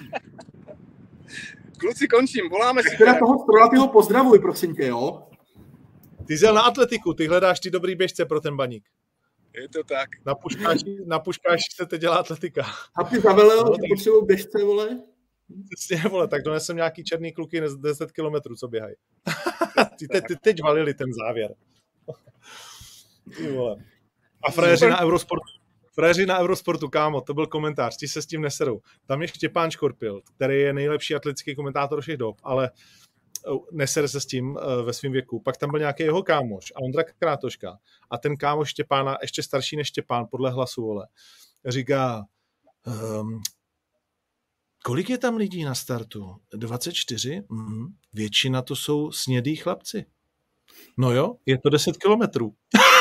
Speaker 5: Kluci, končím, voláme si...
Speaker 3: Teda toho Strolatýho pozdravuj, prosím tě, jo?
Speaker 1: Ty jsi na atletiku, ty hledáš ty dobrý běžce pro ten baník.
Speaker 5: Je to tak.
Speaker 1: Na puškáši, na puškáši se teď dělá atletika.
Speaker 3: A ty zavelel, no, ty potřebují běžce, vole?
Speaker 1: Přesně, vole, tak donesem nějaký černý kluky deset kilometrů, co běhají. ty, te, ty teď valili ten závěr. Ty vole. A frajeři na Eurosportu. Frajeři na Eurosportu, kámo, to byl komentář, ti se s tím neserou. Tam je Štěpán Škorpil, který je nejlepší atletický komentátor všech dob, ale neser se s tím ve svém věku. Pak tam byl nějaký jeho kámoš a Ondra Krátoška. A ten kámoš Štěpána, ještě starší než Štěpán, podle hlasu, vole, říká, um, kolik je tam lidí na startu? dvacet čtyři? Mm, většina to jsou snědý chlapci. No jo, je to deset kilometrů.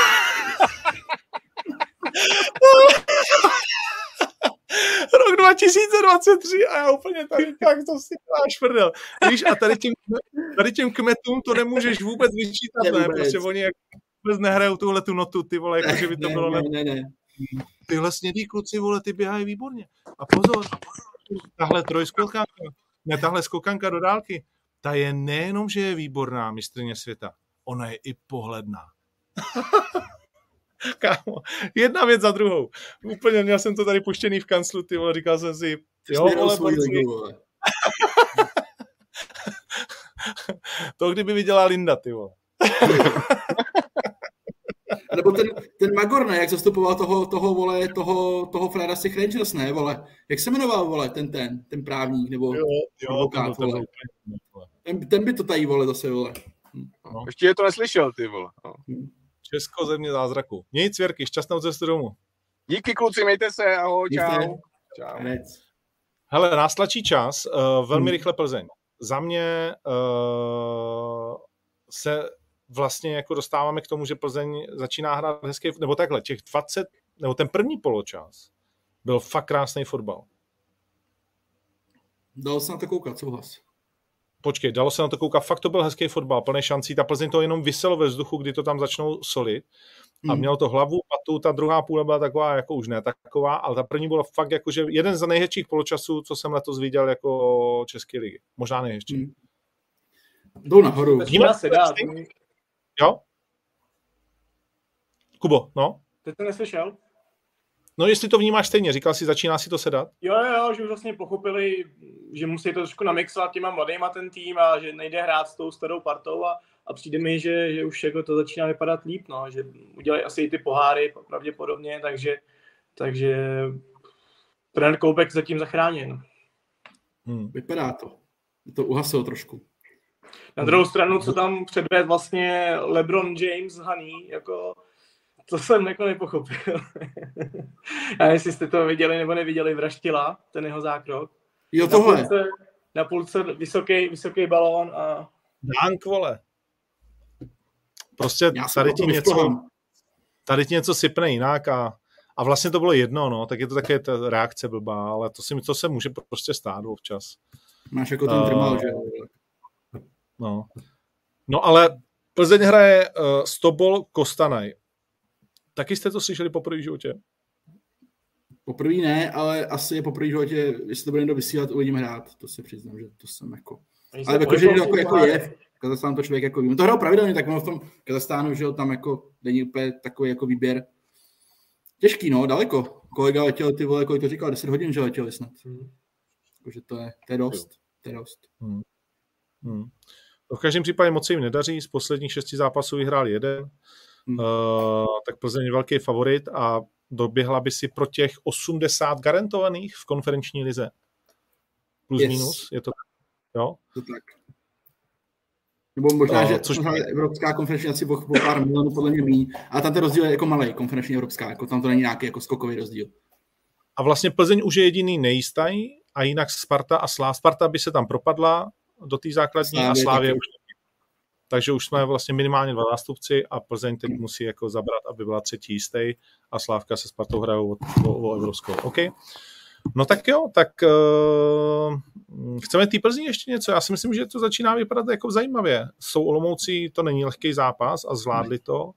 Speaker 1: Rok dva tisíce dvacet tři a já úplně tady tak to si dáš prdel. Víš, a tady těm, tady těm kmetům to nemůžeš vůbec vyčítat, ne? ne? Prostě oni jak vůbec nehrajou tuhle tu notu, ty vole, jakože by to
Speaker 3: ne,
Speaker 1: bylo...
Speaker 3: Ne, ne, ne.
Speaker 1: Tyhle snědý kluci, vole, ty běhají výborně. A pozor, tahle trojskokanka, ne, tahle skokanka do dálky, ta je nejenom, že je výborná mistryně světa, ona je i pohledná. Kámo, jedna věc za druhou. Úplně měl jsem to tady puštěný v kanclu, ty vole, říkal jsem si, jo, vole, vole. To kdyby viděla Linda, ty vole.
Speaker 3: Nebo ten, ten Magor, ne, jak zastupoval toho, toho, vole, toho, toho Freda z těch Rangers, ne, vole. Jak se jmenoval, vole, ten, ten, ten právník, nebo
Speaker 1: jo, jo,
Speaker 3: advokát,
Speaker 1: ten,
Speaker 3: vole. Ten, ten by to tady, vole, zase, vole.
Speaker 1: No.
Speaker 5: Ještě je to neslyšel, ty vole. No.
Speaker 1: Česko, země zázraku. Nic, Věrky, šťastnou cestu domů.
Speaker 5: Díky kluci, mějte se, ahoj, čau. Čau.
Speaker 1: Hele, nás tlačí čas, uh, velmi hmm. rychle Plzeň. Za mě uh, se vlastně jako dostáváme k tomu, že Plzeň začíná hrát hezký, nebo takhle, těch dvacet, nebo ten první poločas byl fakt krásný fotbal.
Speaker 3: Dalo se na to koukat, souhlas.
Speaker 1: Počkej, dalo se na to koukat, fakt to byl hezký fotbal, plný šancí, ta Plzeň to jenom viselo ve vzduchu, kdy to tam začnou solit a mělo to hlavu, patu, ta druhá půle byla taková, jako už ne taková, ale ta první byla fakt jako, že jeden z nejhezčích poločasů, co jsem letos viděl jako České ligy. Možná nejhezčí. Hmm.
Speaker 3: Jdou nahoru.
Speaker 4: Začíná se dát.
Speaker 1: Jo? Kubo, no?
Speaker 4: Teď to neslyšel?
Speaker 1: No jestli to vnímáš stejně, říkal jsi, začíná si to sedat?
Speaker 4: Jo, jo, že už vlastně pochopili, že musí to trošku namixovat těma mladýma ten tým a že nejde hrát s tou starou partou a, a přijde mi, že, že už jako to začíná vypadat líp, no, že udělají asi i ty poháry pravděpodobně, takže, takže trenér Koubek zatím zachráněn.
Speaker 3: Hmm. Vypadá to. To uhasil trošku.
Speaker 4: Na druhou stranu, co tam předved vlastně LeBron James Honey, jako to jsem jako nepochopil. A jestli jste to viděli nebo neviděli, Vraštila, ten jeho zákrok.
Speaker 3: Jo, tohle.
Speaker 4: Na půlce, na půlce vysoký, vysoký balón a...
Speaker 1: Dánk, vole. Prostě tady ti něco, tady ti něco sypne jinak a, a vlastně to bylo jedno, no, tak je to také ta reakce blbá, ale to, si, to se může prostě stát občas.
Speaker 3: Máš jako ten trmal, uh, že jo?
Speaker 1: No. no, ale Plzeň hraje uh, Stobol Kostanaj. Taky jste to slyšeli poprvé v životě?
Speaker 3: Poprvé ne, ale asi je poprvé v životě, jestli to bude někdo vysílat, uvidím hrát. To se přiznám, že to jsem jako... Ale jako, že jako, jako je, Kazachstán to člověk jako ví. To hrál pravidelně, tak ono v tom Kazachstánu, že tam jako není úplně takový jako výběr. Těžký, no, daleko. Kolega letěl, ty vole, kolik to říkal, deset hodin, že letěli snad. Hmm. Takže to je, to je dost. To je dost.
Speaker 1: Hmm. Hmm. V každém případě moc se jim nedaří, z posledních šesti zápasů vyhrál jeden. Hmm. Uh, tak Plzeň je velký favorit a doběhla by si pro těch osmdesát garantovaných v konferenční lize. Plus yes. minus, je to tak? Jo?
Speaker 3: To tak. Nebo možná, uh, že což... Evropská konferenční asi o pár milionů podle mě míň, ale tam ten rozdíl je jako malej, konferenční evropská, jako tam to není nějaký jako skokový rozdíl.
Speaker 1: A vlastně Plzeň už je jediný nejistý a jinak Sparta a Slávia. Sparta by se tam propadla do té základní Slávě, a Slávě už. Takže už jsme vlastně minimálně dva zástupci a Plzeň teď musí jako zabrat, aby byla třetí jistý a Slávka se Spartou hrajou o, o, o evropskou. OK. No tak jo, tak uh, chceme tý Plzni ještě něco? Já si myslím, že to začíná vypadat jako zajímavě. Jsou Olomoucí, to není lehký zápas a zvládli to.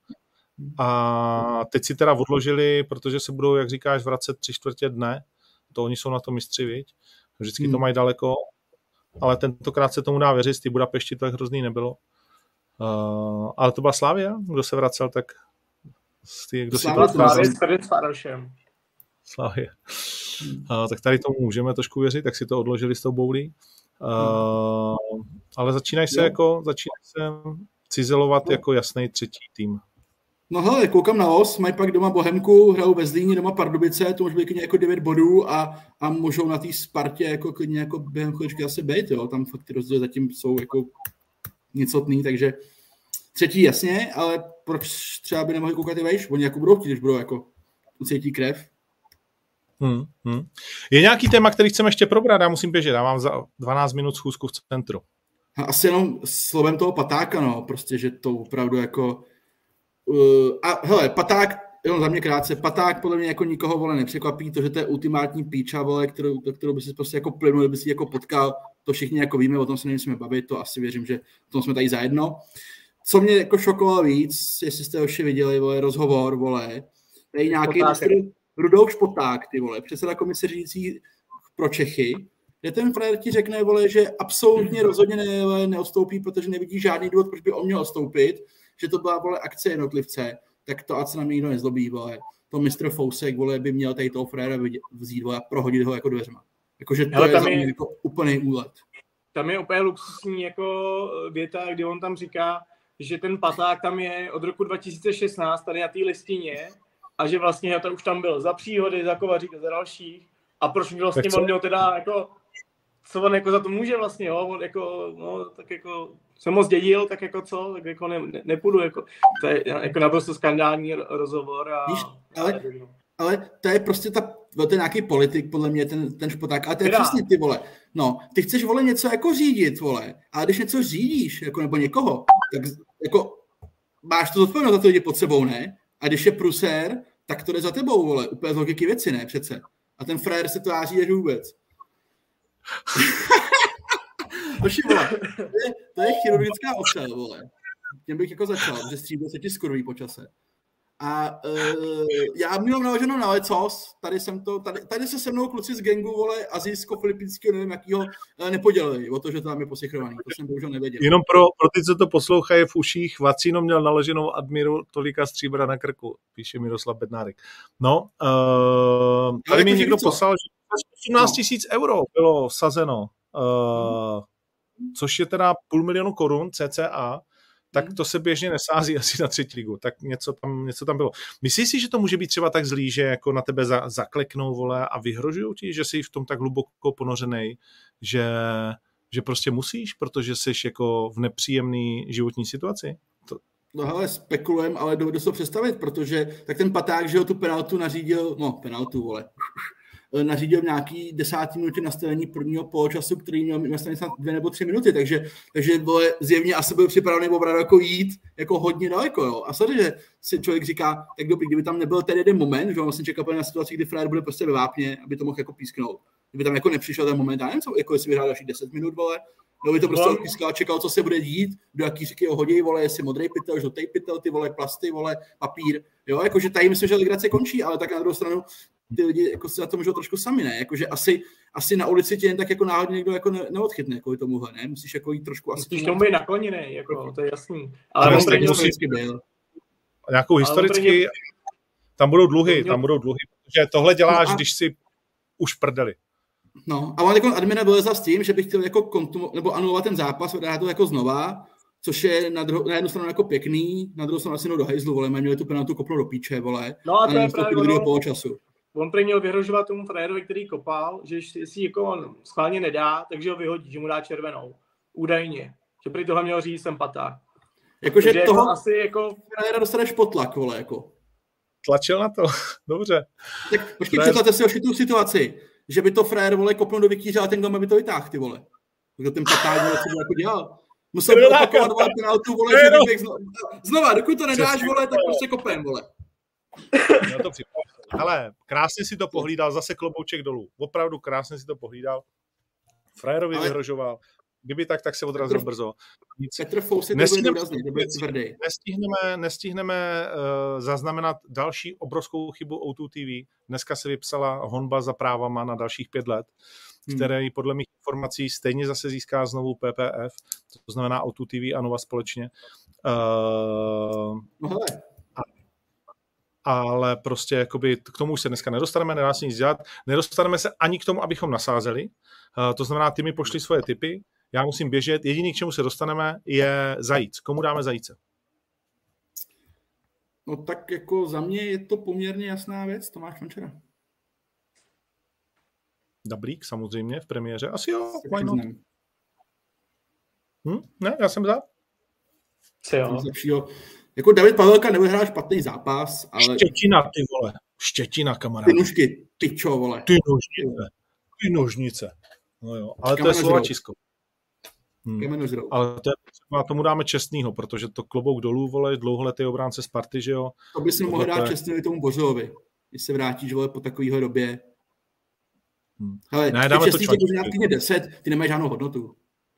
Speaker 1: A teď si teda odložili, protože se budou, jak říkáš, vracet tři čtvrtě dne. To oni jsou na to mistři, viď? Vždycky to mají daleko, ale tentokrát se tomu dá věřit, z té Budapešti to tak hrozný nebylo. Uh, ale to byla Slavia, kdo se vracel, tak tý, kdo
Speaker 4: Slavia,
Speaker 1: si
Speaker 4: to
Speaker 1: Slavia. Uh, tak tady tomu můžeme trošku věřit, tak si to odložili s tou boulí. Uh, ale začínají se, jako, začínají se cizelovat no. jako jasný třetí tým.
Speaker 3: No hele, koukám na os, mají pak doma Bohemku, hrajou ve Zlíně, doma Pardubice, to může být klidně jako devět bodů a, a můžou na té Spartě jako klidně jako během chvíličky zase být, jo, tam fakt ty rozdíly zatím jsou jako nicotný, takže třetí jasně, ale proč třeba by nemohli koukat i vejš? Oni jako budou chtít, když budou jako ucítí krev.
Speaker 1: Hmm, hmm. Je nějaký téma, který chceme ještě probrat? Já musím běžet, já mám za dvanáct minut schůzku v centru.
Speaker 3: Asi jenom slovem toho Patáka, no, prostě, že to opravdu jako... Uh, a hele, Paták, jenom za mě krátce, Paták podle mě jako nikoho, vole, nepřekvapí, to, že to je ultimátní píča, vole, kterou, kterou by si prostě jako plynul, kdyby si jako potkal, to všichni jako víme, o tom se nemusíme bavit, to asi věřím, že o tom jsme tady zajedno. Co mě jako šokovalo víc, jestli jste už viděli, vole, rozhovor, vole, tady nějaký mistr Rudolf Špoták, ty vole, předseda komise řídící pro Čechy, kde ten frajer ti řekne, vole, že absolutně rozhodně ne, neodstoupí, protože nevidí žádný důvod, proč by on měl odstoupit, že to byla, vole, akce jednotlivce, tak to ať se na mě nikdo nezlobí, vole. To mistr Fousek, vole, by měl tady toho frajera vzít, vole, a prohodit ho jako dveřma. Jakože to je za mě jako úplný úlet.
Speaker 4: Tam je úplně luxusní jako věta, kdy on tam říká, že ten Paták tam je od roku dva tisíce šestnáct tady na té listině a že vlastně to už tam byl za Příhody, za Kovaříka, za dalších. A proč vlastně on měl teda jako co on jako za to může vlastně, jo, on jako, no, tak jako jsem ho zdědil, tak jako co, tak jako ne, ne, nepůjdu, jako, to je jako naprosto skandální rozhovor a...
Speaker 3: Víš, ale, ale to je prostě ta, to je nějaký politik, podle mě, ten, ten špoták, ale to je
Speaker 4: Teda.
Speaker 3: přesně ty, vole, no, ty chceš, vole, něco jako řídit, vole, ale když něco řídíš, jako, nebo někoho, tak jako máš to zodpovědnost za to lidi pod sebou, ne? A když je prusér, tak to jde za tebou, vole, úplně z logiky věci, ne, přece. A ten frajer se tváří, že vůbec. Hoši, vole, to je, to je chirurgická ocel, vole. Tím bych jako začal, že stříbro se ti skurví po čase. A uh, já mám naloženou na lecos, tady jsem to, tady, tady se se mnou kluci z gangu, vole, azijsko-filipínského, nevím jakýho, nepodělili o to, že to tam je posichrovaný, to jsem bohužel nevěděl.
Speaker 1: Jenom pro, pro ty, co to poslouchají v uších, Vacíno měl naloženou Admiru tolika stříbra na krku, píše Miroslav Bednárek. No, uh, tady mi někdo poslal, že osmnáct tisíc euro bylo vsazeno, uh, což je teda půl milionu korun cca, tak to se běžně nesází asi na třetí ligu. Tak něco tam, něco tam bylo. Myslíš si, že to může být třeba tak zlý, že jako na tebe za, zakleknou, vole, a vyhrožují ti, že jsi v tom tak hluboko ponořenej, že, že prostě musíš, protože jsi jako v nepříjemné životní situaci? To...
Speaker 3: No hele, spekulujem, ale dovedu se to představit, protože tak ten paták, že ho tu penaltu nařídil, no penaltu, vole, nařídil nějaký desátý minutě nastavení prvního poločasu, který měl nastavený snad dvě nebo tři minuty, takže, takže vole, zjevně asi byl připravený opravdu jako jít jako hodně daleko, jo. A sorry, že si člověk říká, tak dobrý, kdyby tam nebyl ten jeden moment, že on vlastně čekal na situaci, kdy frajer bude prostě ve vápně, aby to mohl jako písknout. Kdyby tam jako nepřišel ten moment, já nevím, co, jako jestli vyhrál další deset minut, vole, nebo by to prostě odpískal, čekal, co se bude dít, do jaký řeky ho hodí, vole, jestli modrý pytel, žlutý pytel, ty vole, plasty, vole, papír, jo, jakože tady myslím, že legrace končí, ale tak na druhou stranu ty lidi jako se za to můžou trošku sami, ne? Jakože asi, asi na ulici tě jen tak jako náhodně někdo jako ne, neodchytne kvůli tomuhle, ne? Musíš jako jít trošku asi...
Speaker 4: Musíš tomu být nakloněný, jako, to je jasný.
Speaker 1: Ale, ale on
Speaker 3: to vždycky byl.
Speaker 1: Nějakou historicky, tam budou dluhy, tam budou dluhy, protože tohle děláš, no a... když si už prdeli.
Speaker 3: No, a on jako admina vylezl s tím, že bych chtěl jako kontum, nebo anulovat ten zápas, dát to jako znova, což je na, druhou, na jednu stranu jako pěkný, na druhou stranu asi no do hejzlu, vole, měli tu penaltu kopnout do píče, vole.
Speaker 4: No a to je
Speaker 3: právě do druhého poločasu.
Speaker 4: On prý měl vyhrožovat tomu frajerovi, který kopal, že jestli jako on schválně nedá, takže ho vyhodí, že mu dá červenou. Údajně. Že prý tohle měl říct ten paták.
Speaker 3: Jakože toho
Speaker 4: jako asi jako...
Speaker 3: frajera dostaneš potlak, vole, jako.
Speaker 1: Tlačil na to, dobře.
Speaker 3: Tak počkej, frajer... představte si ošitnou situaci, že by to frajer, vole, kopnul do vikýře a ten doma by to vytáhl, ty vole. Takže ten paták, vole, co by jako dělal. Musel by opakovat, vole, penaltu, vole, že bych znova, znova, dokud to nedáš, vole, tak prostě kopem, vole.
Speaker 1: Já to připravím. Hele, krásně si to pohlídal, zase klobouček dolů. Opravdu krásně si to pohlídal. Frajerovi ale... vyhrožoval. Kdyby tak, tak se odrazil Petr... brzo. Nic.
Speaker 3: Petr Fous je to důrazný, to byl tvrdý.
Speaker 1: Nestihneme, nestihneme uh, zaznamenat další obrovskou chybu O dva T V. Dneska se vypsala honba za právama na dalších pět let, hmm. které podle mých informací stejně zase získá znovu P P F, to znamená O dva T V a Nova společně. Uh,
Speaker 3: no hele.
Speaker 1: Ale prostě jakoby, k tomu už se dneska nedostaneme, nedá se nic dělat. Nedostaneme se ani k tomu, abychom nasázeli. Uh, to znamená, ty mi pošli svoje tipy, já musím běžet. Jediný, k čemu se dostaneme, je zajíc. Komu dáme zajíce?
Speaker 3: No tak jako za mě je to poměrně jasná věc, Tomáš Vančera.
Speaker 1: Dablík samozřejmě v premiéře. Asi jo, why not? Hm? Ne, já jsem za.
Speaker 4: Co jo?
Speaker 3: Lepšího. Jako David Pavelka nevyhrál špatný zápas, ale...
Speaker 1: Štětina, ty vole. Štětina, kamarád.
Speaker 3: Ty nůžky, ty čo, vole.
Speaker 1: Ty nožnice. Ty nožnice. No jo, ale to je Slovačisko. Hmm. Ale to je, tomu dáme čestnýho, protože to klobouk dolů, vole, dlouholetý obránce Sparty, že jo.
Speaker 3: To by si mohl dát čestný tomu Bořilovi, když se vrátíš, vole, po takovýhle době. Hmm. Hele, ne, ty čestný to ty deset, ty nemají žádnou hodnotu.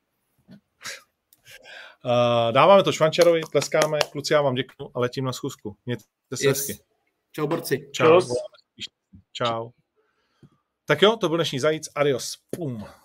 Speaker 1: Uh, dáváme to Švančarovi, tleskáme, kluci, já vám děkuju a letím na schůzku. Mějte se
Speaker 3: yes.
Speaker 1: hezky.
Speaker 3: Čau, borci.
Speaker 1: Čau. Čau. Tak jo, to byl dnešní zajíc. Adios. Pum.